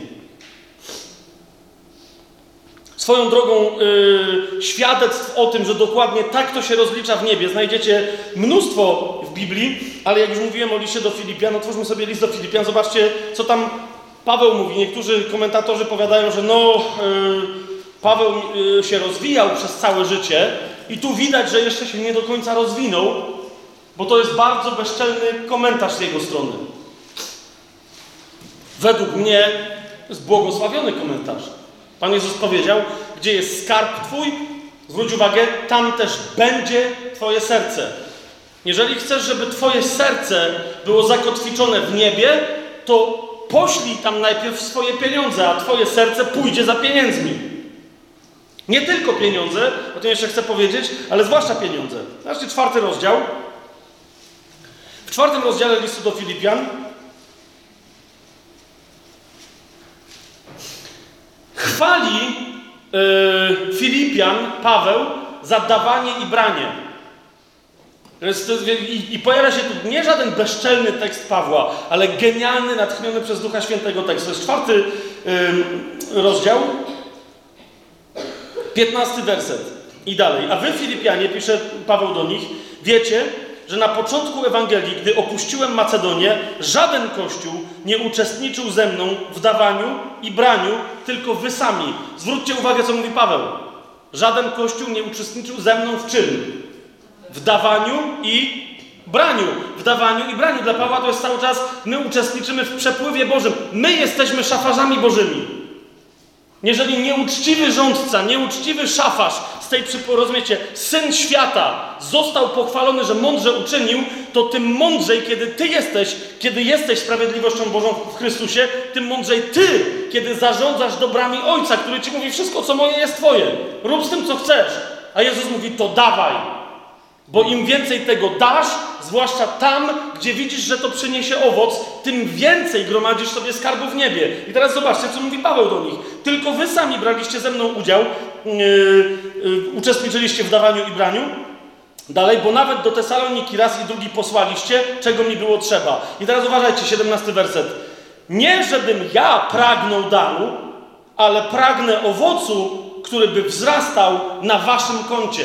Swoją drogą świadectw o tym, że dokładnie tak to się rozlicza w niebie, znajdziecie mnóstwo w Biblii, ale jak już mówiłem o liście do Filipian, otwórzmy sobie list do Filipian, zobaczcie, co tam Paweł mówi. Niektórzy komentatorzy powiadają, że Paweł się rozwijał przez całe życie i tu widać, że jeszcze się nie do końca rozwinął, bo to jest bardzo bezczelny komentarz z jego strony. Według mnie jest błogosławiony komentarz. Pan Jezus powiedział, gdzie jest skarb twój, zwróć uwagę, tam też będzie twoje serce. Jeżeli chcesz, żeby twoje serce było zakotwiczone w niebie, to poślij tam najpierw swoje pieniądze, a twoje serce pójdzie za pieniędzmi. Nie tylko pieniądze, o tym jeszcze chcę powiedzieć, ale zwłaszcza pieniądze. Zobaczcie 4 rozdział. W 4 rozdziale listu do Filipian chwali Filipian Paweł za dawanie i branie. I pojawia się tu nie żaden bezczelny tekst Pawła, ale genialny, natchniony przez Ducha Świętego tekst. To jest 4 rozdział, 15 werset i dalej. A wy, Filipianie, pisze Paweł do nich, wiecie, że na początku Ewangelii, gdy opuściłem Macedonię, żaden kościół nie uczestniczył ze mną w dawaniu i braniu, tylko wy sami. Zwróćcie uwagę, co mówi Paweł. Żaden kościół nie uczestniczył ze mną w czym? W dawaniu i braniu. W dawaniu i braniu. Dla Pawła to jest cały czas, my uczestniczymy w przepływie Bożym. My jesteśmy szafarzami Bożymi. Jeżeli nieuczciwy rządca, nieuczciwy szafarz z tej, rozumiecie, syn świata został pochwalony, że mądrze uczynił, to tym mądrzej, kiedy jesteś sprawiedliwością Bożą w Chrystusie, tym mądrzej ty, kiedy zarządzasz dobrami Ojca, który ci mówi, wszystko co moje jest twoje. Rób z tym co chcesz. A Jezus mówi, to dawaj. Bo im więcej tego dasz, zwłaszcza tam, gdzie widzisz, że to przyniesie owoc, tym więcej gromadzisz sobie skarbu w niebie. I teraz zobaczcie, co mówi Paweł do nich. Tylko wy sami braliście ze mną udział, uczestniczyliście w dawaniu i braniu. Dalej, bo nawet do Tesaloniki raz i drugi posłaliście, czego mi było trzeba. I teraz uważajcie, 17 werset. Nie, żebym ja pragnął daru, ale pragnę owocu, który by wzrastał na waszym koncie.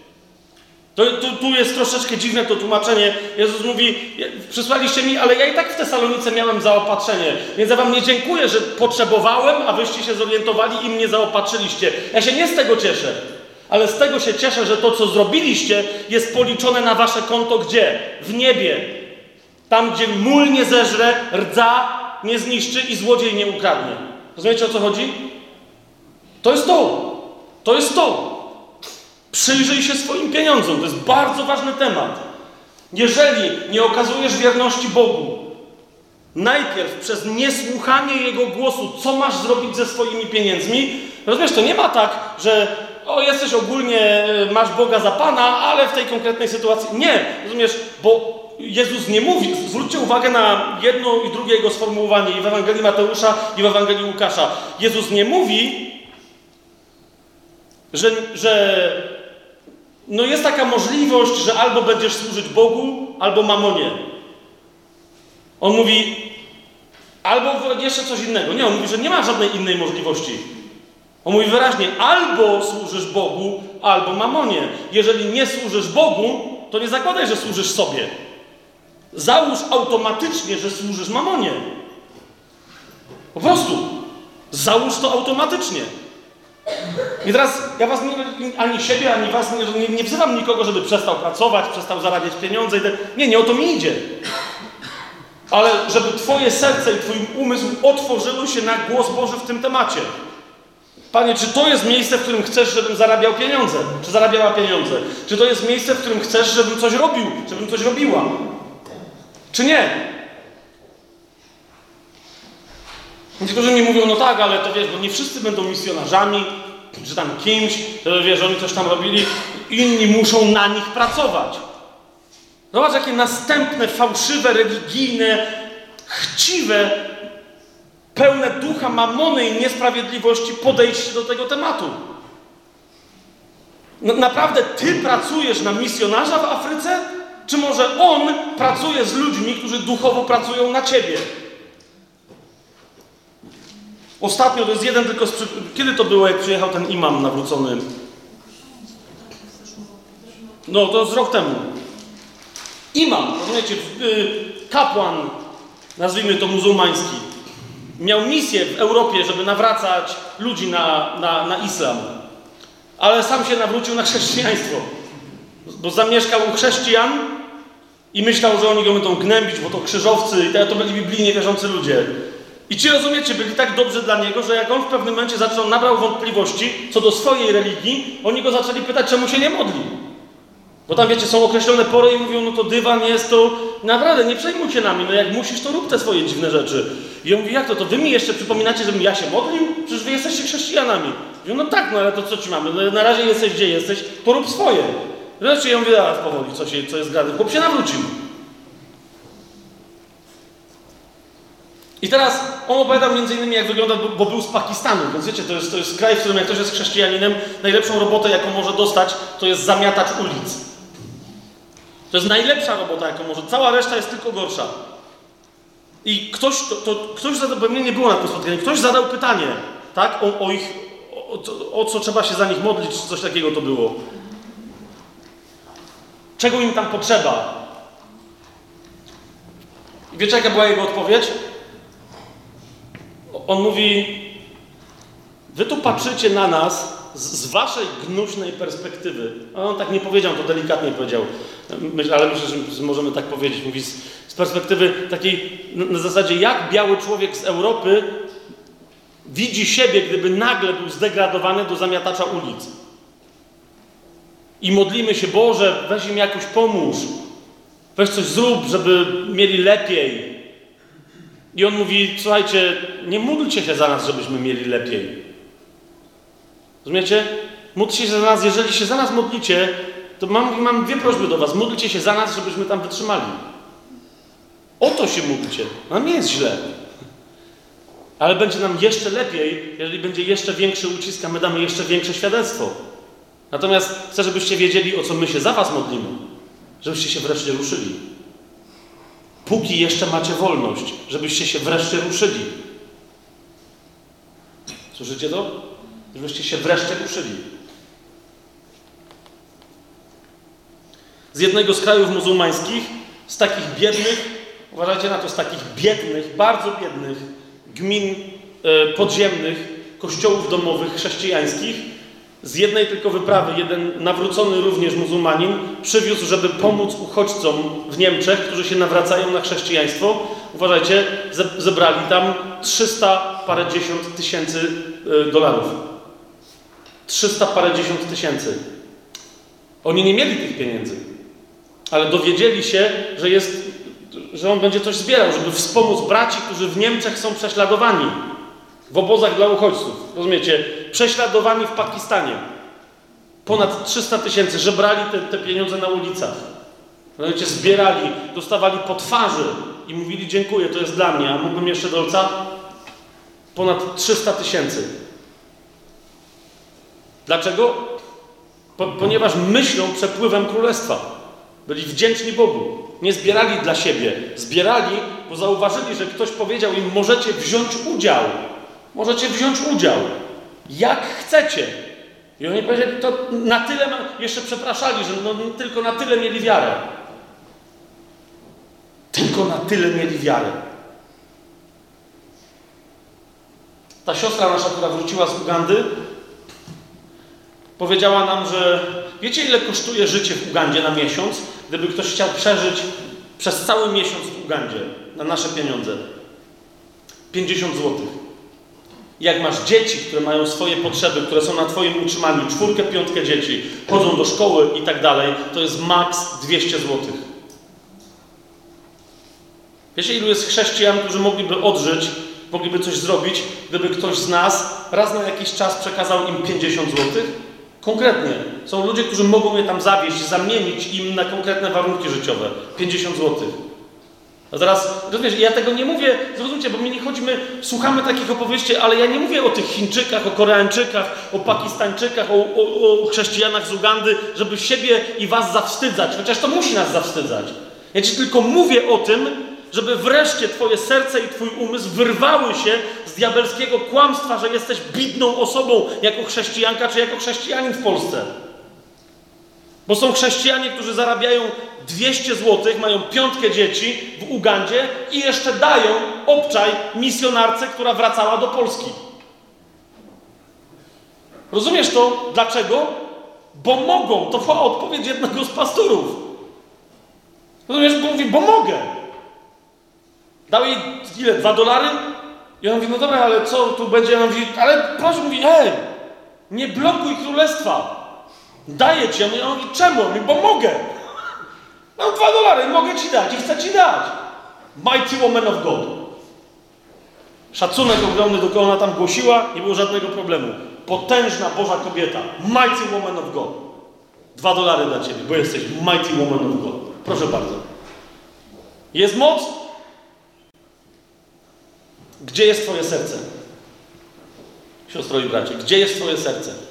Tu jest troszeczkę dziwne to tłumaczenie. Jezus mówi, przysłaliście mi, ale ja i tak w Tesalonice miałem zaopatrzenie, więc ja wam nie dziękuję, że potrzebowałem, a wyście się zorientowali i mnie zaopatrzyliście. Ja się nie z tego cieszę, ale z tego się cieszę, że to, co zrobiliście, jest policzone na wasze konto gdzie? W niebie. Tam, gdzie mól nie zeżre, rdza nie zniszczy i złodziej nie ukradnie. Rozumiecie, o co chodzi? To jest to. To jest to. Przyjrzyj się swoim pieniądzom. To jest bardzo ważny temat. Jeżeli nie okazujesz wierności Bogu, najpierw przez niesłuchanie Jego głosu, co masz zrobić ze swoimi pieniędzmi, rozumiesz, to nie ma tak, że jesteś ogólnie, masz Boga za Pana, ale w tej konkretnej sytuacji nie. Rozumiesz, bo Jezus nie mówi, zwróćcie uwagę na jedno i drugie Jego sformułowanie i w Ewangelii Mateusza i w Ewangelii Łukasza. Jezus nie mówi, że jest taka możliwość, że albo będziesz służyć Bogu, albo mamonie. On mówi, Albo jeszcze coś innego. Nie, on mówi, że nie ma żadnej innej możliwości. On mówi wyraźnie, albo służysz Bogu, albo mamonie. Jeżeli nie służysz Bogu, to nie zakładaj, że służysz sobie. Załóż automatycznie, że służysz mamonie. Po prostu. Załóż to automatycznie. I teraz ja was ani siebie, ani was nie wzywam nikogo, żeby przestał pracować, przestał zarabiać pieniądze. Nie o to mi idzie. Ale żeby twoje serce i twój umysł otworzyły się na głos Boży w tym temacie. Panie, czy to jest miejsce, w którym chcesz, żebym zarabiał pieniądze? Czy zarabiała pieniądze? Czy to jest miejsce, w którym chcesz, żebym coś robił? Żebym coś robiła? Czy nie? Niektórzy mi mówią, no tak, ale to wiesz, bo nie wszyscy będą misjonarzami, czy tam kimś, to wiesz, oni coś tam robili, inni muszą na nich pracować. Zobacz, jakie następne, fałszywe, religijne, chciwe, pełne ducha mamony i niesprawiedliwości podejście do tego tematu. No, naprawdę ty pracujesz na misjonarza w Afryce? Czy może on pracuje z ludźmi, którzy duchowo pracują na ciebie? Ostatnio, to jest jeden tylko z... Kiedy to było, jak przyjechał ten imam nawrócony? No, to z rok temu. Imam, rozumiecie, kapłan, nazwijmy to muzułmański, miał misję w Europie, żeby nawracać ludzi na islam. Ale sam się nawrócił na chrześcijaństwo. Bo zamieszkał u chrześcijan i myślał, że oni go będą gnębić, bo to krzyżowcy i to byli biblijnie wierzący ludzie. I ci, rozumiecie, byli tak dobrzy dla niego, że jak on w pewnym momencie nabrał wątpliwości co do swojej religii, oni go zaczęli pytać, czemu się nie modli. Bo tam, wiecie, są określone pory i mówią, no to dywan jest, to naprawdę nie przejmuj się nami, no jak musisz, to rób te swoje dziwne rzeczy. I on mówi, jak to? To wy mi jeszcze przypominacie, żebym ja się modlił? Przecież wy jesteście chrześcijanami. Mówią, no tak, no ale to co ci mamy? No, na razie jesteś, gdzie jesteś, to rób swoje. Wreszcie ja mówię, a powoli, co jest grane. Chłop się nawrócił. I teraz on opowiadał między innymi, jak wygląda, bo był z Pakistanu, więc wiecie, to jest kraj, w którym jak ktoś jest chrześcijaninem, najlepszą robotę, jaką może dostać, to jest zamiatacz ulic. To jest najlepsza robota, jaką może. Cała reszta jest tylko gorsza. I ktoś zadał, bo mnie nie było na tym spotkaniu, ktoś zadał pytanie, tak, o co trzeba się za nich modlić, czy coś takiego to było. Czego im tam potrzeba? I wiecie, jaka była jego odpowiedź? On mówi, wy tu patrzycie na nas z waszej gnuśnej perspektywy. A on tak nie powiedział, to delikatnie powiedział, ale myślę, że możemy tak powiedzieć. Mówi z perspektywy takiej, na zasadzie jak biały człowiek z Europy widzi siebie, gdyby nagle był zdegradowany do zamiatacza ulic. I modlimy się, Boże, weź im jakoś pomóż. Weź coś zrób, żeby mieli lepiej. I on mówi, słuchajcie, nie módlcie się za nas, żebyśmy mieli lepiej. Rozumiecie? Módlcie się za nas, jeżeli się za nas modlicie, to mam dwie prośby do was. Módlcie się za nas, żebyśmy tam wytrzymali. O to się módlcie. Nam nie jest źle. Ale będzie nam jeszcze lepiej, jeżeli będzie jeszcze większy ucisk, a my damy jeszcze większe świadectwo. Natomiast chcę, żebyście wiedzieli, o co my się za was modlimy. Żebyście się wreszcie ruszyli. Póki jeszcze macie wolność, żebyście się wreszcie ruszyli. Słyszycie to? Żebyście się wreszcie ruszyli. Z jednego z krajów muzułmańskich, z takich biednych, uważajcie na to, z takich biednych, bardzo biednych gmin podziemnych, kościołów domowych chrześcijańskich, z jednej tylko wyprawy, jeden nawrócony również muzułmanin przywiózł, żeby pomóc uchodźcom w Niemczech, którzy się nawracają na chrześcijaństwo. Uważajcie, zebrali tam 300 parędziesiąt tysięcy dolarów. 300 parędziesiąt tysięcy. Oni nie mieli tych pieniędzy, ale dowiedzieli się, że on będzie coś zbierał, żeby wspomóc braci, którzy w Niemczech są prześladowani. W obozach dla uchodźców. Rozumiecie? Prześladowani w Pakistanie. Ponad 300 tysięcy. Żebrali te pieniądze na ulicach. Rozumiecie? Zbierali, dostawali po twarzy i mówili, dziękuję, to jest dla mnie, a mógłbym jeszcze dolca? Ponad 300 tysięcy. Dlaczego? Ponieważ myślą przepływem królestwa. Byli wdzięczni Bogu. Nie zbierali dla siebie. Zbierali, bo zauważyli, że ktoś powiedział im, możecie wziąć udział. Możecie wziąć udział. Jak chcecie. I oni powiedzieli, to na tyle, jeszcze przepraszali, że no, tylko na tyle mieli wiarę. Tylko na tyle mieli wiarę. Ta siostra nasza, która wróciła z Ugandy, powiedziała nam, że wiecie, ile kosztuje życie w Ugandzie na miesiąc, gdyby ktoś chciał przeżyć przez cały miesiąc w Ugandzie na nasze pieniądze? 50 zł. Jak masz dzieci, które mają swoje potrzeby, które są na twoim utrzymaniu, 4, 5 dzieci, chodzą do szkoły i tak dalej, to jest maks 200 zł. Wiecie, ilu jest chrześcijan, którzy mogliby odżyć, mogliby coś zrobić, gdyby ktoś z nas raz na jakiś czas przekazał im 50 zł? Konkretnie. Są ludzie, którzy mogą je tam zawieźć, zamienić im na konkretne warunki życiowe. 50 zł. A teraz, rozumiesz, ja tego nie mówię, zrozumcie, bo my nie chodzimy, słuchamy takich opowieści, ale ja nie mówię o tych Chińczykach, o Koreańczykach, o Pakistańczykach, o chrześcijanach z Ugandy, żeby siebie i was zawstydzać, chociaż to musi nas zawstydzać. Ja ci tylko mówię o tym, żeby wreszcie twoje serce i twój umysł wyrwały się z diabelskiego kłamstwa, że jesteś bidną osobą jako chrześcijanka czy jako chrześcijanin w Polsce. Bo są chrześcijanie, którzy zarabiają 200 zł, mają 5 dzieci w Ugandzie i jeszcze dają obczaj misjonarce, która wracała do Polski. Rozumiesz to? Dlaczego? Bo mogą. To była odpowiedź jednego z pastorów. Rozumiesz? Bo mówi, bo mogę. Dał jej ile? $2? I on mówi, no dobra, ale co tu będzie? On mówi, ale proszę, mówi, nie blokuj królestwa. Daję ci. On mówi, czemu? On mówi, bo mogę. Mam $2 i mogę ci dać i chcę ci dać. Mighty woman of God. Szacunek ogromny, do ona tam głosiła, nie było żadnego problemu. Potężna Boża kobieta. Mighty woman of God. $2 dla ciebie, bo jesteś mighty woman of God. Proszę bardzo. Jest moc? Gdzie jest twoje serce? Siostro i bracie, gdzie jest twoje serce?